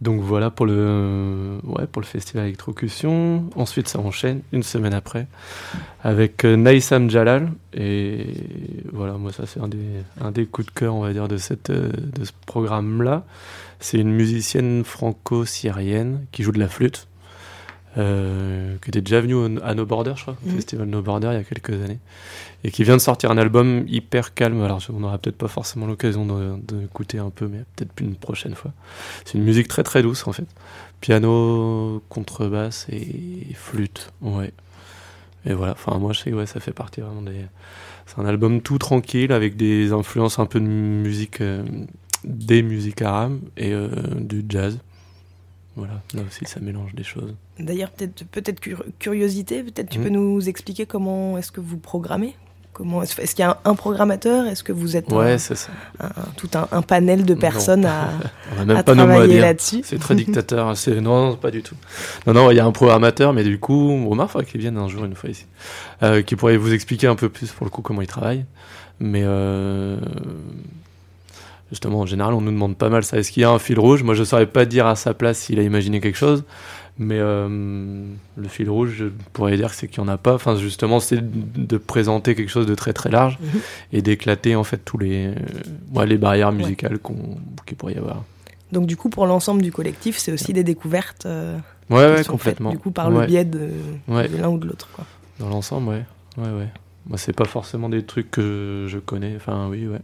Donc voilà pour le, ouais, pour le festival Electrocution. Ensuite, ça enchaîne une semaine après avec euh, Naïsam Jalal. Et voilà, moi, ça, c'est un des, un des coups de cœur, on va dire, de, cette, euh, de ce programme-là. C'est une musicienne franco-syrienne qui joue de la flûte, euh, qui était déjà venue au, à No Border, je crois, au mmh. festival No Border il y a quelques années, et qui vient de sortir un album hyper calme. Alors, on n'aura peut-être pas forcément l'occasion de, d'écouter un peu, mais peut-être une prochaine fois. C'est une musique très très douce, en fait. Piano, contrebasse et flûte, ouais. Et voilà, enfin, moi, je sais que ouais, ça fait partie vraiment des... C'est un album tout tranquille, avec des influences un peu de musique... Euh, des musiques arabes et euh, du jazz. Voilà, là aussi ça mélange des choses. D'ailleurs, peut-être, peut-être cur- curiosité, peut-être tu mmh. peux nous expliquer comment est-ce que vous programmez ? Comment est-ce, est-ce qu'il y a un, un programmateur ? Est-ce que vous êtes ouais, un, c'est ça. Un, un, tout un, un panel de personnes non. à, On a même à pas travailler nos mots à dire. là-dessus ? C'est très dictateur. C'est... Non, non, pas du tout. Non, non, il y a un programmateur, mais du coup, Omar, il faudrait qu'il vienne un jour, une fois ici, euh, qui pourrait vous expliquer un peu plus pour le coup comment il travaille. Mais... Euh... Justement, en général, on nous demande pas mal ça. Est-ce qu'il y a un fil rouge ? Moi, je saurais pas dire à sa place s'il a imaginé quelque chose, mais euh, le fil rouge, je pourrais dire que c'est qu'il y en a pas. Enfin, justement, c'est de présenter quelque chose de très très large mmh. et d'éclater en fait tous les, euh, ouais, les barrières musicales ouais. qu'on, qu'il pourrait y avoir. Donc, du coup, pour l'ensemble du collectif, c'est aussi ouais. des découvertes. Euh, ouais, ouais, complètement. Faites, du coup, par ouais. le biais de, ouais. de l'un ou de l'autre, quoi. Dans l'ensemble, ouais, ouais, ouais. Moi, c'est pas forcément des trucs que je connais. Enfin, oui, ouais.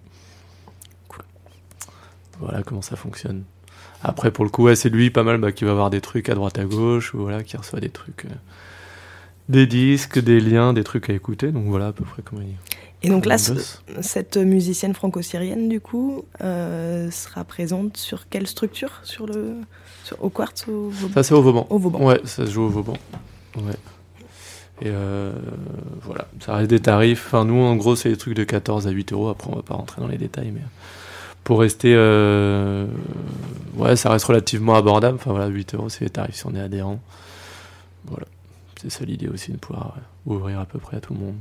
Voilà comment ça fonctionne. Après, pour le coup, ouais, c'est lui pas mal bah, qui va avoir des trucs à droite à gauche, ou voilà, qui reçoit des trucs, euh, des disques, des liens, des trucs à écouter. Donc voilà à peu près comment il. Et donc là, ce, cette musicienne franco-syrienne, du coup, euh, sera présente sur quelle structure ? Sur le, sur, au Quartz, au Vauban ? Ça, c'est au Vauban. Au Vauban. Ouais, ça se joue au Vauban. Ouais. Et euh, voilà, ça reste des tarifs. Enfin, nous, en gros, c'est des trucs de quatorze à huit euros. Après, on va pas rentrer dans les détails, mais. Pour rester, euh, ouais, ça reste relativement abordable. Enfin voilà, huit euros, c'est les tarifs si on est adhérent. Voilà, c'est ça l'idée aussi, de pouvoir ouais, ouvrir à peu près à tout le monde.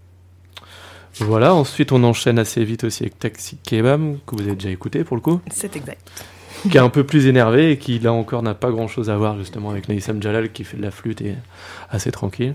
Voilà, ensuite on enchaîne assez vite aussi avec Taxi Kebab, que vous avez déjà écouté pour le coup. C'est exact. Qui est un peu plus énervé et qui là encore n'a pas grand chose à voir justement avec Naïsam Jalal qui fait de la flûte et assez tranquille.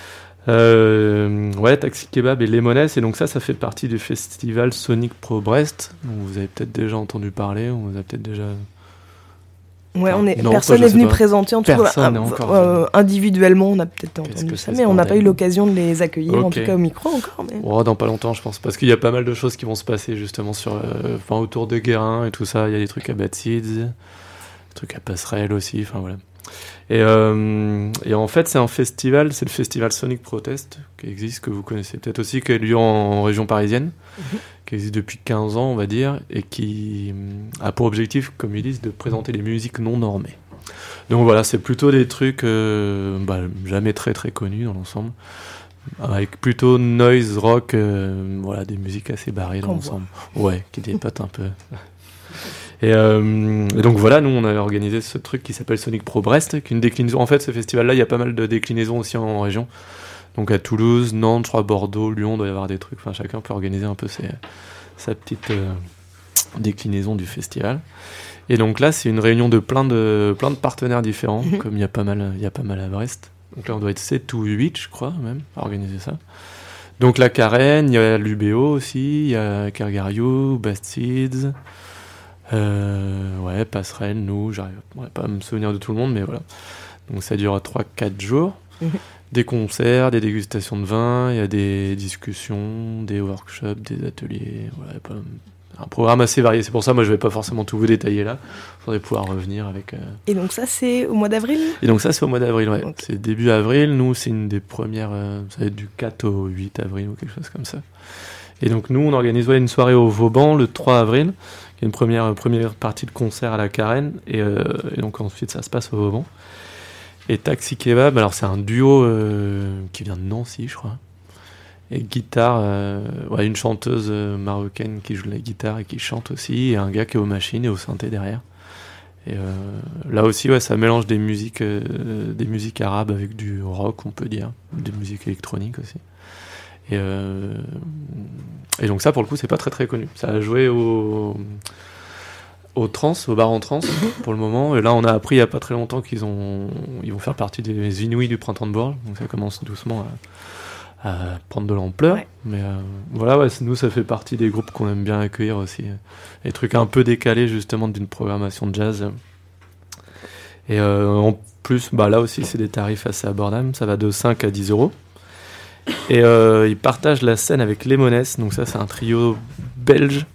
Euh, ouais, Taxi Kebab et Lemoness, et donc ça, ça fait partie du festival Sonic Pro Brest. Donc vous avez peut-être déjà entendu parler, on vous a peut-être déjà. Ouais, on est, non, personne n'est venu présenter, en tout cas, euh, euh, individuellement, on a peut-être entendu ça, mais on n'a pas eu l'occasion de les accueillir, okay. En tout cas au micro encore. Mais... Oh, dans pas longtemps, je pense, parce qu'il y a pas mal de choses qui vont se passer justement sur, euh, enfin, autour de Guérin et tout ça. Il y a des trucs à Bad Seeds, des trucs à Passerelle aussi, enfin voilà. Et, euh, et en fait, c'est un festival, c'est le festival Sonic Protest, qui existe, que vous connaissez peut-être aussi, qui a lieu en, en région parisienne, mm-hmm. qui existe depuis quinze ans, on va dire, et qui a pour objectif, comme ils disent, de présenter des musiques non normées. Donc voilà, c'est plutôt des trucs euh, bah, jamais très très connus dans l'ensemble, avec plutôt noise rock, euh, voilà, des musiques assez barrées dans l'ensemble. Ouais, qui dépotent un peu. Et, euh, et donc voilà, nous on a organisé ce truc qui s'appelle Sonic Pro Brest, qui est une déclinaison. En fait, ce festival-là, il y a pas mal de déclinaisons aussi en, en région. Donc à Toulouse, Nantes, je crois, Bordeaux, Lyon, il doit y avoir des trucs. Enfin, chacun peut organiser un peu ses, sa petite euh, déclinaison du festival. Et donc là, c'est une réunion de plein de, plein de partenaires différents, mmh. comme il y a pas mal, il y a pas mal à Brest. Donc là, on doit être sept ou huit, je crois, même, à organiser ça. Donc la Carène, il y a l'U B O aussi, il y a Kergario, Bastides. Euh, ouais, Passerelle, nous, j'arrive ouais, pas à me souvenir de tout le monde, mais voilà. Donc ça dure trois quatre jours. Mmh. Des concerts, des dégustations de vin, il y a des discussions, des workshops, des ateliers. Voilà, pas... un programme assez varié. C'est pour ça, moi, je vais pas forcément tout vous détailler là. Il faudrait pouvoir revenir avec. Euh... Et donc ça, c'est au mois d'avril ? Et donc ça, c'est au mois d'avril, ouais. Okay. C'est début avril. Nous, c'est une des premières. Euh, ça va être du quatre au huit avril ou quelque chose comme ça. Et donc nous, on organise ouais, une soirée au Vauban le trois avril. Il y a une première, première partie de concert à la Carène, et, euh, et donc ensuite ça se passe au Vauban. Et Taxi Kebab, alors c'est un duo euh, qui vient de Nancy, je crois. Et guitare, euh, ouais, une chanteuse marocaine qui joue de la guitare et qui chante aussi, et un gars qui est aux machines et au synthé derrière. Et euh, là aussi, ouais, ça mélange des musiques, euh, des musiques arabes avec du rock, on peut dire, des musiques électroniques aussi. Et, euh, et donc ça, pour le coup, c'est pas très très connu. Ça a joué au, au trans, au bar en trans pour le moment. Et là, on a appris il n'y a pas très longtemps qu'ils ont, ils vont faire partie des Inouïs du Printemps de Bourges. Donc ça commence doucement à, à prendre de l'ampleur. Ouais. Mais euh, voilà, ouais, nous, ça fait partie des groupes qu'on aime bien accueillir aussi. Des trucs un peu décalés justement d'une programmation de jazz. Et euh, en plus, bah, là aussi, c'est des tarifs assez abordables. Ça va de cinq à dix euros. Et euh, ils partagent la scène avec Lemoness. Donc ça, c'est un trio belge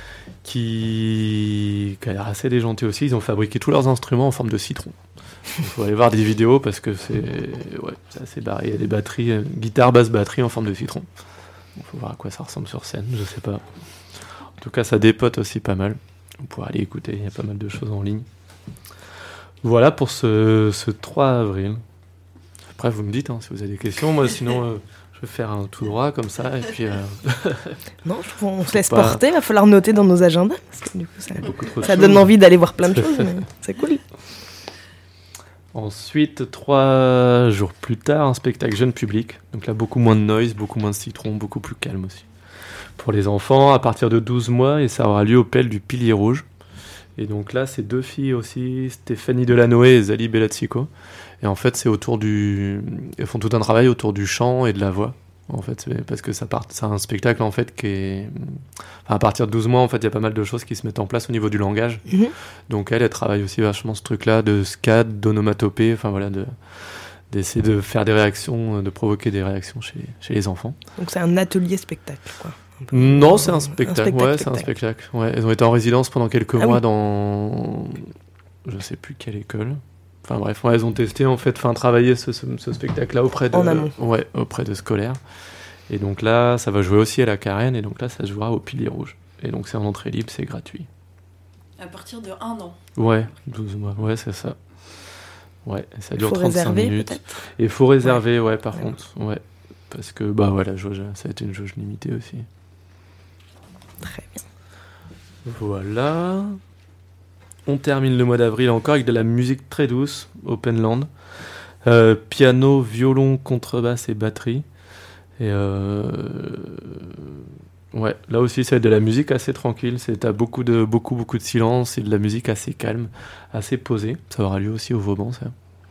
qui... qui a l'air assez déjanté aussi. Ils ont fabriqué tous leurs instruments en forme de citron. Il faut aller voir des vidéos parce que c'est, ouais, c'est assez barré. Il y a des batteries, euh, guitare, basse, batterie en forme de citron. Il faut voir à quoi ça ressemble sur scène, je sais pas. En tout cas, ça dépote aussi pas mal. Vous pourrez aller écouter, il y a pas mal de choses en ligne. Voilà pour ce, ce trois avril. Après, vous me dites hein, si vous avez des questions. Moi, sinon, euh, je vais faire un tout droit comme ça. Et puis, euh... non, je, on se laisse pas... porter. Il va falloir noter dans nos agendas. Parce que, du coup, ça, ça de donne envie d'aller voir plein de choses. Mais c'est cool. Ensuite, trois jours plus tard, un spectacle jeune public. Donc là, beaucoup moins de noise, beaucoup moins de citron, beaucoup plus calme aussi. Pour les enfants, à partir de douze mois, et ça aura lieu au P E L du Pilier Rouge. Et donc là, c'est deux filles aussi, Stéphanie Delanoë et Zali Bellatsico. Et en fait, c'est autour du... Elles font tout un travail autour du chant et de la voix. En fait, c'est parce que ça part... c'est un spectacle en fait qui est... Enfin, à partir de douze mois, en fait, il y a pas mal de choses qui se mettent en place au niveau du langage. Mm-hmm. Donc elle, elle travaille aussi vachement ce truc-là de scad, d'onomatopée, enfin voilà, de... d'essayer de faire des réactions, de provoquer des réactions chez, chez les enfants. Donc c'est un atelier spectacle, quoi. Non, c'est un spectacle. Un spectacle ouais, spectacle. c'est un spectacle. Ouais, elles ont été en résidence pendant quelques ah mois oui. dans, je sais plus quelle école. Enfin bref, ouais, elles ont testé en fait, enfin travaillé ce, ce, ce spectacle-là auprès de, en amont. ouais, auprès de scolaires. Et donc là, ça va jouer aussi à la Carène, et donc là, ça se jouera au Pilier Rouge. Et donc c'est en entrée libre, c'est gratuit. À partir de un an. Ouais, douze mois. Ouais, c'est ça. Ouais, ça dure faut trente-cinq réserver, minutes. Peut-être. Et il faut réserver, ouais, ouais par ouais. contre, ouais, parce que bah ouais, la jauge, ça a été une jauge limitée aussi. Très bien. Voilà. On termine le mois d'avril encore avec de la musique très douce, Openland. Euh, piano, violon, contrebasse et batterie. Et euh... ouais, là aussi c'est de la musique assez tranquille. C'est t'as beaucoup de beaucoup beaucoup de silence et de la musique assez calme, assez posée. Ça aura lieu aussi au Vauban, ça.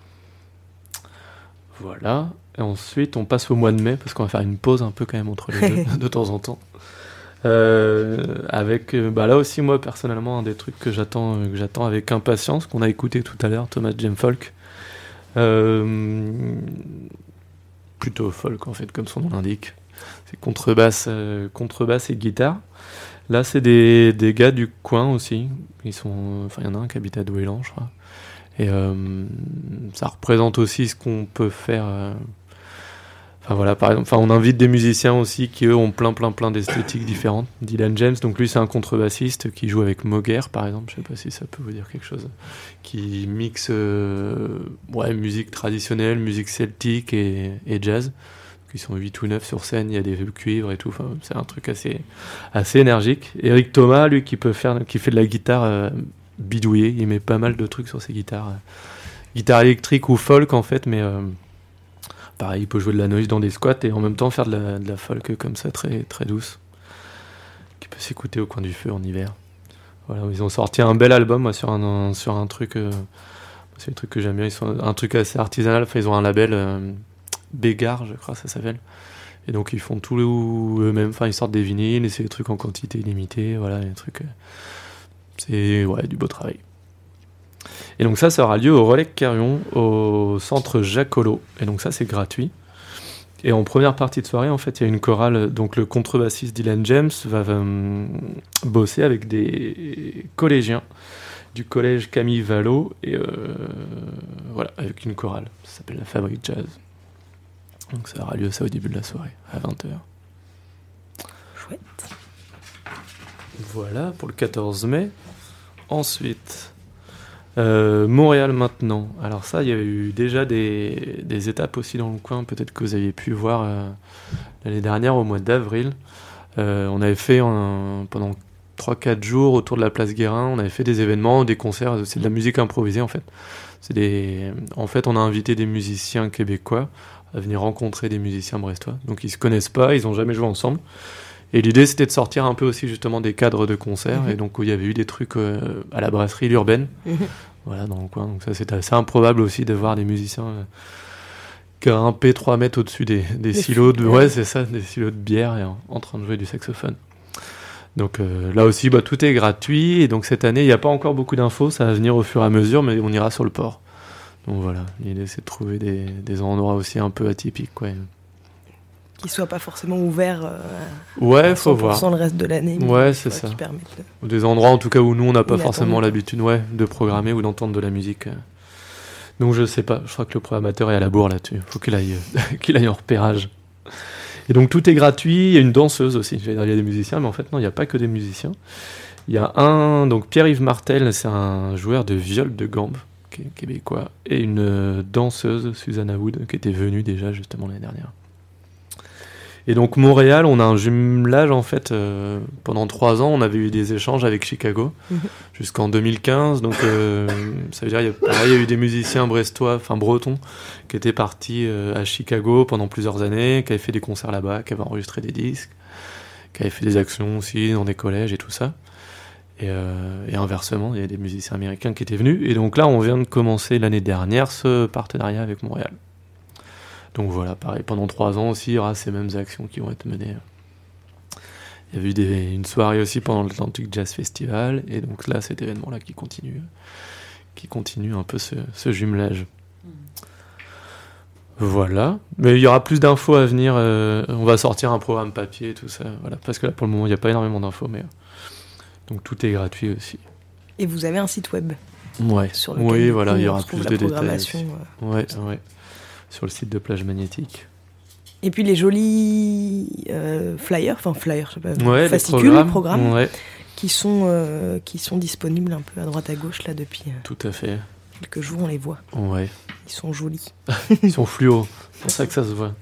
Voilà. Et ensuite on passe au mois de mai parce qu'on va faire une pause un peu quand même entre les deux de temps en temps. Euh, avec euh, bah là aussi moi personnellement un des trucs que j'attends euh, que j'attends avec impatience, qu'on a écouté tout à l'heure, Thomas Jem Folk, euh, plutôt folk en fait comme son nom l'indique, c'est contrebasse euh, contrebasse et guitare. Là c'est des, des gars du coin aussi, ils sont enfin il y en a un qui habite à Douélan je crois, et euh, ça représente aussi ce qu'on peut faire. euh, Enfin voilà, par exemple, enfin on invite des musiciens aussi qui eux ont plein plein plein d'esthétiques différentes. Dylan James, donc lui c'est un contrebassiste qui joue avec Moguer par exemple, je sais pas si ça peut vous dire quelque chose, qui mixe euh, ouais, musique traditionnelle, musique celtique et, et jazz. Ils sont huit ou neuf sur scène, il y a des cuivres et tout, enfin, c'est un truc assez assez énergique. Eric Thomas, lui qui peut faire qui fait de la guitare euh, bidouillée, il met pas mal de trucs sur ses guitares, euh, guitare électrique ou folk en fait, mais euh, pareil, il peut jouer de la noise dans des squats et en même temps faire de la, de la folk comme ça, très, très douce, qui peut s'écouter au coin du feu en hiver. Voilà, ils ont sorti un bel album moi, sur, un, sur un truc, euh, c'est un truc que j'aime bien, ils sont un truc assez artisanal, enfin, ils ont un label euh, Bégard, je crois ça s'appelle, et donc ils font tout eux-mêmes, enfin, ils sortent des vinyles et c'est des trucs en quantité illimitée, voilà, des trucs, euh, c'est ouais, du beau travail. Et donc ça, ça aura lieu au Relais Carrion, au centre Jacques Collot. Et donc ça, c'est gratuit. Et en première partie de soirée, en fait, il y a une chorale. Donc le contrebassiste Dylan James va, va um, bosser avec des collégiens du collège Camille Vallot. Et euh, voilà, avec une chorale. Ça s'appelle la Fabrique Jazz. Donc ça aura lieu ça au début de la soirée, à vingt heures. Chouette. Voilà, pour le quatorze mai. Ensuite... Euh, Montréal maintenant. Alors ça, il y a eu déjà des, des étapes aussi dans le coin, peut-être que vous aviez pu voir euh, l'année dernière au mois d'avril. Euh, on avait fait un, pendant trois quatre jours autour de la place Guérin, on avait fait des événements, des concerts, c'est de la musique improvisée en fait. C'est des, en fait, on a invité des musiciens québécois à venir rencontrer des musiciens brestois. Donc ils se connaissent pas, ils ont jamais joué ensemble. Et l'idée, c'était de sortir un peu aussi justement des cadres de concert, Mhm. et donc où il y avait eu des trucs euh, à la brasserie L'Urbaine, Mhm. voilà, dans le coin. Donc ça, c'était assez improbable aussi de voir des musiciens euh, grimpés trois mètres au-dessus des, des Des silos de, fûts, ouais, ouais. c'est ça, des silos de bière et en, en train de jouer du saxophone. Donc euh, là aussi, bah, tout est gratuit, et donc cette année, il n'y a pas encore beaucoup d'infos, ça va venir au fur et à mesure, mais on ira sur le port. Donc voilà, l'idée, c'est de trouver des, des endroits aussi un peu atypiques, quoi. Qui soit pas forcément ouvert euh, Ouais, à faut voir. cent pour cent le reste de l'année. mais Ouais, qui c'est soit- ça. Qui permettent de- Ou des endroits en tout cas où nous on n'a pas Inattendu, forcément quoi. l'habitude, ouais, de programmer ou d'entendre de la musique. Donc je sais pas, je crois que le programmateur est à la bourre là-dessus. Faut qu'il aille, qu'il aille en repérage. Et donc tout est gratuit. Il y a une danseuse aussi. J'allais dire, il y a des musiciens, mais en fait non, il n'y a pas que des musiciens. Il y a un, donc Pierre-Yves Martel, c'est un joueur de viol de gambe, qui est québécois, et une euh, danseuse, Susanna Wood, qui était venue déjà justement l'année dernière. Et donc Montréal, on a un jumelage en fait. Euh, pendant trois ans, on avait eu des échanges avec Chicago Mhm. jusqu'en deux mille quinze. Donc euh, ça veut dire il y a, pareil, il y a eu des musiciens brestois, enfin bretons, qui étaient partis euh, à Chicago pendant plusieurs années, qui avaient fait des concerts là-bas, qui avaient enregistré des disques, qui avaient fait des actions aussi dans des collèges et tout ça. Et, euh, et inversement, il y a des musiciens américains qui étaient venus. Et donc là, on vient de commencer l'année dernière ce partenariat avec Montréal. Donc voilà, pareil, pendant trois ans aussi, il y aura ces mêmes actions qui vont être menées. Il y avait eu des, une soirée aussi pendant l'Atlantic Jazz Festival, et donc là, cet événement-là qui continue, qui continue un peu ce, ce jumelage. Voilà, mais il y aura plus d'infos à venir. Euh, on va sortir un programme papier, tout ça, voilà, parce que là, pour le moment, il n'y a pas énormément d'infos, mais donc tout est gratuit aussi. Et vous avez un site web. Ouais. Sur lequel, Oui, du voilà, coup, il y on aura retrouve plus la de détails. programmation, aussi. euh, Ouais, comme ça. ouais. Sur le site de Plage Magnétique. Et puis les jolis euh, flyers, enfin flyers, je sais pas, Ouais, les fascicules, programmes, programmes, ouais. qui sont euh, qui sont disponibles un peu à droite à gauche là depuis euh, Tout à fait. quelques jours, on les voit. Ouais. Ils sont jolis. Ils sont fluo, c'est pour ça que ça se voit.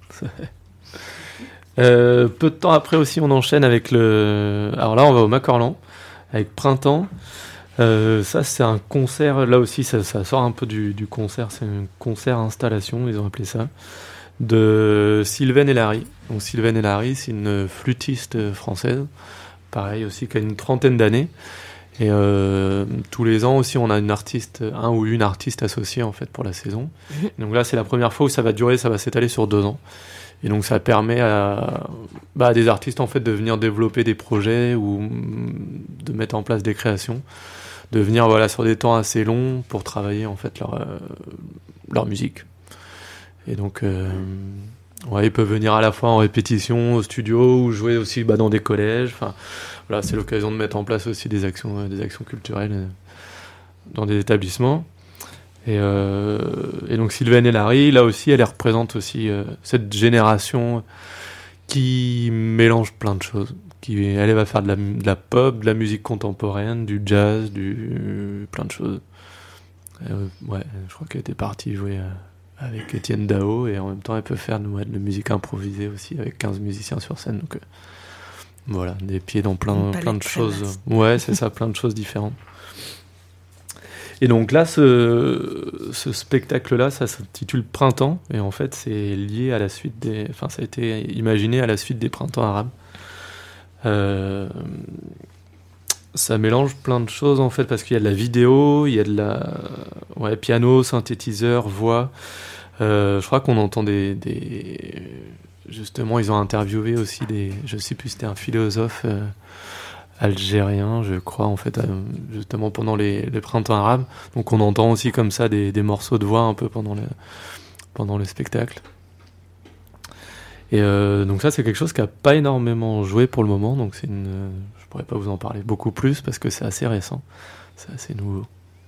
Euh, peu de temps après aussi, on enchaîne avec le. Alors là, on va au Macorlan avec Printemps. Euh, ça, c'est un concert. Là aussi, ça, ça sort un peu du, du concert. C'est un concert installation, ils ont appelé ça, de Sylvaine Elary. Donc Sylvaine Elary, c'est une flûtiste française, pareil aussi, qui a une trentaine d'années. Et euh, tous les ans aussi, on a une artiste, un ou une artiste associée en fait pour la saison. Mhm. Donc là, c'est la première fois où ça va durer, ça va s'étaler sur deux ans. Et donc ça permet à, bah, à des artistes en fait de venir développer des projets ou mm, de mettre en place des créations, de venir voilà sur des temps assez longs pour travailler en fait leur euh, leur musique. Et donc euh, ouais, ils peuvent venir à la fois en répétition au studio ou jouer aussi bah, dans des collèges. Enfin voilà, c'est l'occasion de mettre en place aussi des actions euh, des actions culturelles euh, dans des établissements. Et, euh, et donc Sylvaine Elary, là aussi, elle représente aussi euh, cette génération qui mélange plein de choses. Qui, elle va faire de la, de la pop, de la musique contemporaine, du jazz, du plein de choses. Euh, ouais, je crois qu'elle était partie jouer euh, avec Étienne Dao, et en même temps, elle peut faire ouais, de la musique improvisée aussi avec quinze musiciens sur scène. Donc euh, voilà, des pieds dans plein, plein de choses. Ouais, c'est ça, plein de choses différentes. Et donc là, ce, ce spectacle-là, ça s'intitule Printemps, et en fait, c'est lié à la suite des... Enfin, ça a été imaginé à la suite des printemps arabes. Euh, ça mélange plein de choses, en fait, parce qu'il y a de la vidéo, il y a de la... Ouais, piano, synthétiseur, voix. Euh, je crois qu'on entend des, des... Justement, ils ont interviewé aussi des... Je sais plus, c'était un philosophe... Euh, algérien, je crois, en fait, euh, justement pendant les, les printemps arabes. Donc on entend aussi comme ça des, des morceaux de voix un peu pendant le, pendant le spectacle. Et euh, donc ça, c'est quelque chose qui n'a pas énormément joué pour le moment. Donc c'est une, euh, je pourrais pas vous en parler beaucoup plus parce que c'est assez récent, c'est assez nouveau.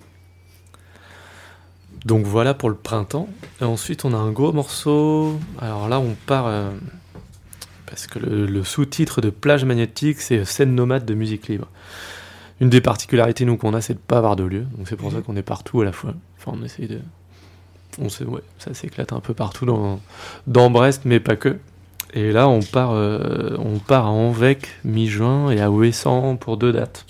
Donc voilà pour le printemps. Et ensuite, on a un gros morceau. Alors là, on part... Euh, parce que le, le sous-titre de Plage Magnétique, c'est Scène nomade de musique libre. Une des particularités, nous, qu'on a, c'est de ne pas avoir de lieu. Donc c'est pour ça qu'on est partout à la fois. Enfin, on essaye de... On sait, ouais, ça s'éclate un peu partout dans, dans Brest, mais pas que. Et là, on part, euh, on part à Anvec, mi-juin, et à Ouessant pour deux dates.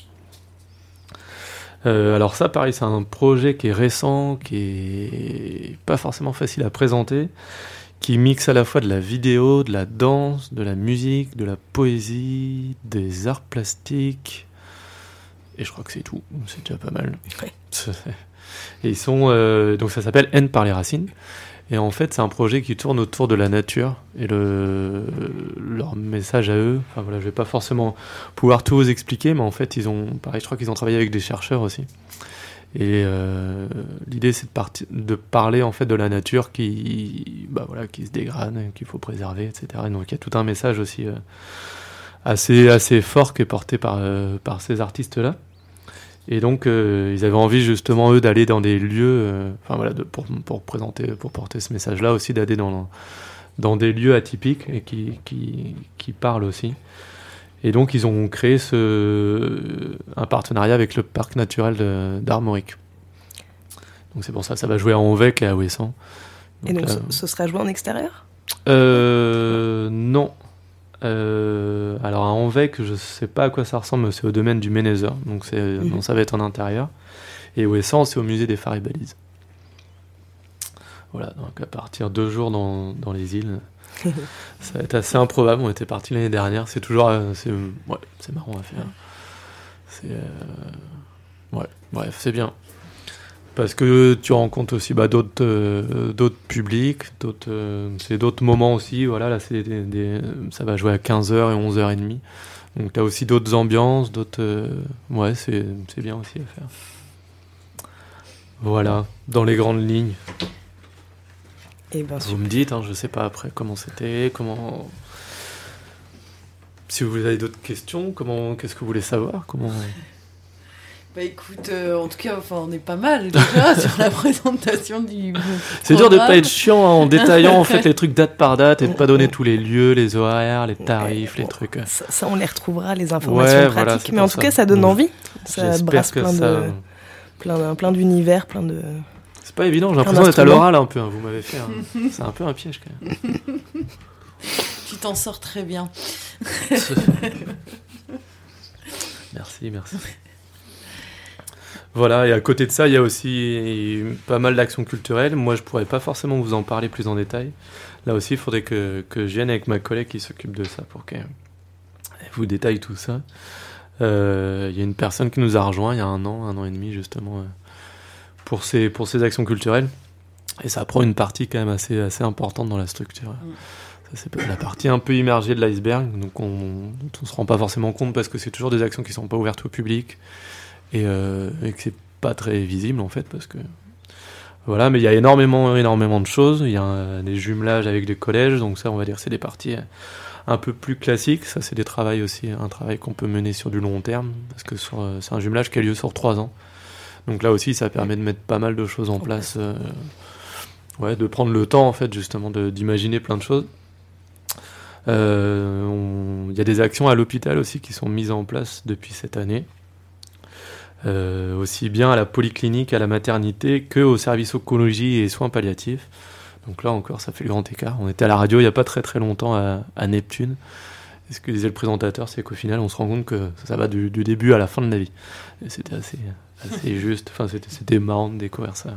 Euh, alors ça, pareil, c'est un projet qui est récent, qui est pas forcément facile à présenter, qui mixe à la fois de la vidéo, de la danse, de la musique, de la poésie, des arts plastiques. Et je crois que c'est tout. C'est déjà pas mal. Ouais. Et ils sont euh, donc ça s'appelle Haine par les racines. Et en fait, c'est un projet qui tourne autour de la nature et le leur message à eux. Enfin voilà, je vais pas forcément pouvoir tout vous expliquer, mais en fait, ils ont pareil, je crois qu'ils ont travaillé avec des chercheurs aussi. Et euh, l'idée, c'est de, parti- de parler en fait de la nature qui, bah voilà, qui se dégrade, qu'il faut préserver, et cetera. Et donc il y a tout un message aussi euh, assez assez fort qui est porté par euh, par ces artistes-là. Et donc euh, ils avaient envie justement eux d'aller dans des lieux, euh, enfin voilà, de, pour pour présenter, pour porter ce message-là aussi, d'aller dans dans des lieux atypiques et qui qui qui parlent aussi. Et donc, ils ont créé ce, un partenariat avec le parc naturel de, d'Armorique. Donc, c'est pour ça, ça va jouer à Onvec et à Ouessant. Et donc, là, ce, ce sera joué en extérieur ? euh, Non. Euh, alors, à Onvec, je sais pas à quoi ça ressemble, mais c'est au domaine du Ménézeur. Donc, c'est, mm-hmm. donc, ça va être en intérieur. Et Ouessant, c'est au musée des phares et balises. Voilà, donc à partir de deux jours dans, dans les îles. Ça va être assez improbable. On était parti l'année dernière. C'est toujours, c'est, ouais, c'est marrant à faire. C'est, euh, ouais, bref, c'est bien parce que tu rencontres aussi bah, d'autres, euh, d'autres publics, d'autres, euh, c'est d'autres moments aussi. Voilà, là, c'est des, des, ça va jouer à quinze heures et onze heures trente. Donc, t'as aussi d'autres ambiances, d'autres. Euh, ouais, c'est, c'est bien aussi à faire. Voilà, dans les grandes lignes. Et ben, vous me dites, hein, je sais pas après comment c'était, comment. Si vous avez d'autres questions, comment, qu'est-ce que vous voulez savoir, comment. Bah écoute, euh, en tout cas, enfin, on est pas mal déjà sur la présentation du. C'est dur de pas être chiant hein, en détaillant en fait les trucs date par date et de pas donner tous les lieux, les horaires, les tarifs, les trucs. Ça, ça on les retrouvera les informations ouais, pratiques, voilà, mais en tout ça. cas, ça donne bon, envie. Ça brasse plein ça... de, plein, plein d'univers, plein de. C'est pas évident, j'ai l'impression d'être à l'oral un peu, hein, vous m'avez fait. Un... C'est un peu un piège quand même. Tu t'en sors très bien. Merci, merci. Voilà, et à côté de ça, il y a aussi pas mal d'actions culturelles. Moi, je pourrais pas forcément vous en parler plus en détail. Là aussi, il faudrait que, que je vienne avec ma collègue qui s'occupe de ça pour qu'elle vous détaille tout ça. Euh, il y a une personne qui nous a rejoint il y a un an, un an et demi justement, euh, pour ces, pour ces actions culturelles. Et ça prend une partie quand même assez, assez importante dans la structure. Mm. Ça, c'est la partie un peu immergée de l'iceberg, donc on ne se rend pas forcément compte parce que c'est toujours des actions qui ne sont pas ouvertes au public et, euh, et que c'est pas très visible en fait, parce que voilà, mais il y a énormément, énormément de choses. Il y a un, des jumelages avec des collèges, donc ça on va dire c'est des parties un peu plus classiques. Ça c'est des travails aussi, un travail qu'on peut mener sur du long terme, parce que sur, c'est un jumelage qui a lieu sur trois ans. Donc là aussi ça permet de mettre pas mal de choses en place, euh, ouais, de prendre le temps en fait justement de, d'imaginer plein de choses. Il euh, y a des actions à l'hôpital aussi qui sont mises en place depuis cette année, euh, aussi bien à la polyclinique, à la maternité que au service oncologie et soins palliatifs. Donc là encore ça fait le grand écart. On était à la radio il n'y a pas très très longtemps à, à Neptune, et ce que disait le présentateur, c'est qu'au final on se rend compte que ça va du, du début à la fin de la vie, et c'était assez, assez juste, enfin, c'était, c'était marrant de découvrir ça.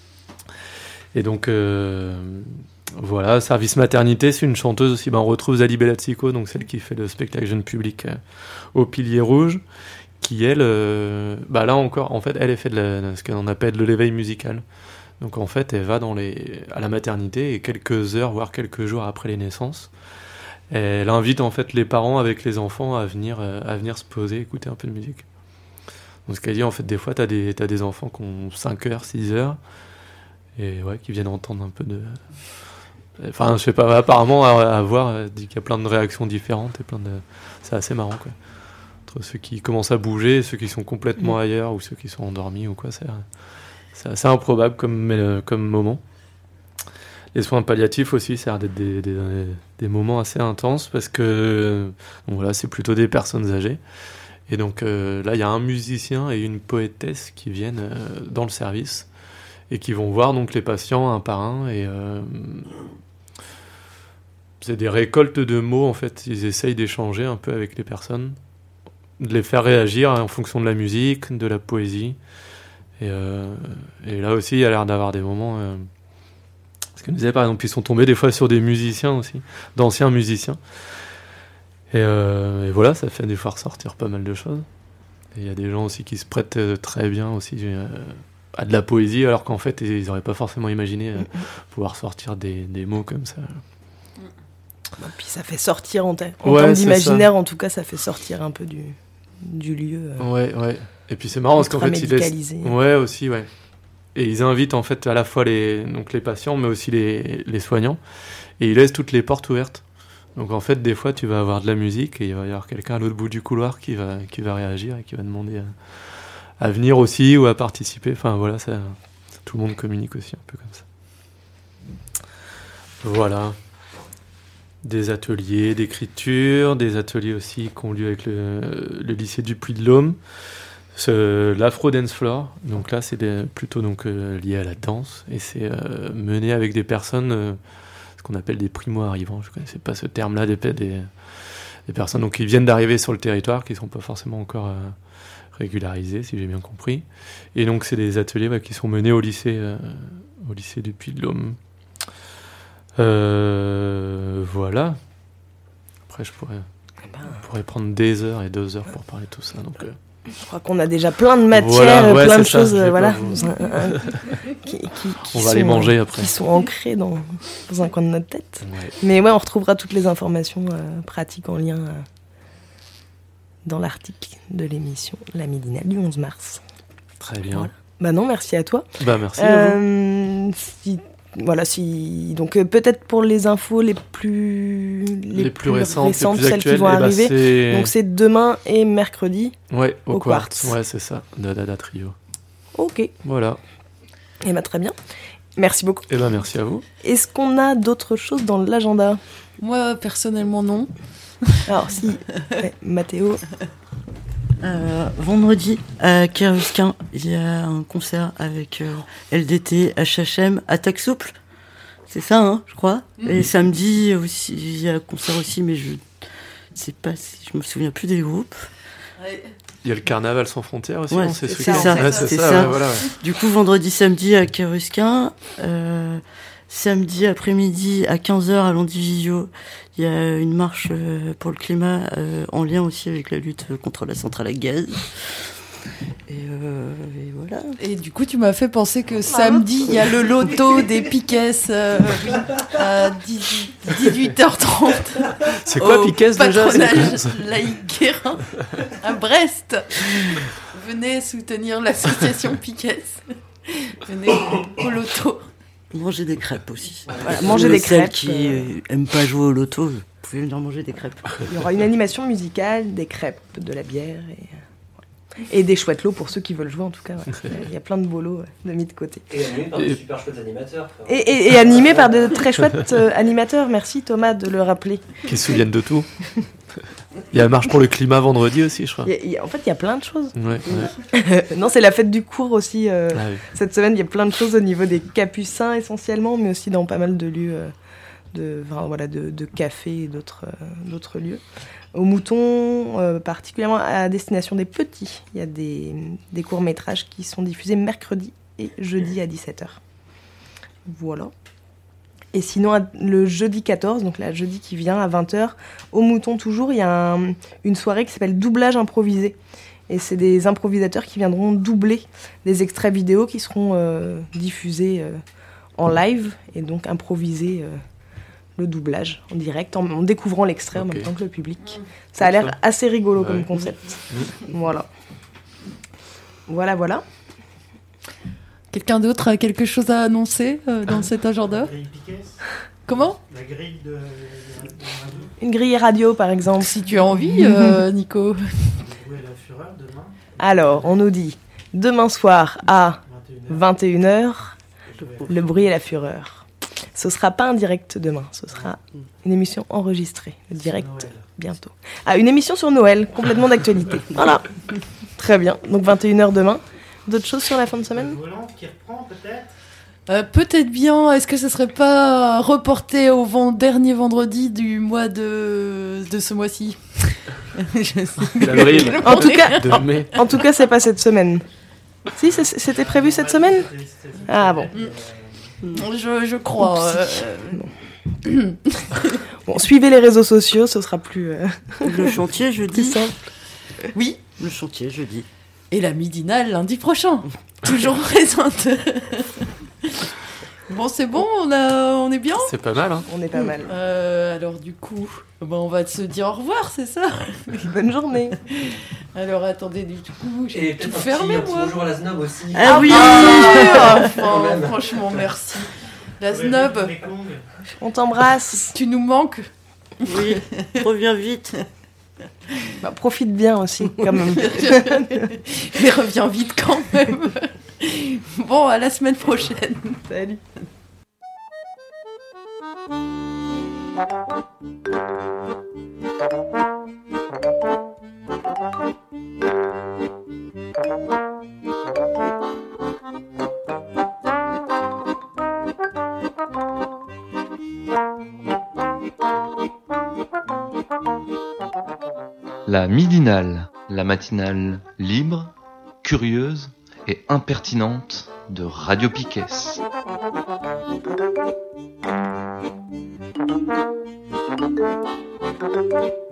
Et donc euh, voilà, service maternité, c'est une chanteuse aussi. Ben, on retrouve Zali Bellatsico, donc celle qui fait le spectacle jeune public euh, au Pilier Rouge, qui elle, euh, bah là encore, en fait, elle, elle fait de, la, de ce qu'on appelle de l'éveil musical. Donc en fait, elle va dans les, à la maternité et quelques heures, voire quelques jours après les naissances, elle invite en fait les parents avec les enfants à venir, euh, à venir se poser, écouter un peu de musique. Donc ce qu'elle dit, en fait, des fois, t'as des, t'as des enfants qui ont cinq heures, six heures, et ouais, qui viennent entendre un peu de... Enfin, je sais pas, apparemment, à, à voir, elle dit qu'il y a plein de réactions différentes et plein de... C'est assez marrant, quoi. Entre ceux qui commencent à bouger et ceux qui sont complètement mmh. ailleurs ou ceux qui sont endormis ou quoi, c'est, c'est assez improbable comme, comme moment. Les soins palliatifs aussi, ça a l'air d'être des, des, des, des moments assez intenses parce que, donc voilà, c'est plutôt des personnes âgées. Et donc euh, là, il y a un musicien et une poétesse qui viennent euh, dans le service et qui vont voir donc les patients un par un, et euh, c'est des récoltes de mots en fait. Ils essayent d'échanger un peu avec les personnes, de les faire réagir en fonction de la musique, de la poésie, et, euh, et là aussi il y a l'air d'avoir des moments, euh, Ce qu'elle me disait, par exemple, ils sont tombés des fois sur des musiciens aussi, d'anciens musiciens. Et, euh, et voilà, ça fait des fois ressortir pas mal de choses. Et il y a des gens aussi qui se prêtent très bien aussi euh, à de la poésie, alors qu'en fait, ils n'auraient pas forcément imaginé euh, pouvoir sortir des, des mots comme ça. Et puis ça fait sortir en, ter- en ouais, termes d'imaginaire, en tout cas, ça fait sortir un peu du, du lieu. Euh, ouais, ouais. Et puis c'est marrant parce qu'en fait, ils laissent... Ouais, aussi, ouais. Et ils invitent en fait à la fois les, donc les patients, mais aussi les, les soignants. Et ils laissent toutes les portes ouvertes. Donc en fait, des fois, tu vas avoir de la musique et il va y avoir quelqu'un à l'autre bout du couloir qui va, qui va réagir et qui va demander à, à venir aussi ou à participer. Enfin voilà, ça, tout le monde communique aussi un peu comme ça. Voilà. Des ateliers d'écriture, des ateliers aussi qui ont lieu avec le, le lycée du Puy-de-Dôme. Ce, l'Afro Dance Floor, donc là c'est des, plutôt donc, euh, lié à la danse et c'est euh, mené avec des personnes, euh, ce qu'on appelle des primo-arrivants, je ne connaissais pas ce terme-là, des, des, des personnes donc, qui viennent d'arriver sur le territoire, qui ne sont pas forcément encore euh, régularisées, si j'ai bien compris. Et donc c'est des ateliers ouais, qui sont menés au lycée, euh, au lycée du Puy-de-Dôme. Euh, voilà. Après je pourrais, je pourrais prendre des heures et deux heures pour parler de tout ça, donc... Euh, Je crois qu'on a déjà plein de matières, voilà, ouais, plein de ça, choses, euh, voilà, vous... un, un, qui, qui, qui on sont, va les manger après, qui sont ancrées dans, dans un coin de notre tête. Ouais. Mais ouais, on retrouvera toutes les informations euh, pratiques en lien euh, dans l'article de l'émission La Midinale du onze mars. Très bien. Voilà. Bah non, merci à toi. Bah merci. Euh, à vous. Si, voilà, si donc euh, peut-être pour les infos les plus les, les plus récentes, récentes les plus celles actuelles, qui vont bah arriver. C'est... Donc c'est demain et mercredi. Ouais, au, au Quartz. Quartz. Ouais, c'est ça. Dada Trio. Ok. Voilà. Et bah très bien. Merci beaucoup. Et ben merci à vous. Est-ce qu'on a d'autres choses dans l'agenda ? Moi personnellement non. Alors si, ouais, Mathéo. Euh, vendredi à Kérusquin, il y a un concert avec euh, L D T, H H M, Attaque Souple. C'est ça, hein, je crois. Mm-hmm. Et samedi aussi, il y a un concert aussi, mais je sais pas si je me souviens plus des groupes. Ouais. Il y a le Carnaval sans frontières aussi, ouais, non, c'est, c'est, c'est ça. Ouais, c'est, c'est ça. ça. Ouais, voilà, ouais. Du coup, vendredi, samedi à Kérusquin. Euh, samedi après-midi à quinze heures à Landivisiau, il y a une marche euh, pour le climat euh, en lien aussi avec la lutte contre la centrale à gaz. Et, euh, et voilà. Et du coup, tu m'as fait penser que samedi, il y a le loto des Piquets euh, à dix-huit heures trente. C'est quoi Piquet déjà ? Patronage laïque Guérin à Brest. Venez soutenir l'association Piquet. Venez au loto. Manger des crêpes aussi. Voilà, manger des celles crêpes. qui euh... aiment pas jouer au loto, vous pouvez venir manger des crêpes. Il y aura une animation musicale, des crêpes, de la bière et, et des chouettes lots pour ceux qui veulent jouer en tout cas. Ouais. Il y a plein de beaux lots de mis de côté. Et animé par de super chouettes animateurs. Et, et, et animé par de très chouettes euh, animateurs. Merci Thomas de le rappeler. Qui se souviennent de tout. Il y a la marche pour le climat vendredi aussi, je crois. Il y a, il y a, en fait, il y a plein de choses. Ouais, ouais. Non, c'est la fête du cours aussi. Euh, ah, oui. Cette semaine, il y a plein de choses au niveau des Capucins essentiellement, mais aussi dans pas mal de lieux, euh, de, enfin, voilà, de, de cafés et d'autres, euh, d'autres lieux. Au Mouton, euh, particulièrement à destination des petits, il y a des, des courts-métrages qui sont diffusés mercredi et jeudi à dix-sept heures. Voilà. Et sinon, le jeudi quatorze, donc la jeudi qui vient à vingt heures, au Mouton toujours, il y a un, une soirée qui s'appelle Doublage improvisé. Et c'est des improvisateurs qui viendront doubler des extraits vidéo qui seront euh, diffusés euh, en live et donc improviser euh, le doublage en direct en, en découvrant l'extrait okay. en même temps que le public. Ça a l'air assez rigolo ouais. comme concept. Mmh. Voilà. Voilà, voilà. Quelqu'un d'autre a quelque chose à annoncer euh, dans cet agenda ? Comment ? La grille de... Une grille radio, par exemple. Si tu as envie, euh, Nico. Alors, on nous dit, demain soir à vingt et une heures, le bruit et la fureur. Ce ne sera pas un direct demain, ce sera une émission enregistrée. Le direct, bientôt. Ah, une émission sur Noël, complètement d'actualité. Voilà. Très bien. Donc, vingt et une heures demain. D'autres choses sur la fin de semaine ? Le volant qui reprend peut-être euh, Peut-être bien. Est-ce que ce serait pas reporté au vent, dernier vendredi du mois de, de ce mois-ci ? Je sais. D'avril. En tout cas, de mai. En, en tout cas, c'est pas cette semaine. Si, c'est, c'était prévu cette semaine ? Ah bon. Je, je crois. Euh... Bon, suivez les réseaux sociaux, ce sera plus. Euh... Le chantier jeudi. simple. Oui. Le chantier jeudi. Et la midinale lundi prochain. Toujours présente. Bon, c'est bon, on, a, on est bien. C'est pas mal, hein. On est pas mal. Euh, alors du coup, ben, on va se dire au revoir, c'est ça. Bonne journée. Alors attendez, du coup, j'ai Et tout peut-être un fermé, petit- un petit moi. bonjour à la snob aussi. Ah, Ah oui. ah, Quand enfin, même. franchement, merci. La snob, On t'embrasse. tu nous manques. Oui, reviens vite. Bah, profite bien aussi, quand même. Mais reviens vite quand même. Bon, à la semaine prochaine. Salut. La midinale, la matinale libre, curieuse et impertinente de Radio Piquet. Thank you.